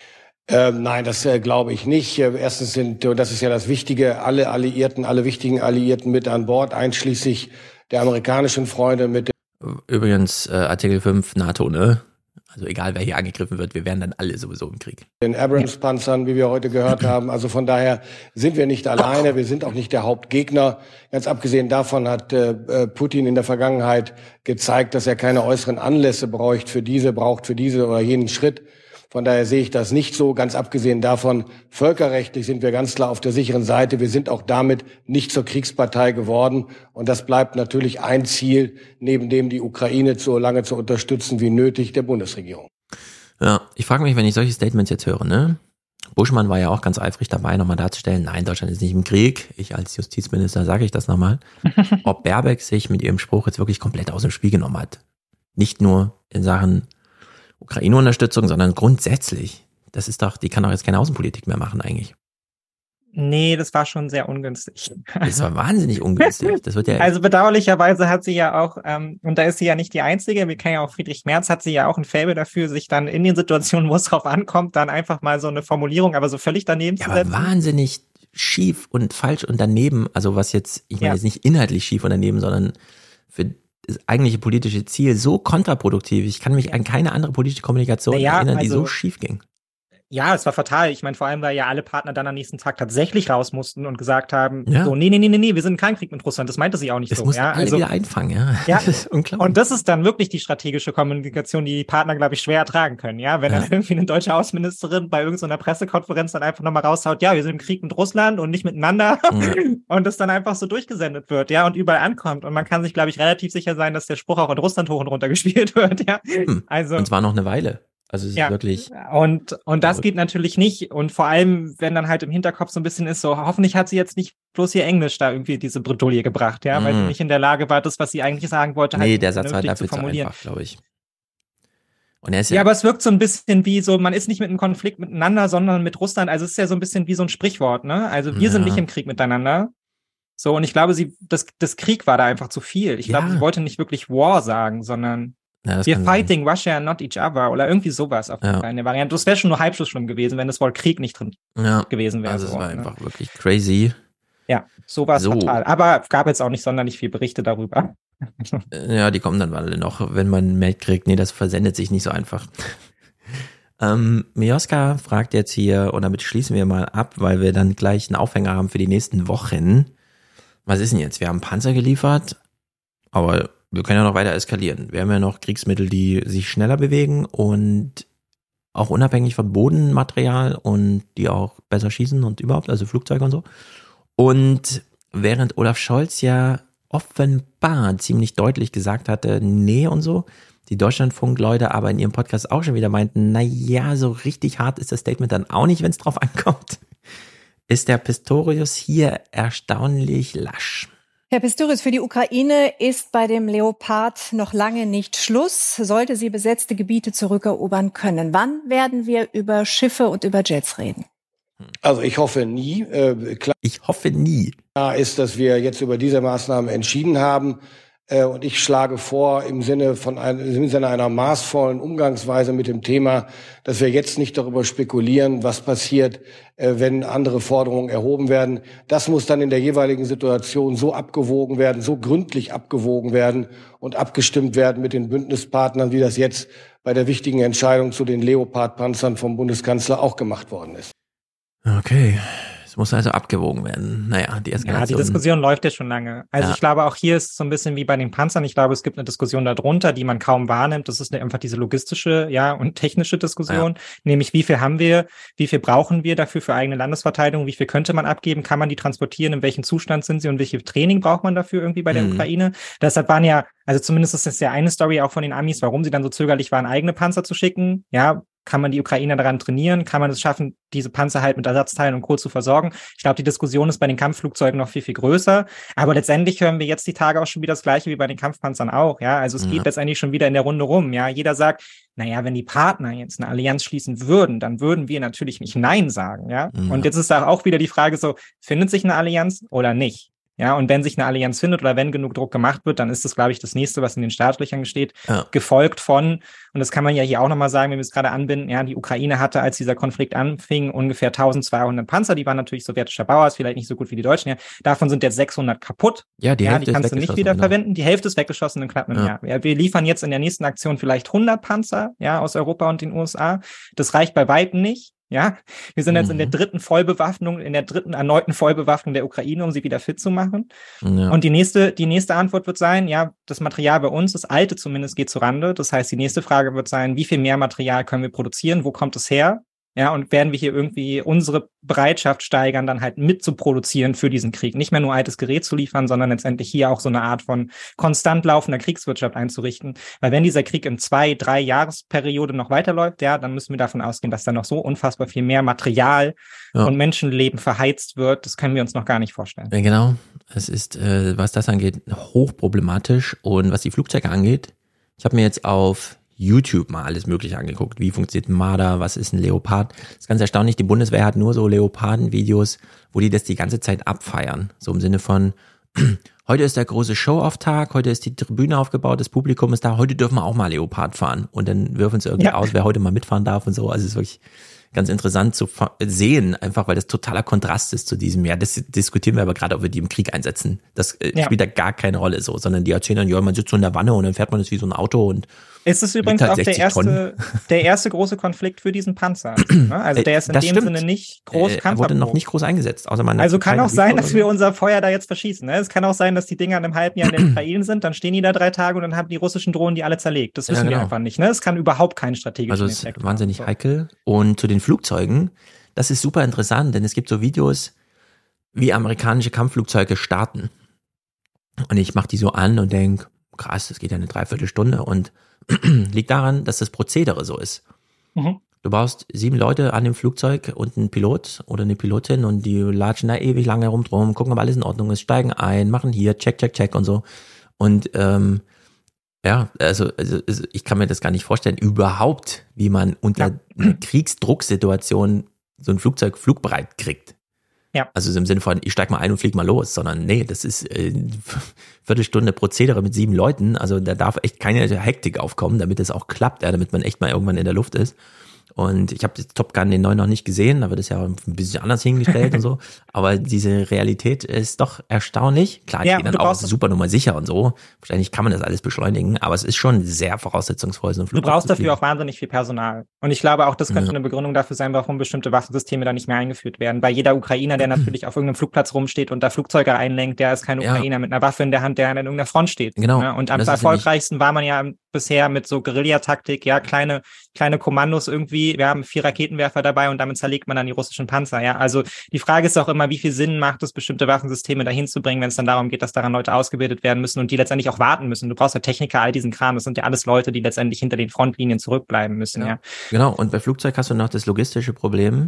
Nein, das glaube ich nicht. Erstens das ist ja das Wichtige, alle wichtigen Alliierten mit an Bord, einschließlich der amerikanischen Freunde mit. Übrigens, Artikel 5 NATO, ne? Also egal, wer hier angegriffen wird, wir wären dann alle sowieso im Krieg. Den Abrams-Panzern, wie wir heute gehört haben. Also von daher sind wir nicht alleine, wir sind auch nicht der Hauptgegner. Ganz abgesehen davon hat Putin in der Vergangenheit gezeigt, dass er keine äußeren Anlässe braucht für diese oder jenen Schritt. Von daher sehe ich das nicht so. Ganz abgesehen davon, völkerrechtlich sind wir ganz klar auf der sicheren Seite. Wir sind auch damit nicht zur Kriegspartei geworden. Und das bleibt natürlich ein Ziel, neben dem die Ukraine so lange zu unterstützen wie nötig, der Bundesregierung. Ja, ich frage mich, wenn ich solche Statements jetzt höre, ne? Buschmann war ja auch ganz eifrig dabei, nochmal darzustellen, nein, Deutschland ist nicht im Krieg. Ich als Justizminister sage ich das nochmal. Ob Baerbock sich mit ihrem Spruch jetzt wirklich komplett aus dem Spiel genommen hat. Nicht nur in Sachen Ukraine-Unterstützung, sondern grundsätzlich. Das ist doch, die kann doch jetzt keine Außenpolitik mehr machen eigentlich. Nee, das war schon sehr ungünstig. Das war wahnsinnig ungünstig. Das wird ja also bedauerlicherweise hat sie ja auch, und da ist sie ja nicht die Einzige, wir kennen ja auch Friedrich Merz, hat sie ja auch ein Faible dafür, sich dann in den Situationen, wo es drauf ankommt, dann einfach mal so eine Formulierung, aber so völlig daneben zu setzen. Aber wahnsinnig schief und falsch und daneben, also was jetzt, ich meine jetzt nicht inhaltlich schief und daneben, sondern für das eigentliche politische Ziel so kontraproduktiv. Ich kann mich an keine andere politische Kommunikation erinnern, die so schief ging. Ja, es war fatal. Ich meine, vor allem, weil ja alle Partner dann am nächsten Tag tatsächlich raus mussten und gesagt haben, so, nee, wir sind in keinem Krieg mit Russland. Das meinte sie auch nicht das so. Muss ja, alle wieder einfangen, ja. Das ist unglaublich. Und das ist dann wirklich die strategische Kommunikation, die Partner, glaube ich, schwer ertragen können. Ja, wenn dann irgendwie eine deutsche Außenministerin bei irgendeiner Pressekonferenz dann einfach nochmal raushaut, ja, wir sind im Krieg mit Russland und nicht miteinander und das dann einfach so durchgesendet wird, ja, und überall ankommt. Und man kann sich, glaube ich, relativ sicher sein, dass der Spruch auch in Russland hoch und runter gespielt wird, ja. Also. Und zwar noch eine Weile. Also es ist wirklich. Und das geht natürlich nicht. Und vor allem, wenn dann halt im Hinterkopf so ein bisschen ist, so hoffentlich hat sie jetzt nicht bloß ihr Englisch da irgendwie diese Bredouille gebracht, ja, weil sie nicht in der Lage war, das, was sie eigentlich sagen wollte, halt der Satz war dafür zu einfach, glaube ich. Und er ist aber es wirkt so ein bisschen wie so, man ist nicht mit einem Konflikt miteinander, sondern mit Russland. Also es ist ja so ein bisschen wie so ein Sprichwort, ne? Also wir sind nicht im Krieg miteinander. So, und ich glaube, das Krieg war da einfach zu viel. Ich glaube, sie wollte nicht wirklich War sagen, sondern we're fighting Russia and not each other oder irgendwie sowas auf eine Variante. Das wäre schon nur halb so schlimm gewesen, wenn das Wort Krieg nicht drin gewesen wäre. Also es war einfach wirklich crazy. Ja, so war es fatal. Aber es gab jetzt auch nicht sonderlich viel Berichte darüber. Ja, die kommen dann alle noch, wenn man mitkriegt, das versendet sich nicht so einfach. Mioska fragt jetzt hier, und damit schließen wir mal ab, weil wir dann gleich einen Aufhänger haben für die nächsten Wochen. Was ist denn jetzt? Wir haben Panzer geliefert, aber wir können ja noch weiter eskalieren. Wir haben ja noch Kriegsmittel, die sich schneller bewegen und auch unabhängig von Bodenmaterial und die auch besser schießen und überhaupt, also Flugzeuge und so. Und während Olaf Scholz ja offenbar ziemlich deutlich gesagt hatte, nee und so, die Deutschlandfunk-Leute aber in ihrem Podcast auch schon wieder meinten, naja, so richtig hart ist das Statement dann auch nicht, wenn es drauf ankommt, ist der Pistorius hier erstaunlich lasch. Herr Pistorius, für die Ukraine ist bei dem Leopard noch lange nicht Schluss, sollte sie besetzte Gebiete zurückerobern können. Wann werden wir über Schiffe und über Jets reden? Also ich hoffe nie. Ich hoffe nie. Klar ist, dass wir jetzt über diese Maßnahmen entschieden haben. Und ich schlage vor, im Sinne einer maßvollen Umgangsweise mit dem Thema, dass wir jetzt nicht darüber spekulieren, was passiert, wenn andere Forderungen erhoben werden. Das muss dann in der jeweiligen Situation so abgewogen werden, so gründlich abgewogen werden und abgestimmt werden mit den Bündnispartnern, wie das jetzt bei der wichtigen Entscheidung zu den Leopard-Panzern vom Bundeskanzler auch gemacht worden ist. Okay. Es muss also abgewogen werden. Naja, die Eskalation. Ja, die Diskussion läuft ja schon lange. Also ich glaube, auch hier ist es so ein bisschen wie bei den Panzern. Ich glaube, es gibt eine Diskussion darunter, die man kaum wahrnimmt. Das ist einfach diese logistische, und technische Diskussion. Nämlich, wie viel haben wir? Wie viel brauchen wir dafür für eigene Landesverteidigung? Wie viel könnte man abgeben? Kann man die transportieren? In welchem Zustand sind sie? Und wie viel Training braucht man dafür irgendwie bei der Ukraine? Deshalb waren ja, also zumindest ist das ja eine Story auch von den Amis, warum sie dann so zögerlich waren, eigene Panzer zu schicken. Ja, kann man die Ukrainer daran trainieren? Kann man es schaffen, diese Panzer halt mit Ersatzteilen und Co. zu versorgen? Ich glaube, die Diskussion ist bei den Kampfflugzeugen noch viel, viel größer. Aber letztendlich hören wir jetzt die Tage auch schon wieder das Gleiche wie bei den Kampfpanzern auch. Ja, also es geht letztendlich schon wieder in der Runde rum. Ja, jeder sagt, naja, wenn die Partner jetzt eine Allianz schließen würden, dann würden wir natürlich nicht Nein sagen. Ja, und jetzt ist da auch wieder die Frage so, findet sich eine Allianz oder nicht? Ja, und wenn sich eine Allianz findet oder wenn genug Druck gemacht wird, dann ist das, glaube ich, das nächste, was in den Startlöchern steht, gefolgt von, und das kann man ja hier auch nochmal sagen, wenn wir es gerade anbinden, die Ukraine hatte, als dieser Konflikt anfing, ungefähr 1200 Panzer, die waren natürlich sowjetischer Bauers, vielleicht nicht so gut wie die Deutschen, davon sind jetzt 600 kaputt. Ja, die Hälfte die kannst du nicht wieder verwenden, die Hälfte ist weggeschossen in knapp einem Jahr. Ja, wir liefern jetzt in der nächsten Aktion vielleicht 100 Panzer, aus Europa und den USA. Das reicht bei Weitem nicht. Ja, wir sind jetzt in der dritten erneuten Vollbewaffnung der Ukraine, um sie wieder fit zu machen. Ja. Und die nächste Antwort wird sein, das Material bei uns, das alte zumindest, geht zu Rande. Das heißt, die nächste Frage wird sein, wie viel mehr Material können wir produzieren? Wo kommt es her? Ja, und werden wir hier irgendwie unsere Bereitschaft steigern, dann halt mitzuproduzieren für diesen Krieg? Nicht mehr nur altes Gerät zu liefern, sondern letztendlich hier auch so eine Art von konstant laufender Kriegswirtschaft einzurichten. Weil wenn dieser Krieg in 2-3 Jahresperiode noch weiterläuft, dann müssen wir davon ausgehen, dass da noch so unfassbar viel mehr Material und Menschenleben verheizt wird. Das können wir uns noch gar nicht vorstellen. Ja, genau. Es ist, was das angeht, hochproblematisch. Und was die Flugzeuge angeht, ich habe mir jetzt auf YouTube mal alles Mögliche angeguckt. Wie funktioniert ein Marder? Was ist ein Leopard? Das ist ganz erstaunlich. Die Bundeswehr hat nur so Leoparden-Videos, wo die das die ganze Zeit abfeiern. So im Sinne von heute ist der große Show-Off-Tag, heute ist die Tribüne aufgebaut, das Publikum ist da, heute dürfen wir auch mal Leopard fahren. Und dann wirfen sie irgendwie aus, wer heute mal mitfahren darf und so. Also es ist wirklich ganz interessant zu sehen, einfach weil das totaler Kontrast ist zu diesem, das diskutieren wir aber gerade, ob wir die im Krieg einsetzen. Das spielt da gar keine Rolle so, sondern die erzählen dann, ja, man sitzt so in der Wanne und dann fährt man das wie so ein Auto und es ist übrigens auch der erste große Konflikt für diesen Panzer. Also der ist in dem Sinne nicht groß Kampferproben. Er wurde noch nicht groß eingesetzt. Also kann auch sein, dass wir unser Feuer da jetzt verschießen. Es kann auch sein, dass die Dinger in einem halben Jahr in der Ukraine sind, dann stehen die da 3 Tage und dann haben die russischen Drohnen die alle zerlegt. Das wissen wir einfach nicht. Es kann überhaupt keinen strategischen Effekt haben. Also es ist wahnsinnig heikel. Und zu den Flugzeugen, das ist super interessant, denn es gibt so Videos, wie amerikanische Kampfflugzeuge starten. Und ich mache die so an und denke, krass, das geht ja eine Dreiviertelstunde und liegt daran, dass das Prozedere so ist. Mhm. Du brauchst 7 Leute an dem Flugzeug und einen Pilot oder eine Pilotin und die latschen da ewig lange drum, gucken, ob alles in Ordnung ist, steigen ein, machen hier, check und so. Und also ich kann mir das gar nicht vorstellen, überhaupt, wie man unter einer Kriegsdrucksituation so ein Flugzeug flugbereit kriegt. Ja. Also im Sinne von, ich steig mal ein und flieg mal los, sondern nee, das ist Viertelstunde Prozedere mit 7 Leuten, also da darf echt keine Hektik aufkommen, damit es auch klappt, damit man echt mal irgendwann in der Luft ist. Und ich habe Top Gun den neuen noch nicht gesehen, da wird es ja ein bisschen anders hingestellt und so. Aber diese Realität ist doch erstaunlich. Klar, ich bin dann auch super Nummer sicher und so. Wahrscheinlich kann man das alles beschleunigen, aber es ist schon sehr voraussetzungsvoll. So ein du brauchst dafür auch wahnsinnig viel Personal. Und ich glaube auch, das könnte eine Begründung dafür sein, warum bestimmte Waffensysteme da nicht mehr eingeführt werden. Weil jeder Ukrainer, der natürlich auf irgendeinem Flugplatz rumsteht und da Flugzeuge einlenkt, der ist kein Ukrainer mit einer Waffe in der Hand, der an irgendeiner Front steht. Genau. Ne? Und am erfolgreichsten war man ja bisher mit so Guerillataktik, kleine Kommandos irgendwie. Wir haben 4 Raketenwerfer dabei und damit zerlegt man dann die russischen Panzer. Ja, also die Frage ist auch immer, wie viel Sinn macht es, bestimmte Waffensysteme dahin zu bringen, wenn es dann darum geht, dass daran Leute ausgebildet werden müssen und die letztendlich auch warten müssen. Du brauchst ja Techniker, all diesen Kram. Das sind ja alles Leute, die letztendlich hinter den Frontlinien zurückbleiben müssen. Ja. Genau. Und bei Flugzeug hast du noch das logistische Problem.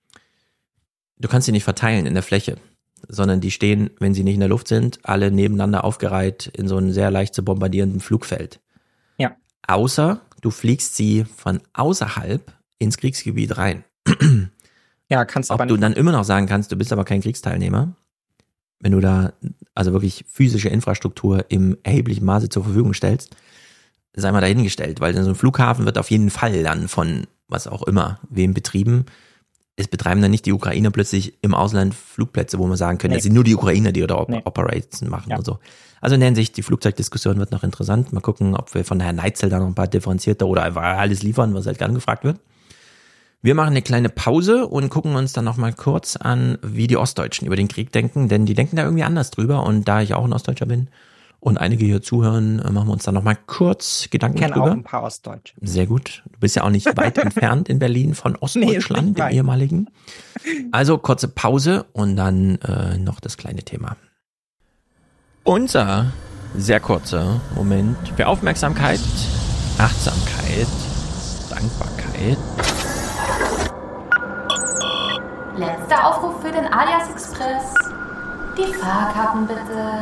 Du kannst sie nicht verteilen in der Fläche, sondern die stehen, wenn sie nicht in der Luft sind, alle nebeneinander aufgereiht in so einem sehr leicht zu bombardierenden Flugfeld. Ja. Außer du fliegst sie von außerhalb ins Kriegsgebiet rein. Ja, kannst aber nicht. Ob du dann immer noch sagen kannst, du bist aber kein Kriegsteilnehmer, wenn du da also wirklich physische Infrastruktur im erheblichen Maße zur Verfügung stellst, sei mal dahingestellt, weil so ein Flughafen wird auf jeden Fall dann von was auch immer, wem betrieben. Es betreiben dann nicht die Ukrainer plötzlich im Ausland Flugplätze, wo man sagen können, das sind nur die Ukrainer, die oder Operations machen und so. Also in der Hinsicht, die Flugzeugdiskussion wird noch interessant. Mal gucken, ob wir von Herrn Neitzel da noch ein paar differenzierter oder einfach alles liefern, was halt gerne gefragt wird. Wir machen eine kleine Pause und gucken uns dann noch mal kurz an, wie die Ostdeutschen über den Krieg denken, denn die denken da irgendwie anders drüber. Und da ich auch ein Ostdeutscher bin und einige hier zuhören, machen wir uns dann noch mal kurz Gedanken drüber. Ich kenne auch ein paar Ostdeutsche. Sehr gut. Du bist ja auch nicht weit entfernt in Berlin von Ostdeutschland, dem ehemaligen. Also kurze Pause und dann noch das kleine Thema. Unser sehr kurzer Moment für Aufmerksamkeit, Achtsamkeit, Dankbarkeit. Letzter Aufruf für den Alias Express. Die Fahrkarten bitte.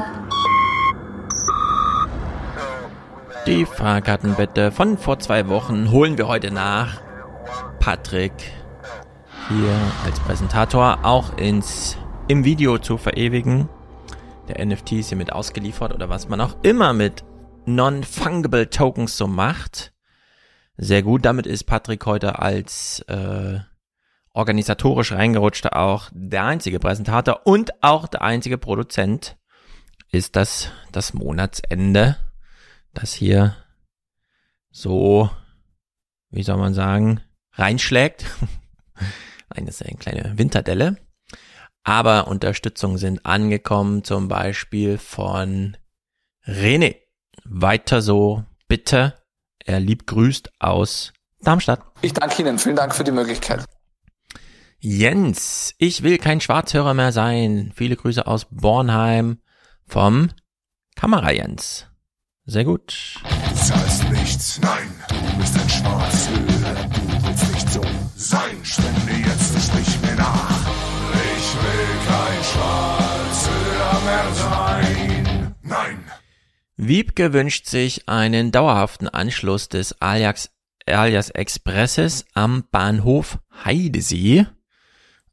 Die Fahrkarten bitte von vor 2 Wochen holen wir heute nach. Patrick hier als Präsentator auch im Video zu verewigen. Der NFT ist hiermit ausgeliefert oder was man auch immer mit Non-Fungible Tokens so macht. Sehr gut, damit ist Patrick heute als organisatorisch reingerutschter auch der einzige Präsentator und auch der einzige Produzent ist das Monatsende, das hier so, wie soll man sagen, reinschlägt. Nein, das ist eine kleine Winterdelle. Aber Unterstützungen sind angekommen, zum Beispiel von René. Weiter so, bitte. Er lieb grüßt aus Darmstadt. Ich danke Ihnen, vielen Dank für die Möglichkeit. Jens, ich will kein Schwarzhörer mehr sein. Viele Grüße aus Bornheim vom Kamera Jens. Sehr gut. Du zahlst nichts, nein, du bist ein Schwarzhörer. Du willst nicht so sein, spende jetzt und sprich mir nach. Ich will kein Schwarzhörer mehr sein, nein. Wiebke wünscht sich einen dauerhaften Anschluss des Alias Expresses am Bahnhof Heidesee.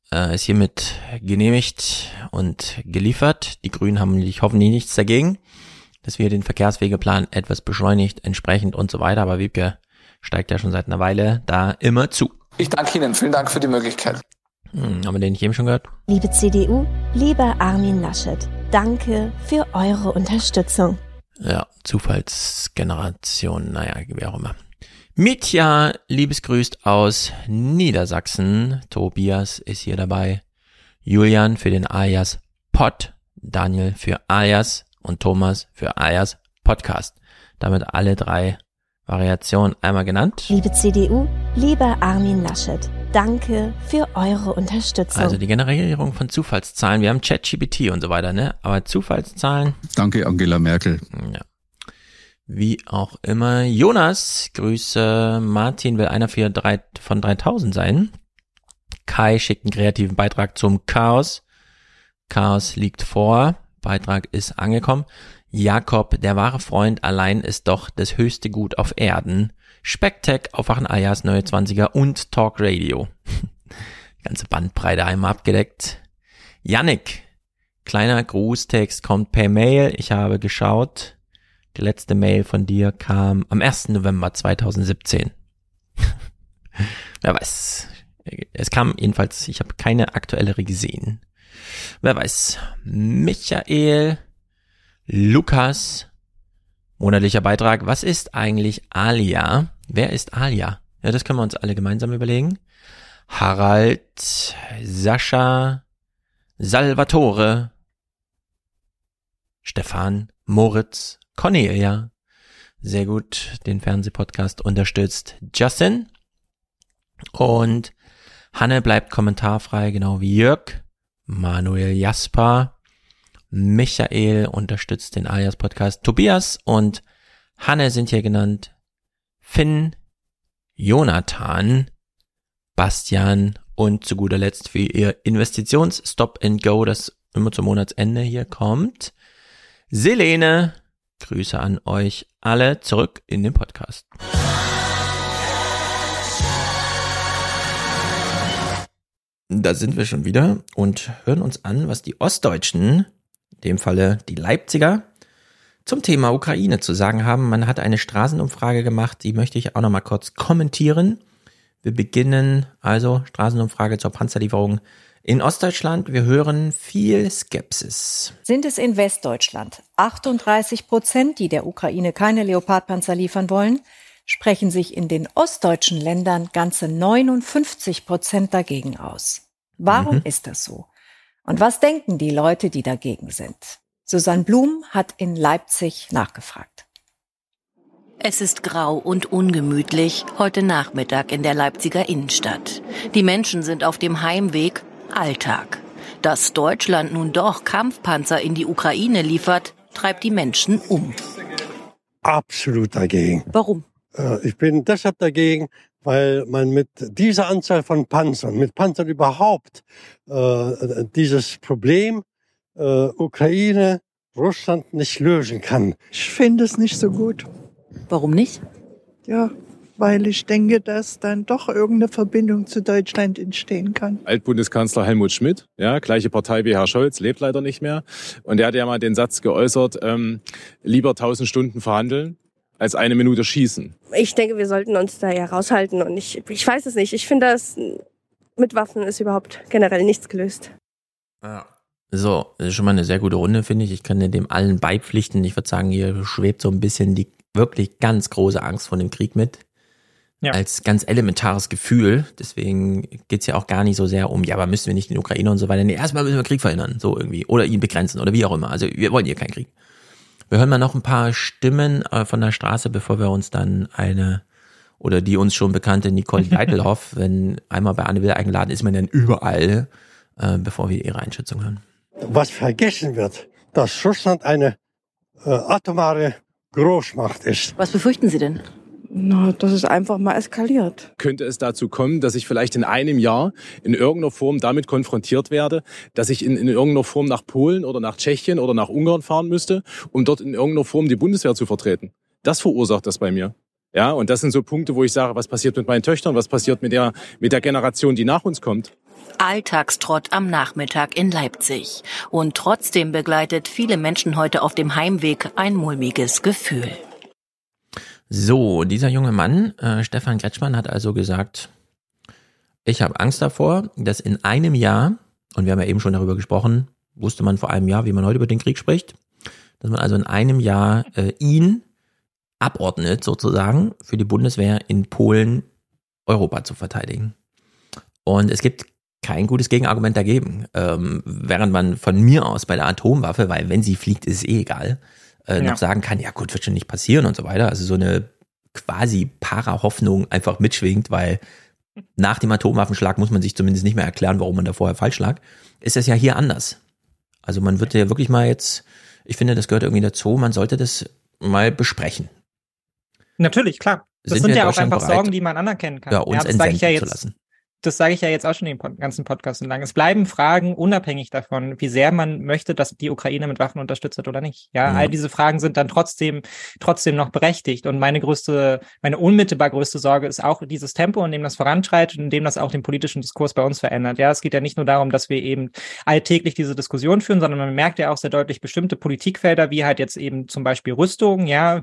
ist hiermit genehmigt und geliefert. Die Grünen haben hoffentlich nichts dagegen, dass wir den Verkehrswegeplan etwas beschleunigt, entsprechend und so weiter. Aber Wiebke steigt ja schon seit einer Weile da immer zu. Ich danke Ihnen. Vielen Dank für die Möglichkeit. Haben wir den nicht eben schon gehört? Liebe CDU, lieber Armin Laschet, danke für eure Unterstützung. Ja, Zufallsgeneration, naja, wie auch immer. Mitja, liebesgrüßt aus Niedersachsen. Tobias ist hier dabei. Julian für den alias Pod. Daniel für alias und Thomas für alias Podcast. Damit alle 3 Variationen einmal genannt. Liebe CDU, lieber Armin Laschet, danke für eure Unterstützung. Also die Generierung von Zufallszahlen. Wir haben ChatGPT und so weiter, ne? Aber Zufallszahlen. Danke, Angela Merkel. Ja. Wie auch immer. Jonas, Grüße. Martin will einer von 3000 sein. Kai schickt einen kreativen Beitrag zum Chaos. Chaos liegt vor. Beitrag ist angekommen. Jakob, der wahre Freund allein ist doch das höchste Gut auf Erden. Specktech, Aufwachen alias Neue 20er und Talk Radio. Die ganze Bandbreite einmal abgedeckt. Yannick, kleiner Grußtext kommt per Mail. Ich habe geschaut. Die letzte Mail von dir kam am 1. November 2017. Wer weiß. Es kam jedenfalls, ich habe keine aktuellere gesehen. Wer weiß. Michael, Lukas, monatlicher Beitrag. Was ist eigentlich Alia? Wer ist Alia? Ja, das können wir uns alle gemeinsam überlegen. Harald, Sascha, Salvatore, Stefan, Moritz, Cornelia. Sehr gut, den Fernsehpodcast unterstützt Justin. Und Hanne bleibt kommentarfrei, genau wie Jörg. Manuel Jasper. Michael unterstützt den Alias-Podcast. Tobias und Hanne sind hier genannt. Finn, Jonathan, Bastian und zu guter Letzt für ihr Investitions-Stop-and-Go, das immer zum Monatsende hier kommt, Selene. Grüße an euch alle zurück in den Podcast. Da sind wir schon wieder und hören uns an, was die Ostdeutschen, in dem Falle die Leipziger, zum Thema Ukraine zu sagen haben. Man hat eine Straßenumfrage gemacht, die möchte ich auch noch mal kurz kommentieren. Wir beginnen also Straßenumfrage zur Panzerlieferung in Ostdeutschland. Wir hören viel Skepsis. Sind es in Westdeutschland 38%, die der Ukraine keine Leopardpanzer liefern wollen, sprechen sich in den ostdeutschen Ländern ganze 59% dagegen aus. Warum ist das so? Und was denken die Leute, die dagegen sind? Susanne Blum hat in Leipzig nachgefragt. Es ist grau und ungemütlich heute Nachmittag in der Leipziger Innenstadt. Die Menschen sind auf dem Heimweg, Alltag. Dass Deutschland nun doch Kampfpanzer in die Ukraine liefert, treibt die Menschen um. Absolut dagegen. Warum? Ich bin deshalb dagegen, weil man mit dieser Anzahl von Panzern, mit Panzern überhaupt, dieses Problem Ukraine, Russland nicht lösen kann. Ich finde es nicht so gut. Warum nicht? Ja, weil ich denke, dass dann doch irgendeine Verbindung zu Deutschland entstehen kann. Altbundeskanzler Helmut Schmidt, ja, gleiche Partei wie Herr Scholz, lebt leider nicht mehr. Und der hat ja mal den Satz geäußert, lieber 1000 Stunden verhandeln, als 1 Minute schießen. Ich denke, wir sollten uns da ja raushalten. Und ich weiß es nicht. Ich finde, dass mit Waffen ist überhaupt generell nichts gelöst. Ja. So, das ist schon mal eine sehr gute Runde, finde ich. Ich kann dem allen beipflichten. Ich würde sagen, hier schwebt so ein bisschen die wirklich ganz große Angst vor dem Krieg mit. Ja. Als ganz elementares Gefühl. Deswegen geht's ja auch gar nicht so sehr um, ja, aber müssen wir nicht den Ukrainer und so weiter. Nee, erstmal müssen wir Krieg verhindern. So irgendwie. Oder ihn begrenzen oder wie auch immer. Also wir wollen hier keinen Krieg. Wir hören mal noch ein paar Stimmen von der Straße, bevor wir uns dann die uns schon bekannte Nicole Deitelhoff, wenn einmal bei Anne Will eingeladen ist, man dann überall, bevor wir ihre Einschätzung hören. Was vergessen wird, dass Russland eine atomare Großmacht ist. Was befürchten Sie denn? Na, dass es einfach mal eskaliert. Könnte es dazu kommen, dass ich vielleicht in einem Jahr in irgendeiner Form damit konfrontiert werde, dass ich in irgendeiner Form nach Polen oder nach Tschechien oder nach Ungarn fahren müsste, um dort in irgendeiner Form die Bundeswehr zu vertreten? Das verursacht das bei mir. Ja, und das sind so Punkte, wo ich sage, was passiert mit meinen Töchtern, was passiert mit der Generation, die nach uns kommt. Alltagstrott am Nachmittag in Leipzig. Und trotzdem begleitet viele Menschen heute auf dem Heimweg ein mulmiges Gefühl. So, dieser junge Mann, Stefan Kretschmann, hat also gesagt, ich habe Angst davor, dass in einem Jahr, und wir haben ja eben schon darüber gesprochen, wusste man vor einem Jahr, wie man heute über den Krieg spricht, dass man also in einem Jahr ihn abordnet, sozusagen, für die Bundeswehr in Polen Europa zu verteidigen. Und es gibt kein gutes Gegenargument dagegen, während man von mir aus bei der Atomwaffe, weil wenn sie fliegt, ist es eh egal, noch sagen kann, ja gut, wird schon nicht passieren und so weiter. Also so eine quasi Para-Hoffnung einfach mitschwingt, weil nach dem Atomwaffenschlag muss man sich zumindest nicht mehr erklären, warum man da vorher falsch lag. Ist das ja hier anders. Also man wird ja wirklich mal jetzt, ich finde, das gehört irgendwie dazu, man sollte das mal besprechen. Natürlich, klar. Das sind ja auch einfach Sorgen, die man anerkennen kann. Ja, uns entsenden zu lassen. Das sage ich ja jetzt auch schon den ganzen Podcast entlang. Es bleiben Fragen unabhängig davon, wie sehr man möchte, dass die Ukraine mit Waffen unterstützt wird oder nicht. Ja, all diese Fragen sind dann trotzdem noch berechtigt. Und meine unmittelbar größte Sorge ist auch dieses Tempo, in dem das voranschreitet und in dem das auch den politischen Diskurs bei uns verändert. Ja, es geht ja nicht nur darum, dass wir eben alltäglich diese Diskussion führen, sondern man merkt ja auch sehr deutlich bestimmte Politikfelder, wie halt jetzt eben zum Beispiel Rüstung, ja,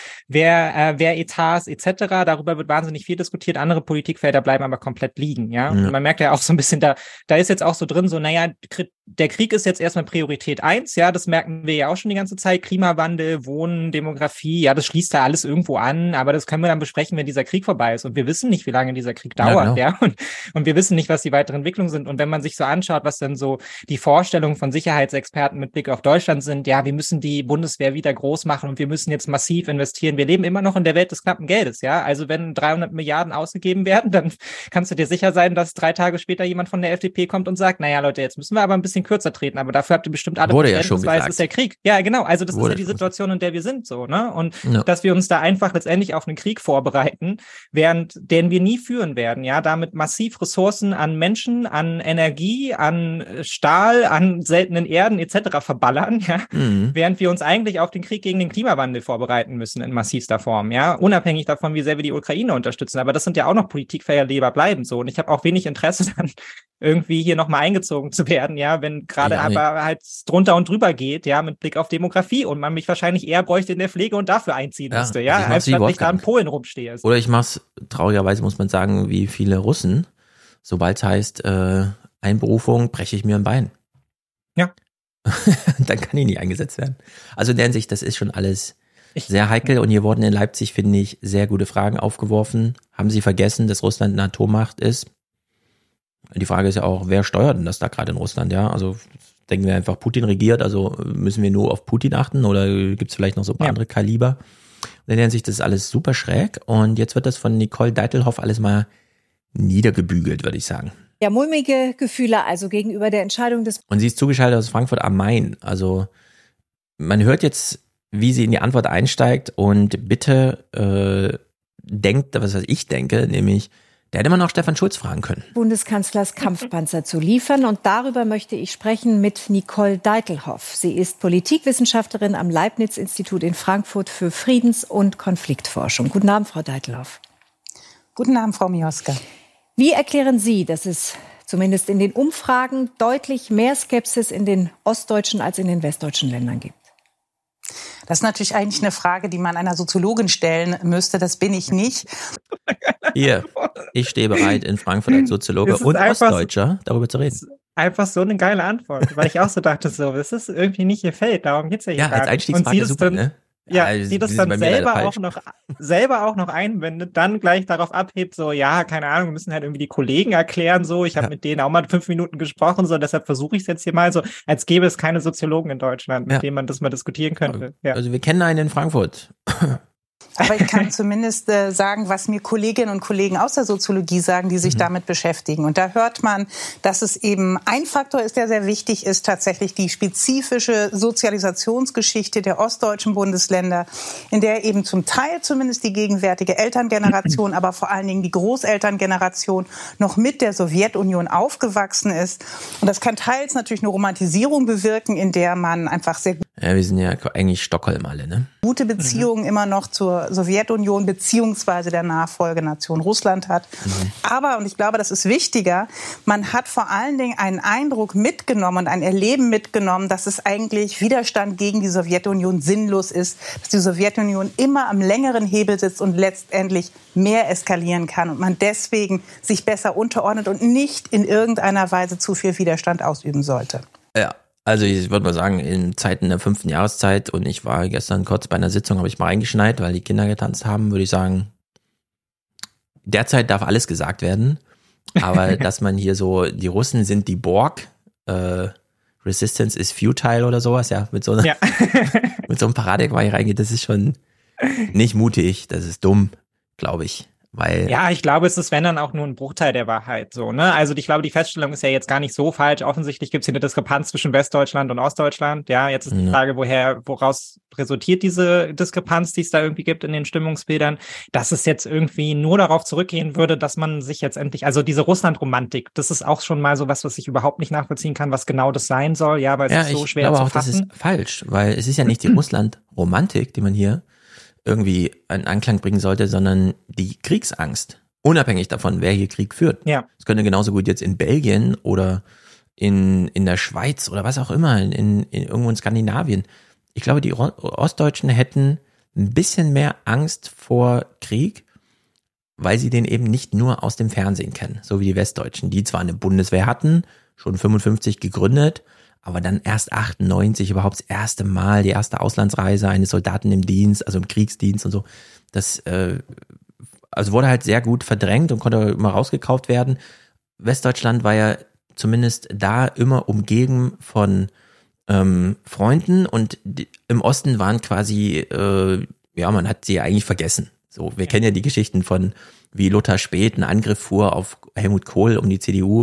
wer Etats etc. Darüber wird wahnsinnig viel diskutiert. Andere Politikfelder bleiben aber komplett liegen. Ja, und man merkt ja auch so ein bisschen, da ist jetzt auch so drin, so, naja, der Krieg ist jetzt erstmal Priorität 1, ja, das merken wir ja auch schon die ganze Zeit, Klimawandel, Wohnen, Demografie, ja, das schließt da alles irgendwo an, aber das können wir dann besprechen, wenn dieser Krieg vorbei ist und wir wissen nicht, wie lange dieser Krieg dauert, ja, und wir wissen nicht, was die weiteren Entwicklungen sind und wenn man sich so anschaut, was dann so die Vorstellungen von Sicherheitsexperten mit Blick auf Deutschland sind, ja, wir müssen die Bundeswehr wieder groß machen und wir müssen jetzt massiv investieren, wir leben immer noch in der Welt des knappen Geldes, ja, also wenn 300 Milliarden ausgegeben werden, dann kannst du dir sicher sein, dass 3 Tage später jemand von der FDP kommt und sagt, naja Leute, jetzt müssen wir aber ein bisschen kürzer treten, aber dafür habt ihr bestimmt alle Verständnis, weil es ist der Krieg. Ja, genau, also das ist ja die Situation, in der wir sind, so, ne? Und dass wir uns da einfach letztendlich auf einen Krieg vorbereiten, den wir nie führen werden, ja, damit massiv Ressourcen an Menschen, an Energie, an Stahl, an seltenen Erden etc. verballern, ja, während wir uns eigentlich auf den Krieg gegen den Klimawandel vorbereiten müssen in massivster Form, ja, unabhängig davon, wie sehr wir die Ukraine unterstützen, aber das sind ja auch noch Politikfelder, die bleiben, so, und ich habe auch wenig Interesse dann irgendwie hier nochmal eingezogen zu werden, ja, wenn gerade aber halt drunter und drüber geht, ja, mit Blick auf Demografie und man mich wahrscheinlich eher bräuchte in der Pflege und dafür einziehen müsste, ja, als dass ich da in Polen rumstehe. Oder ich mach's, traurigerweise muss man sagen, wie viele Russen, sobald es heißt, Einberufung, breche ich mir ein Bein. Ja. Dann kann ich nicht eingesetzt werden. Also in der Hinsicht, das ist schon alles sehr heikel und hier wurden in Leipzig, finde ich, sehr gute Fragen aufgeworfen. Haben Sie vergessen, dass Russland eine Atommacht ist? Die Frage ist ja auch, wer steuert denn das da gerade in Russland? Ja, also denken wir einfach, Putin regiert, also müssen wir nur auf Putin achten oder gibt es vielleicht noch so ein paar andere Kaliber? Und in der Hinsicht, das ist alles super schräg und jetzt wird das von Nicole Deitelhoff alles mal niedergebügelt, würde ich sagen. Ja, mulmige Gefühle also gegenüber der Entscheidung des... Und sie ist zugeschaltet aus Frankfurt am Main. Also man hört jetzt, wie sie in die Antwort einsteigt und bitte denkt, was ich denke, nämlich, der hätte man auch Stefan Schulz fragen können. Bundeskanzlers Kampfpanzer zu liefern. Und darüber möchte ich sprechen mit Nicole Deitelhoff. Sie ist Politikwissenschaftlerin am Leibniz-Institut in Frankfurt für Friedens- und Konfliktforschung. Guten Abend, Frau Deitelhoff. Guten Abend, Frau Mioska. Wie erklären Sie, dass es zumindest in den Umfragen deutlich mehr Skepsis in den ostdeutschen als in den westdeutschen Ländern gibt? Das ist natürlich eigentlich eine Frage, die man einer Soziologin stellen müsste. Das bin ich nicht. Hier, ich stehe bereit, in Frankfurt als Soziologe und Ostdeutscher darüber zu reden. Einfach so eine geile Antwort, weil ich auch so dachte, so, das ist irgendwie nicht ihr Feld, darum geht's ja hier. Ja, als Einstiegsfrage super, ne? Ja, die das dann selber auch noch einwendet, dann gleich darauf abhebt, so, ja, keine Ahnung, wir müssen halt irgendwie die Kollegen erklären, so, ich habe mit denen auch mal 5 Minuten gesprochen, so, deshalb versuche ich es jetzt hier mal so, als gäbe es keine Soziologen in Deutschland, mit denen man das mal diskutieren könnte. Ja. Also wir kennen einen in Frankfurt. Aber ich kann zumindest sagen, was mir Kolleginnen und Kollegen aus der Soziologie sagen, die sich damit beschäftigen. Und da hört man, dass es eben ein Faktor ist, der sehr wichtig ist, tatsächlich die spezifische Sozialisationsgeschichte der ostdeutschen Bundesländer, in der eben zum Teil zumindest die gegenwärtige Elterngeneration, aber vor allen Dingen die Großelterngeneration noch mit der Sowjetunion aufgewachsen ist. Und das kann teils natürlich eine Romantisierung bewirken, in der man einfach sehr gut... Ja, wir sind ja eigentlich Stockholm alle, ne? Gute Beziehungen immer noch zur Sowjetunion beziehungsweise der Nachfolgenation Russland hat. Aber, und ich glaube, das ist wichtiger, man hat vor allen Dingen einen Eindruck mitgenommen und ein Erleben mitgenommen, dass es eigentlich Widerstand gegen die Sowjetunion sinnlos ist, dass die Sowjetunion immer am längeren Hebel sitzt und letztendlich mehr eskalieren kann und man deswegen sich besser unterordnet und nicht in irgendeiner Weise zu viel Widerstand ausüben sollte. Ja. Also ich würde mal sagen, in Zeiten der 5. Jahreszeit, und ich war gestern kurz bei einer Sitzung, habe ich mal eingeschneit, weil die Kinder getanzt haben, würde ich sagen, derzeit darf alles gesagt werden, aber dass man hier so, die Russen sind die Borg, Resistance is futile oder sowas, ja, mit so einem Paradigma hier reingeht, das ist schon nicht mutig, das ist dumm, glaube ich. Weil ja, ich glaube, es ist, wenn dann auch nur ein Bruchteil der Wahrheit, so, ne? Also ich glaube, die Feststellung ist ja jetzt gar nicht so falsch. Offensichtlich gibt es hier eine Diskrepanz zwischen Westdeutschland und Ostdeutschland. Ja, jetzt ist die Frage, woraus resultiert diese Diskrepanz, die es da irgendwie gibt in den Stimmungsbildern, dass es jetzt irgendwie nur darauf zurückgehen würde, dass man sich jetzt endlich, also diese Russland-Romantik, das ist auch schon mal so was ich überhaupt nicht nachvollziehen kann, was genau das sein soll, ja, weil es ist so schwer zu fassen. Ich glaube auch, das ist falsch, weil es ist ja nicht die Russland-Romantik, die man hier irgendwie einen Anklang bringen sollte, sondern die Kriegsangst. Unabhängig davon, wer hier Krieg führt. Ja. Es könnte genauso gut jetzt in Belgien oder in der Schweiz oder was auch immer, in irgendwo in Skandinavien. Ich glaube, die Ostdeutschen hätten ein bisschen mehr Angst vor Krieg, weil sie den eben nicht nur aus dem Fernsehen kennen, so wie die Westdeutschen, die zwar eine Bundeswehr hatten, schon 55 gegründet, aber dann erst 98 überhaupt das erste Mal, die erste Auslandsreise eines Soldaten im Dienst, also im Kriegsdienst und so. Das also wurde halt sehr gut verdrängt und konnte immer rausgekauft werden. Westdeutschland war ja zumindest da immer umgeben von Freunden und im Osten waren quasi, man hat sie eigentlich vergessen. So, wir kennen ja die Geschichten von, wie Lothar Späth einen Angriff fuhr auf Helmut Kohl um die CDU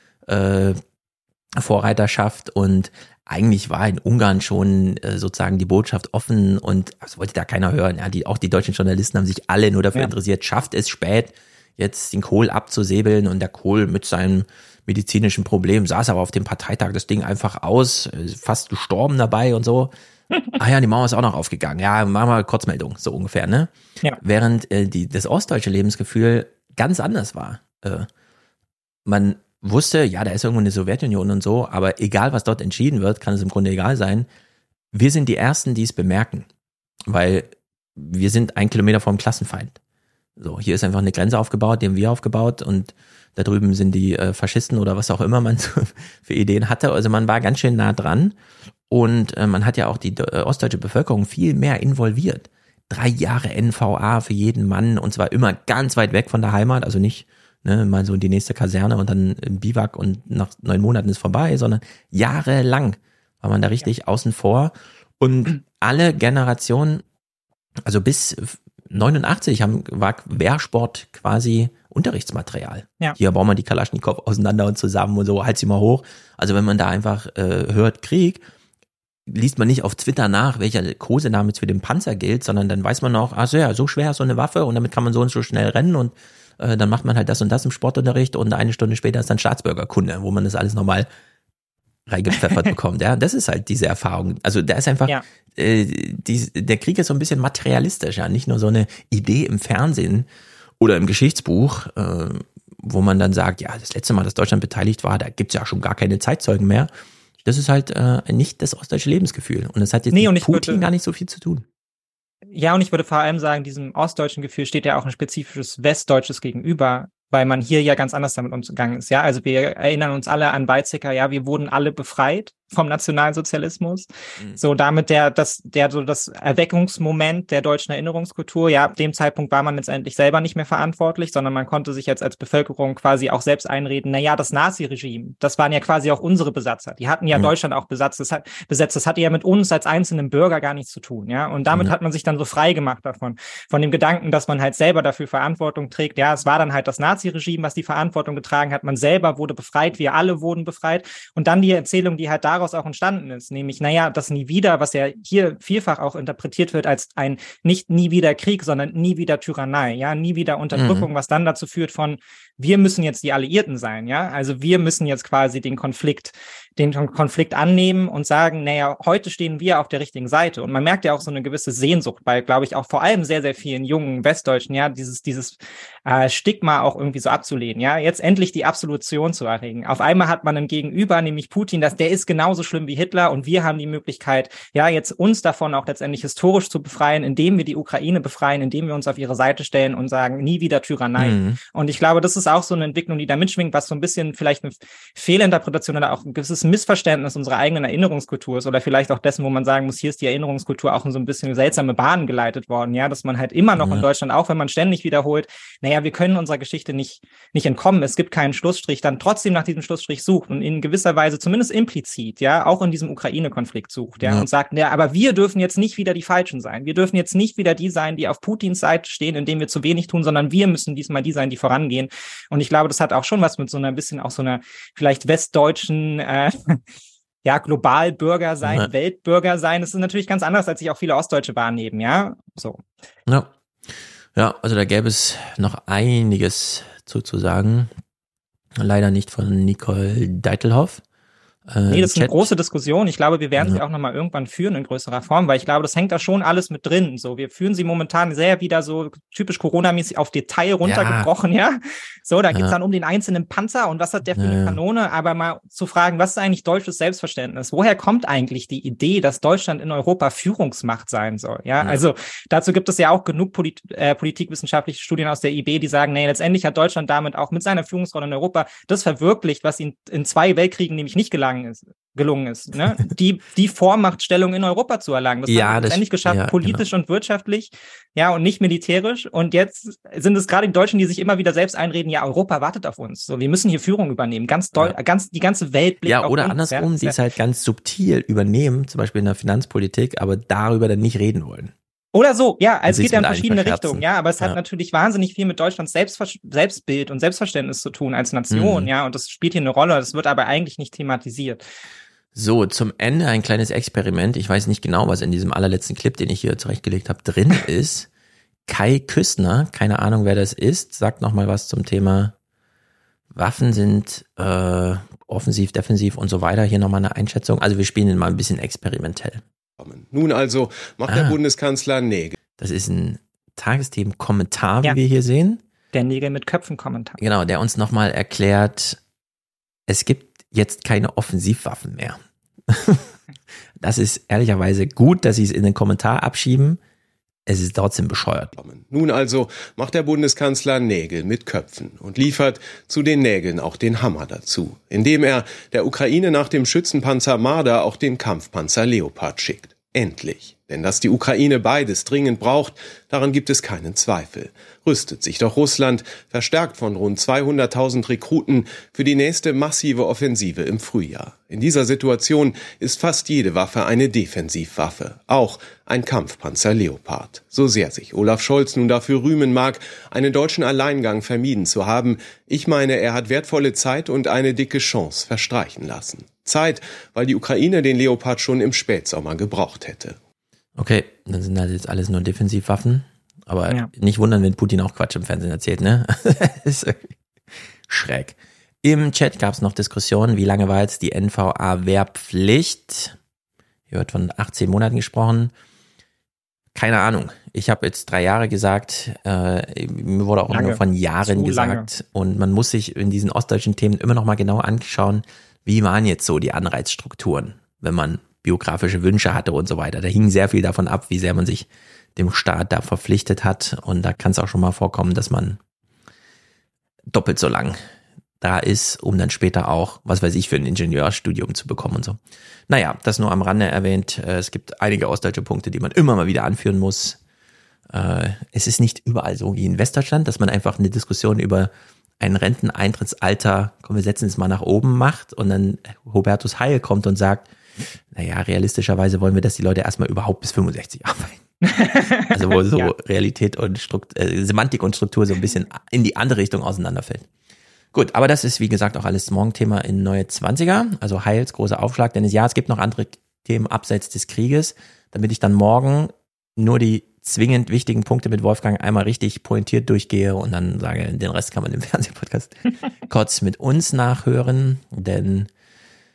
Vorreiterschaft und eigentlich war in Ungarn schon sozusagen die Botschaft offen und das wollte da keiner hören. Ja, auch die deutschen Journalisten haben sich alle nur dafür interessiert, schafft es Späth, jetzt den Kohl abzusäbeln, und der Kohl mit seinem medizinischen Problem saß aber auf dem Parteitag das Ding einfach aus, fast gestorben dabei und so. Ah ja, die Mauer ist auch noch aufgegangen. Ja, machen wir Kurzmeldung, so ungefähr, ne? Ja. Während das ostdeutsche Lebensgefühl ganz anders war. Man wusste, ja, da ist irgendwo eine Sowjetunion und so, aber egal, was dort entschieden wird, kann es im Grunde egal sein. Wir sind die Ersten, die es bemerken, weil wir sind 1 Kilometer vom Klassenfeind. So, hier ist einfach eine Grenze aufgebaut, die haben wir aufgebaut, und da drüben sind die Faschisten oder was auch immer man so für Ideen hatte. Also man war ganz schön nah dran, und man hat ja auch die ostdeutsche Bevölkerung viel mehr involviert. 3 Jahre NVA für jeden Mann, und zwar immer ganz weit weg von der Heimat, also nicht mal so in die nächste Kaserne und dann im Biwak und nach 9 Monaten ist vorbei, sondern jahrelang war man da richtig außen vor. Und alle Generationen, also bis 89 war Wehrsport quasi Unterrichtsmaterial. Ja. Hier bauen wir die Kalaschnikow auseinander und zusammen und so, halt sie mal hoch. Also wenn man da einfach hört Krieg, liest man nicht auf Twitter nach, welcher Kosename jetzt für den Panzer gilt, sondern dann weiß man noch, also ja, so schwer ist so eine Waffe und damit kann man so und so schnell rennen, und dann macht man halt das und das im Sportunterricht, und 1 Stunde später ist dann Staatsbürgerkunde, wo man das alles nochmal reingepfeffert bekommt. Ja, das ist halt diese Erfahrung. Also da ist einfach, der Krieg ist so ein bisschen materialistisch, ja, nicht nur so eine Idee im Fernsehen oder im Geschichtsbuch, wo man dann sagt, ja, das letzte Mal, dass Deutschland beteiligt war, da gibt's ja schon gar keine Zeitzeugen mehr. Das ist halt nicht das ostdeutsche Lebensgefühl, und das hat jetzt mit Putin gar nicht so viel zu tun. Ja, und ich würde vor allem sagen, diesem ostdeutschen Gefühl steht ja auch ein spezifisches westdeutsches gegenüber, weil man hier ja ganz anders damit umgegangen ist. Ja, also wir erinnern uns alle an Weizsäcker, ja, wir wurden alle befreit vom Nationalsozialismus. So damit das Erweckungsmoment der deutschen Erinnerungskultur, ja, ab dem Zeitpunkt war man letztendlich selber nicht mehr verantwortlich, sondern man konnte sich jetzt als Bevölkerung quasi auch selbst einreden, naja, das Nazi-Regime, das waren ja quasi auch unsere Besatzer. Die hatten ja Deutschland auch besetzt. Das hatte ja mit uns als einzelnen Bürger gar nichts zu tun, ja. Und damit hat man sich dann so frei gemacht davon, von dem Gedanken, dass man halt selber dafür Verantwortung trägt. Ja, es war dann halt das Nazi-Regime, was die Verantwortung getragen hat. Man selber wurde befreit, wir alle wurden befreit. Und dann die Erzählung, die halt daraus auch entstanden ist, nämlich, naja, das nie wieder, was ja hier vielfach auch interpretiert wird als ein nicht nie wieder Krieg, sondern nie wieder Tyrannei, ja, nie wieder Unterdrückung, was dann dazu führt von, wir müssen jetzt die Alliierten sein, ja, also wir müssen jetzt quasi den Konflikt den Konflikt annehmen und sagen, naja, heute stehen wir auf der richtigen Seite. Und man merkt ja auch so eine gewisse Sehnsucht bei, glaube ich, auch vor allem sehr, sehr vielen jungen Westdeutschen, ja, dieses Stigma auch irgendwie so abzulehnen, ja, jetzt endlich die Absolution zu erregen. Auf einmal hat man einen Gegenüber, nämlich Putin, der ist genauso schlimm wie Hitler und wir haben die Möglichkeit, ja, jetzt uns davon auch letztendlich historisch zu befreien, indem wir die Ukraine befreien, indem wir uns auf ihre Seite stellen und sagen, nie wieder Tyrannei. Mhm. Und ich glaube, das ist auch so eine Entwicklung, die da mitschwingt, was so ein bisschen vielleicht eine Fehlinterpretation oder auch ein gewisses Missverständnis unserer eigenen Erinnerungskultur ist oder vielleicht auch dessen, wo man sagen muss, hier ist die Erinnerungskultur auch in so ein bisschen seltsame Bahnen geleitet worden, ja, dass man halt immer noch in Deutschland, auch wenn man ständig wiederholt, naja, wir können unserer Geschichte nicht entkommen, es gibt keinen Schlussstrich, dann trotzdem nach diesem Schlussstrich sucht und in gewisser Weise, zumindest implizit, ja, auch in diesem Ukraine-Konflikt sucht, ja, und sagt, ja, aber wir dürfen jetzt nicht wieder die Falschen sein, wir dürfen jetzt nicht wieder die sein, die auf Putins Seite stehen, indem wir zu wenig tun, sondern wir müssen diesmal die sein, die vorangehen. Und ich glaube, das hat auch schon was mit so einer bisschen auch so einer vielleicht westdeutschen ja, Globalbürger sein, Weltbürger sein. Das ist natürlich ganz anders, als sich auch viele Ostdeutsche wahrnehmen, ja, so. Ja, also da gäbe es noch einiges zu sagen. Leider nicht von Nicole Deitelhoff. Nee, das ist eine große Diskussion. Ich glaube, wir werden sie auch nochmal irgendwann führen in größerer Form, weil ich glaube, das hängt da schon alles mit drin. So, wir führen sie momentan sehr wieder so typisch Corona-mäßig auf Detail runtergebrochen, ja. So, da geht's dann um den einzelnen Panzer und was hat der für eine Kanone, aber mal zu fragen, was ist eigentlich deutsches Selbstverständnis? Woher kommt eigentlich die Idee, dass Deutschland in Europa Führungsmacht sein soll? Ja, also dazu gibt es ja auch genug politikwissenschaftliche Studien aus der IB, die sagen, nee, letztendlich hat Deutschland damit auch mit seiner Führungsrolle in Europa das verwirklicht, was ihnen in 2 Weltkriegen nämlich nicht gelungen ist, ne? die Vormachtstellung in Europa zu erlangen. Das haben wir letztendlich geschafft, politisch und wirtschaftlich, ja, und nicht militärisch. Und jetzt sind es gerade die Deutschen, die sich immer wieder selbst einreden, ja, Europa wartet auf uns. So, wir müssen hier Führung übernehmen. Die ganze Welt blickt auf uns. Ja, oder andersrum, die es halt ganz subtil übernehmen, zum Beispiel in der Finanzpolitik, aber darüber dann nicht reden wollen. Oder so, ja, es geht ja in verschiedene Richtungen, ja, aber es hat natürlich wahnsinnig viel mit Deutschlands Selbstbild und Selbstverständnis zu tun als Nation, ja, und das spielt hier eine Rolle, das wird aber eigentlich nicht thematisiert. So, zum Ende ein kleines Experiment. Ich weiß nicht genau, was in diesem allerletzten Clip, den ich hier zurechtgelegt habe, drin ist. Kai Küstner, keine Ahnung, wer das ist, sagt nochmal was zum Thema Waffen sind offensiv, defensiv und so weiter. Hier nochmal eine Einschätzung. Also wir spielen ihn mal ein bisschen experimentell. Nun also macht der Bundeskanzler Nägel. Das ist ein Tagesthemen-Kommentar, wie wir hier sehen. Der Nägel mit Köpfen-Kommentar. Genau, der uns nochmal erklärt, es gibt jetzt keine Offensivwaffen mehr. Das ist ehrlicherweise gut, dass sie es in den Kommentar abschieben. Es ist trotzdem bescheuert. Nun also macht der Bundeskanzler Nägel mit Köpfen und liefert zu den Nägeln auch den Hammer dazu, indem er der Ukraine nach dem Schützenpanzer Marder auch den Kampfpanzer Leopard schickt. Endlich. Denn dass die Ukraine beides dringend braucht, daran gibt es keinen Zweifel. Rüstet sich doch Russland, verstärkt von rund 200.000 Rekruten, für die nächste massive Offensive im Frühjahr. In dieser Situation ist fast jede Waffe eine Defensivwaffe, auch ein Kampfpanzer Leopard. So sehr sich Olaf Scholz nun dafür rühmen mag, einen deutschen Alleingang vermieden zu haben, ich meine, er hat wertvolle Zeit und eine dicke Chance verstreichen lassen. Zeit, weil die Ukraine den Leopard schon im Spätsommer gebraucht hätte. Okay, dann sind das jetzt alles nur Defensivwaffen. Aber nicht wundern, wenn Putin auch Quatsch im Fernsehen erzählt, ne? Ist irgendwie schräg. Im Chat gab es noch Diskussionen, wie lange war jetzt die NVA-Wehrpflicht? Hier wird von 18 Monaten gesprochen. Keine Ahnung. Ich habe jetzt 3 Jahre gesagt. Mir wurde auch immer nur von Jahren gesagt. Und man muss sich in diesen ostdeutschen Themen immer noch mal genau anschauen, wie waren jetzt so die Anreizstrukturen, wenn man biografische Wünsche hatte und so weiter. Da hing sehr viel davon ab, wie sehr man sich dem Staat da verpflichtet hat. Und da kann es auch schon mal vorkommen, dass man doppelt so lang da ist, um dann später auch, was weiß ich, für ein Ingenieurstudium zu bekommen und so. Naja, das nur am Rande erwähnt. Es gibt einige ostdeutsche Punkte, die man immer mal wieder anführen muss. Es ist nicht überall so wie in Westdeutschland, dass man einfach eine Diskussion über ein Renteneintrittsalter, komm, wir setzen es mal nach oben, macht und dann Hubertus Heil kommt und sagt, naja, realistischerweise wollen wir, dass die Leute erstmal überhaupt bis 65 arbeiten. Also wo so Realität und Semantik und Struktur so ein bisschen in die andere Richtung auseinanderfällt. Gut, aber das ist wie gesagt auch alles Morgenthema in Neue 20er, also Heils großer Aufschlag, denn es gibt noch andere Themen abseits des Krieges, damit ich dann morgen nur die zwingend wichtigen Punkte mit Wolfgang einmal richtig pointiert durchgehe und dann sage, den Rest kann man im Fernsehpodcast kurz mit uns nachhören, denn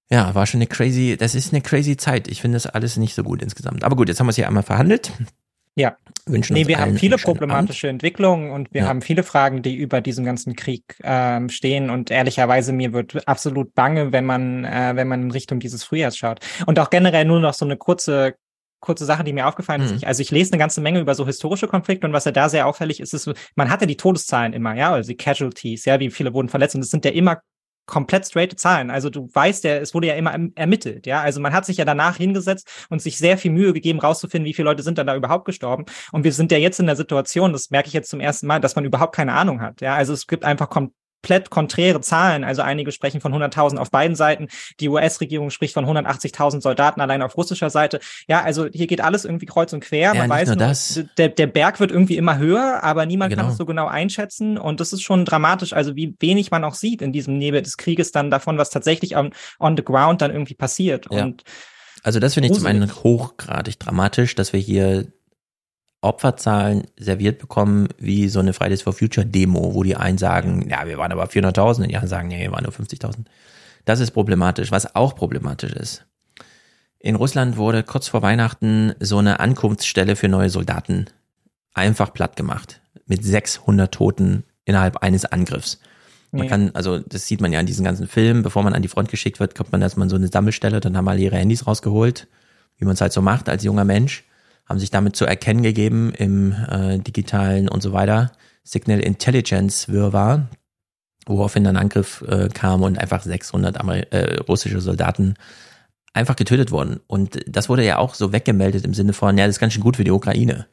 Ja, war schon das ist eine crazy Zeit. Ich finde das alles nicht so gut insgesamt. Aber gut, jetzt haben wir es hier einmal verhandelt. Ja. Wir haben viele problematische Entwicklungen und wir haben viele Fragen, die über diesem ganzen Krieg stehen. Und ehrlicherweise, mir wird absolut bange, wenn man in Richtung dieses Frühjahrs schaut. Und auch generell nur noch so eine kurze Sache, die mir aufgefallen ist. Also ich lese eine ganze Menge über so historische Konflikte und was ja da sehr auffällig ist, man hatte die Todeszahlen immer, ja, also die Casualties, ja, wie viele wurden verletzt und das sind ja immer komplett straighte Zahlen. Also du weißt ja, es wurde ja immer ermittelt, ja. Also man hat sich ja danach hingesetzt und sich sehr viel Mühe gegeben, rauszufinden, wie viele Leute sind dann da überhaupt gestorben. Und wir sind ja jetzt in der Situation, das merke ich jetzt zum ersten Mal, dass man überhaupt keine Ahnung hat, ja. Also es gibt einfach komplett konträre Zahlen. Also einige sprechen von 100.000 auf beiden Seiten. Die US-Regierung spricht von 180.000 Soldaten allein auf russischer Seite. Ja, also hier geht alles irgendwie kreuz und quer. Man weiß nur, der Berg wird irgendwie immer höher, aber niemand kann es so genau einschätzen. Und das ist schon dramatisch. Also wie wenig man auch sieht in diesem Nebel des Krieges dann davon, was tatsächlich on the ground dann irgendwie passiert. Ja. Und also das finde ich zum einen hochgradig dramatisch, dass wir hier Opferzahlen serviert bekommen wie so eine Fridays for Future Demo, wo die einen sagen, ja, wir waren aber 400.000 und die anderen sagen, nee, wir waren nur 50.000. Das ist problematisch. Was auch problematisch ist, in Russland wurde kurz vor Weihnachten so eine Ankunftsstelle für neue Soldaten einfach platt gemacht. Mit 600 Toten innerhalb eines Angriffs. Man kann, also das sieht man ja in diesen ganzen Filmen, bevor man an die Front geschickt wird, kommt man erstmal in so eine Sammelstelle, dann haben alle ihre Handys rausgeholt, wie man es halt so macht als junger Mensch. Haben sich damit zu erkennen gegeben im digitalen und so weiter Signal Intelligence Wirrwarr, woraufhin dann ein Angriff kam und einfach 600 russische Soldaten einfach getötet wurden. Und das wurde ja auch so weggemeldet im Sinne von, ja, das ist ganz schön gut für die Ukraine.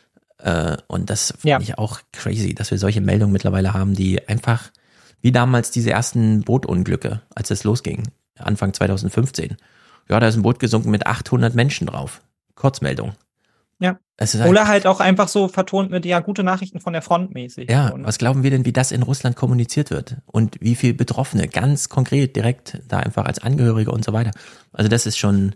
Und das finde ich auch crazy, dass wir solche Meldungen mittlerweile haben, die einfach, wie damals diese ersten Bootunglücke, als es losging, Anfang 2015. Ja, da ist ein Boot gesunken mit 800 Menschen drauf. Kurzmeldung. Ja. Oder halt auch einfach so vertont mit, ja, gute Nachrichten von der Front mäßig. Ja, was glauben wir denn, wie das in Russland kommuniziert wird? Und wie viel Betroffene ganz konkret direkt da einfach als Angehörige und so weiter. Also das ist schon,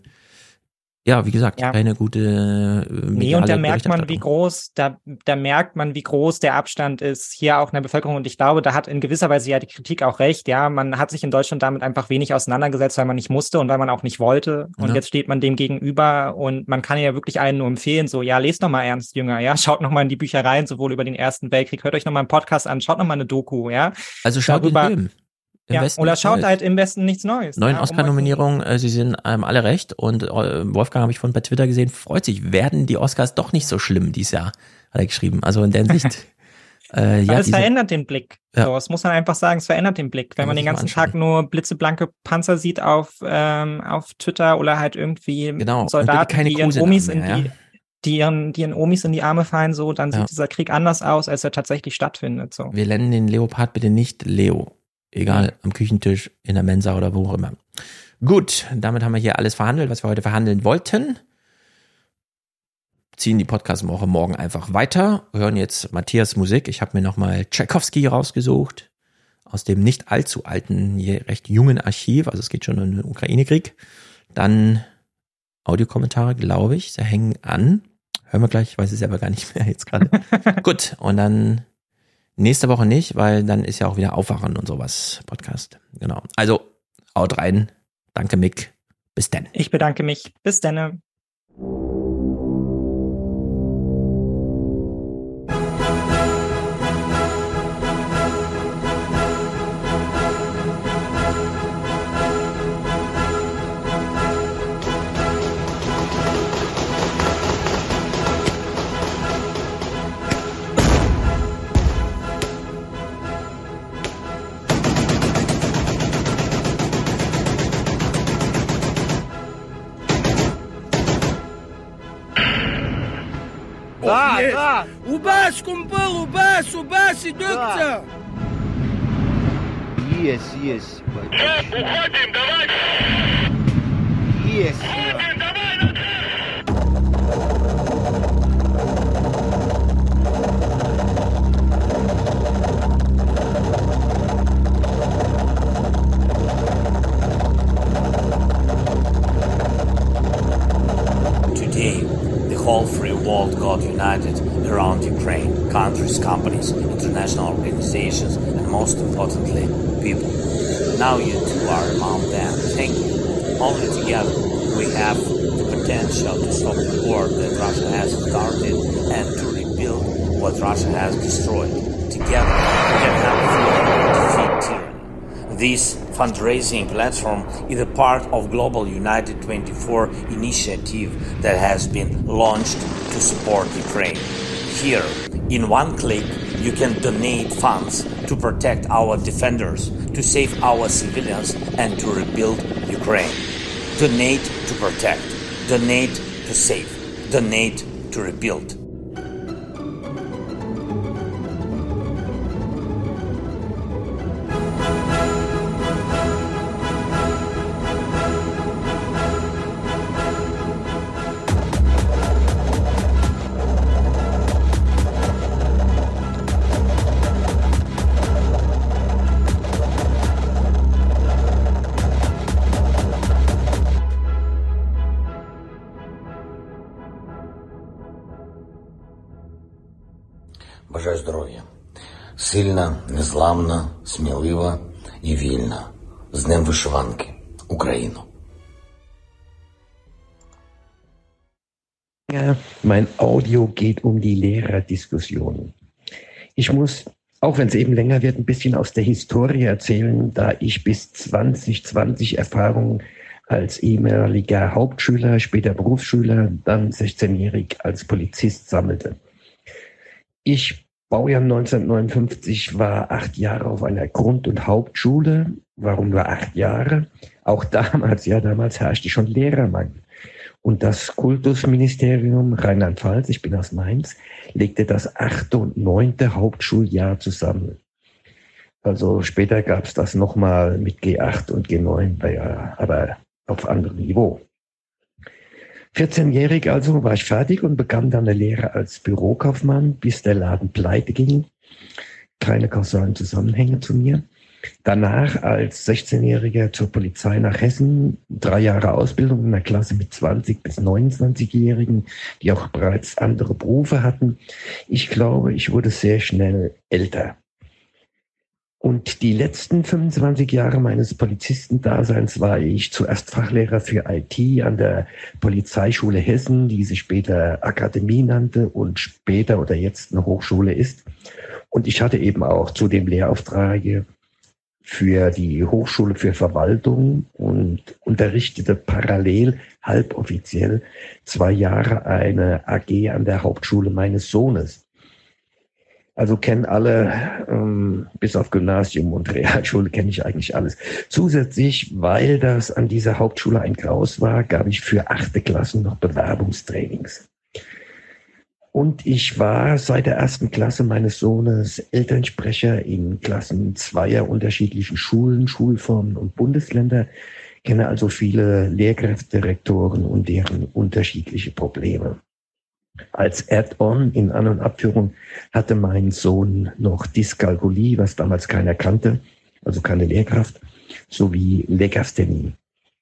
ja, wie gesagt, keine gute und da merkt man, wie groß, da merkt man, wie groß der Abstand ist hier auch in der Bevölkerung. Und ich glaube, da hat in gewisser Weise ja die Kritik auch recht. Ja, man hat sich in Deutschland damit einfach wenig auseinandergesetzt, weil man nicht musste und weil man auch nicht wollte. Und jetzt steht man dem gegenüber und man kann ja wirklich allen nur empfehlen, so, ja, lest noch mal Ernst Jünger, ja, schaut noch mal in die Büchereien, sowohl über den Ersten Weltkrieg, hört euch noch mal einen Podcast an, schaut noch mal eine Doku, ja. Also schaut den Film. Ja, oder schaut halt im Westen nichts Neues. 9 Oscar-Nominierungen, sie sind alle recht. Und Wolfgang, habe ich vorhin bei Twitter gesehen, freut sich, werden die Oscars doch nicht so schlimm dieses Jahr, hat er geschrieben. Also in der Sicht. Es verändert den Blick. Ja. So, das muss man einfach sagen, es verändert den Blick. Wenn man den ganzen Tag nur blitzeblanke Panzer sieht auf Twitter oder halt irgendwie Soldaten, die ihren Omis die ihren Omis in die Arme fallen, so, dann sieht dieser Krieg anders aus, als er tatsächlich stattfindet. So. Wir nennen den Leopard bitte nicht Leo. Egal, am Küchentisch, in der Mensa oder wo auch immer. Gut, damit haben wir hier alles verhandelt, was wir heute verhandeln wollten. Ziehen die Podcast-Woche morgen einfach weiter. Hören jetzt Matthias Musik. Ich habe mir nochmal Tchaikovsky rausgesucht. Aus dem nicht allzu alten, recht jungen Archiv. Also es geht schon um den Ukraine-Krieg. Dann Audiokommentare, glaube ich. Sie hängen an. Hören wir gleich, ich weiß es aber gar nicht mehr jetzt gerade. Gut, und dann nächste Woche nicht, weil dann ist ja auch wieder Aufwachen und sowas Podcast. Genau. Also, haut rein. Danke, Mick. Bis dann. Ich bedanke mich. Bis dann. وباس كومبل وباس دكتور يس وقدم давай يس Today, the whole free world got united around Ukraine, countries, companies, international organizations, and most importantly, people. Now you two are among them. Thank you. Only together we have the potential to stop the war that Russia has started and to rebuild what Russia has destroyed. Together we can help defeat tyranny. This fundraising platform is a part of Global United 24 initiative that has been launched to support Ukraine. Here, in one click, you can donate funds to protect our defenders, to save our civilians, and to rebuild Ukraine. Donate to protect, donate to save, donate to rebuild. Бажаю здоров'я. Сильна, незламна, смілива і вільна. З Днем вишиванки. Україну. Mein Audio geht um die Lehrerdiskussion. Ich muss, auch wenn es eben länger wird, ein bisschen aus der Historie erzählen, da ich bis 2020 Erfahrungen als ehemaliger Hauptschüler, später Berufsschüler, dann 16-jährig als Polizist sammelte. Ich, Baujahr 1959, war 8 Jahre auf einer Grund- und Hauptschule. Warum nur 8 Jahre? Auch damals herrschte schon Lehrermangel. Und das Kultusministerium Rheinland-Pfalz, ich bin aus Mainz, legte das 8. und 9. Hauptschuljahr zusammen. Also später gab es das nochmal mit G8 und G9, aber auf anderem Niveau. 14-jährig also war ich fertig und begann dann eine Lehre als Bürokaufmann, bis der Laden pleite ging. Keine kausalen Zusammenhänge zu mir. Danach als 16-Jähriger zur Polizei nach Hessen, 3 Jahre Ausbildung in einer Klasse mit 20- bis 29-Jährigen, die auch bereits andere Berufe hatten. Ich glaube, ich wurde sehr schnell älter. Und die letzten 25 Jahre meines Polizistendaseins war ich zuerst Fachlehrer für IT an der Polizeischule Hessen, die sich später Akademie nannte und später oder jetzt eine Hochschule ist. Und ich hatte eben auch zudem Lehraufträge für die Hochschule für Verwaltung und unterrichtete parallel, halboffiziell, 2 Jahre eine AG an der Hauptschule meines Sohnes. Also kennen alle, bis auf Gymnasium und Realschule kenne ich eigentlich alles. Zusätzlich, weil das an dieser Hauptschule ein Graus war, gab ich für 8. Klassen noch Bewerbungstrainings. Und ich war seit der 1. Klasse meines Sohnes Elternsprecher in Klassen 2er unterschiedlichen Schulen, Schulformen und Bundesländer, kenne also viele Lehrkräfte, Rektoren und deren unterschiedliche Probleme. Als Add-on in An- und Abführung hatte mein Sohn noch Dyskalkulie, was damals keiner kannte, also keine Lehrkraft, sowie Legasthenie.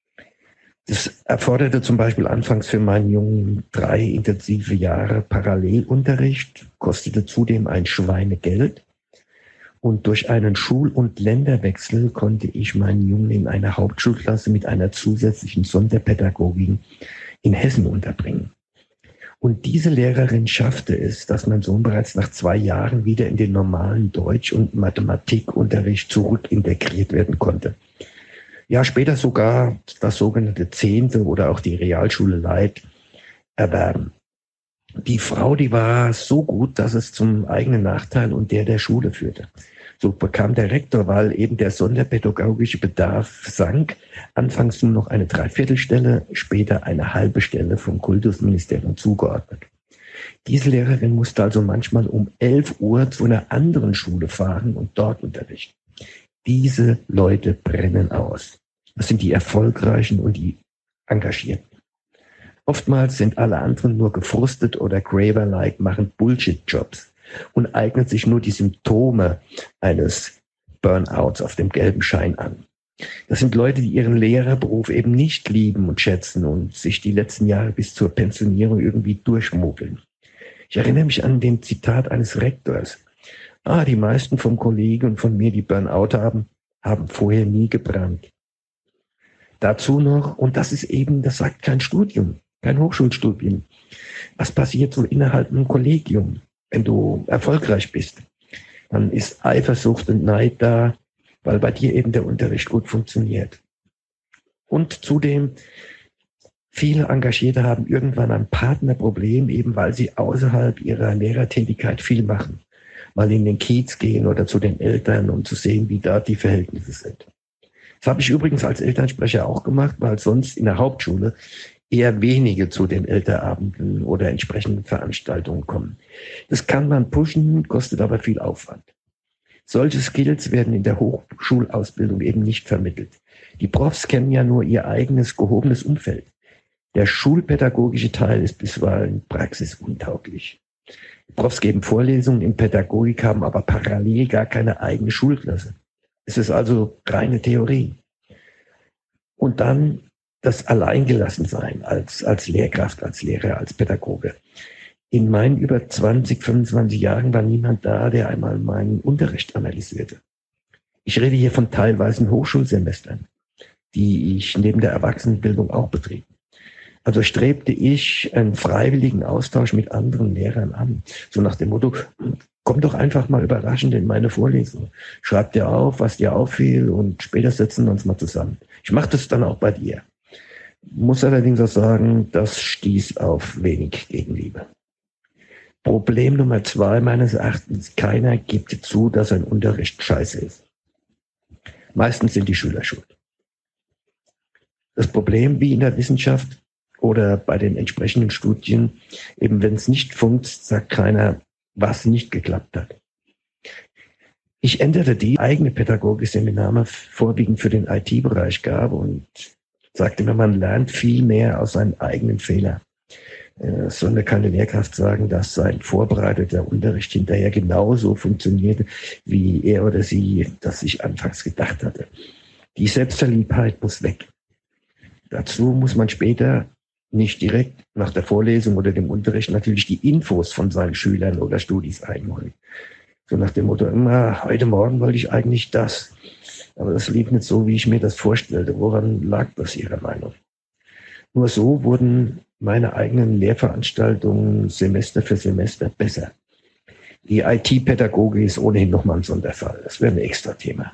Das erforderte zum Beispiel anfangs für meinen Jungen 3 intensive Jahre Parallelunterricht, kostete zudem ein Schweinegeld. Und durch einen Schul- und Länderwechsel konnte ich meinen Jungen in einer Hauptschulklasse mit einer zusätzlichen Sonderpädagogin in Hessen unterbringen. Und diese Lehrerin schaffte es, dass mein Sohn bereits nach 2 Jahren wieder in den normalen Deutsch- und Mathematikunterricht zurückintegriert werden konnte. Ja, später sogar das sogenannte 10. oder auch die Realschule Light erwerben. Die Frau, die war so gut, dass es zum eigenen Nachteil und der Schule führte. So bekam der Rektor, weil eben der sonderpädagogische Bedarf sank, anfangs nur noch eine Dreiviertelstelle, später eine halbe Stelle vom Kultusministerium zugeordnet. Diese Lehrerin musste also manchmal um 11 Uhr zu einer anderen Schule fahren und dort unterrichten. Diese Leute brennen aus. Das sind die Erfolgreichen und die Engagierten. Oftmals sind alle anderen nur gefrustet oder Graver-like, machen Bullshit-Jobs und eignen sich nur die Symptome eines Burnouts auf dem gelben Schein an. Das sind Leute, die ihren Lehrerberuf eben nicht lieben und schätzen und sich die letzten Jahre bis zur Pensionierung irgendwie durchmogeln. Ich erinnere mich an den Zitat eines Rektors. Die meisten vom Kollegen und von mir, die Burnout haben vorher nie gebrannt. Dazu noch, und das ist eben, das sagt kein Studium, kein Hochschulstudium. Was passiert so innerhalb einem Kollegium, wenn du erfolgreich bist? Dann ist Eifersucht und Neid da, weil bei dir eben der Unterricht gut funktioniert. Und zudem, viele Engagierte haben irgendwann ein Partnerproblem, eben weil sie außerhalb ihrer Lehrertätigkeit viel machen. Mal in den Kiez gehen oder zu den Eltern, um zu sehen, wie dort die Verhältnisse sind. Das habe ich übrigens als Elternsprecher auch gemacht, weil sonst in der Hauptschule eher wenige zu den Elternabenden oder entsprechenden Veranstaltungen kommen. Das kann man pushen, kostet aber viel Aufwand. Solche Skills werden in der Hochschulausbildung eben nicht vermittelt. Die Profs kennen ja nur ihr eigenes gehobenes Umfeld. Der schulpädagogische Teil ist bisweilen praxisuntauglich. Die Profs geben Vorlesungen in Pädagogik, haben aber parallel gar keine eigene Schulklasse. Es ist also reine Theorie. Und dann das Alleingelassensein als Lehrkraft, als Lehrer, als Pädagoge. In meinen über 20, 25 Jahren war niemand da, der einmal meinen Unterricht analysierte. Ich rede hier von teilweise Hochschulsemestern, die ich neben der Erwachsenenbildung auch betrieb. Also strebte ich einen freiwilligen Austausch mit anderen Lehrern an. So nach dem Motto, komm doch einfach mal überraschend in meine Vorlesung. Schreib dir auf, was dir auffiel und später setzen wir uns mal zusammen. Ich mache das dann auch bei dir. Muss allerdings auch sagen, das stieß auf wenig Gegenliebe. Problem Nummer 2 meines Erachtens, keiner gibt zu, dass ein Unterricht scheiße ist. Meistens sind die Schüler schuld. Das Problem, wie in der Wissenschaft oder bei den entsprechenden Studien, eben wenn es nicht funkt, sagt keiner, was nicht geklappt hat. Ich änderte die eigene pädagogische Seminare vorwiegend für den IT-Bereich gab und sagte mir, man lernt viel mehr aus seinen eigenen Fehlern. Es soll mir keine Lehrkraft sagen, dass sein vorbereiteter Unterricht hinterher genauso funktionierte, wie er oder sie das sich anfangs gedacht hatte. Die Selbstverliebtheit muss weg. Dazu muss man später nicht direkt nach der Vorlesung oder dem Unterricht natürlich die Infos von seinen Schülern oder Studis einholen. So nach dem Motto, heute Morgen wollte ich eigentlich das. Aber das lief nicht so, wie ich mir das vorstellte. Woran lag das Ihrer Meinung? Nur so wurden meine eigenen Lehrveranstaltungen Semester für Semester besser. Die IT-Pädagogik ist ohnehin nochmal ein Sonderfall. Das wäre ein extra Thema.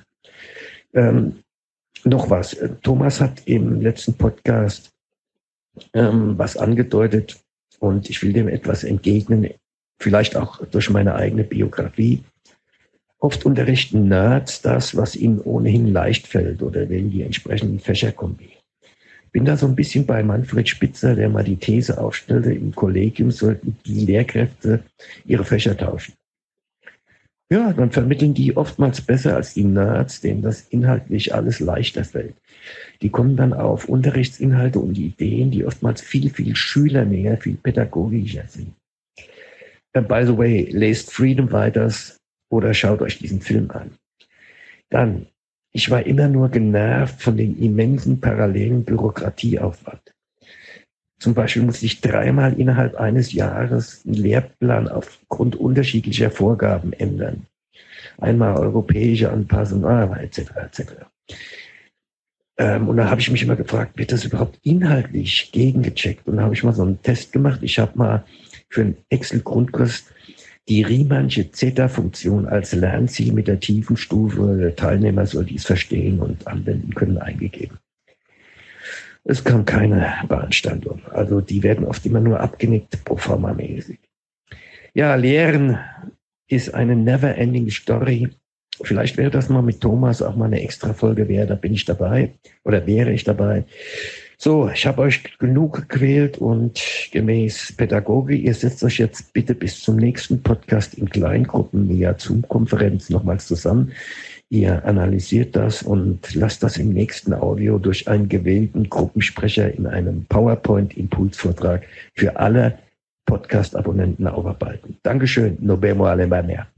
Noch was. Thomas hat im letzten Podcast was angedeutet und ich will dem etwas entgegnen, vielleicht auch durch meine eigene Biografie. Oft unterrichten Nerds das, was ihnen ohnehin leicht fällt oder wählen die entsprechenden Fächerkombi. Bin da so ein bisschen bei Manfred Spitzer, der mal die These aufstellte, im Kollegium sollten die Lehrkräfte ihre Fächer tauschen. Ja, dann vermitteln die oftmals besser als die Nerds, denen das inhaltlich alles leichter fällt. Die kommen dann auf Unterrichtsinhalte und Ideen, die oftmals viel, viel schülernäher, viel pädagogischer sind. By the way, lest Freedom Fighters oder schaut euch diesen Film an. Dann, ich war immer nur genervt von dem immensen parallelen Bürokratieaufwand. Zum Beispiel musste ich 3-mal innerhalb eines Jahres einen Lehrplan aufgrund unterschiedlicher Vorgaben ändern. Einmal europäische Anpassung, etc. etc. Und da habe ich mich immer gefragt, wird das überhaupt inhaltlich gegengecheckt? Und da habe ich mal so einen Test gemacht. Ich habe mal für einen Excel-Grundkurs die Riemannsche Zeta-Funktion als Lernziel mit der tiefen Stufe, der Teilnehmer soll dies verstehen und anwenden können, eingegeben. Es kam keine Beanstandung. Also die werden oft immer nur abgenickt, proforma-mäßig. Ja, Lehren ist eine never-ending Story. Vielleicht wäre das mal mit Thomas auch mal eine Extra-Folge wert, da bin ich dabei oder wäre ich dabei. So, ich habe euch genug gequält und gemäß Pädagogik, ihr setzt euch jetzt bitte bis zum nächsten Podcast in Kleingruppen via Zoom-Konferenz nochmals zusammen. Ihr analysiert das und lasst das im nächsten Audio durch einen gewählten Gruppensprecher in einem PowerPoint-Impulsvortrag für alle Podcast-Abonnenten aufarbeiten. Dankeschön, nos vemos alle mehr.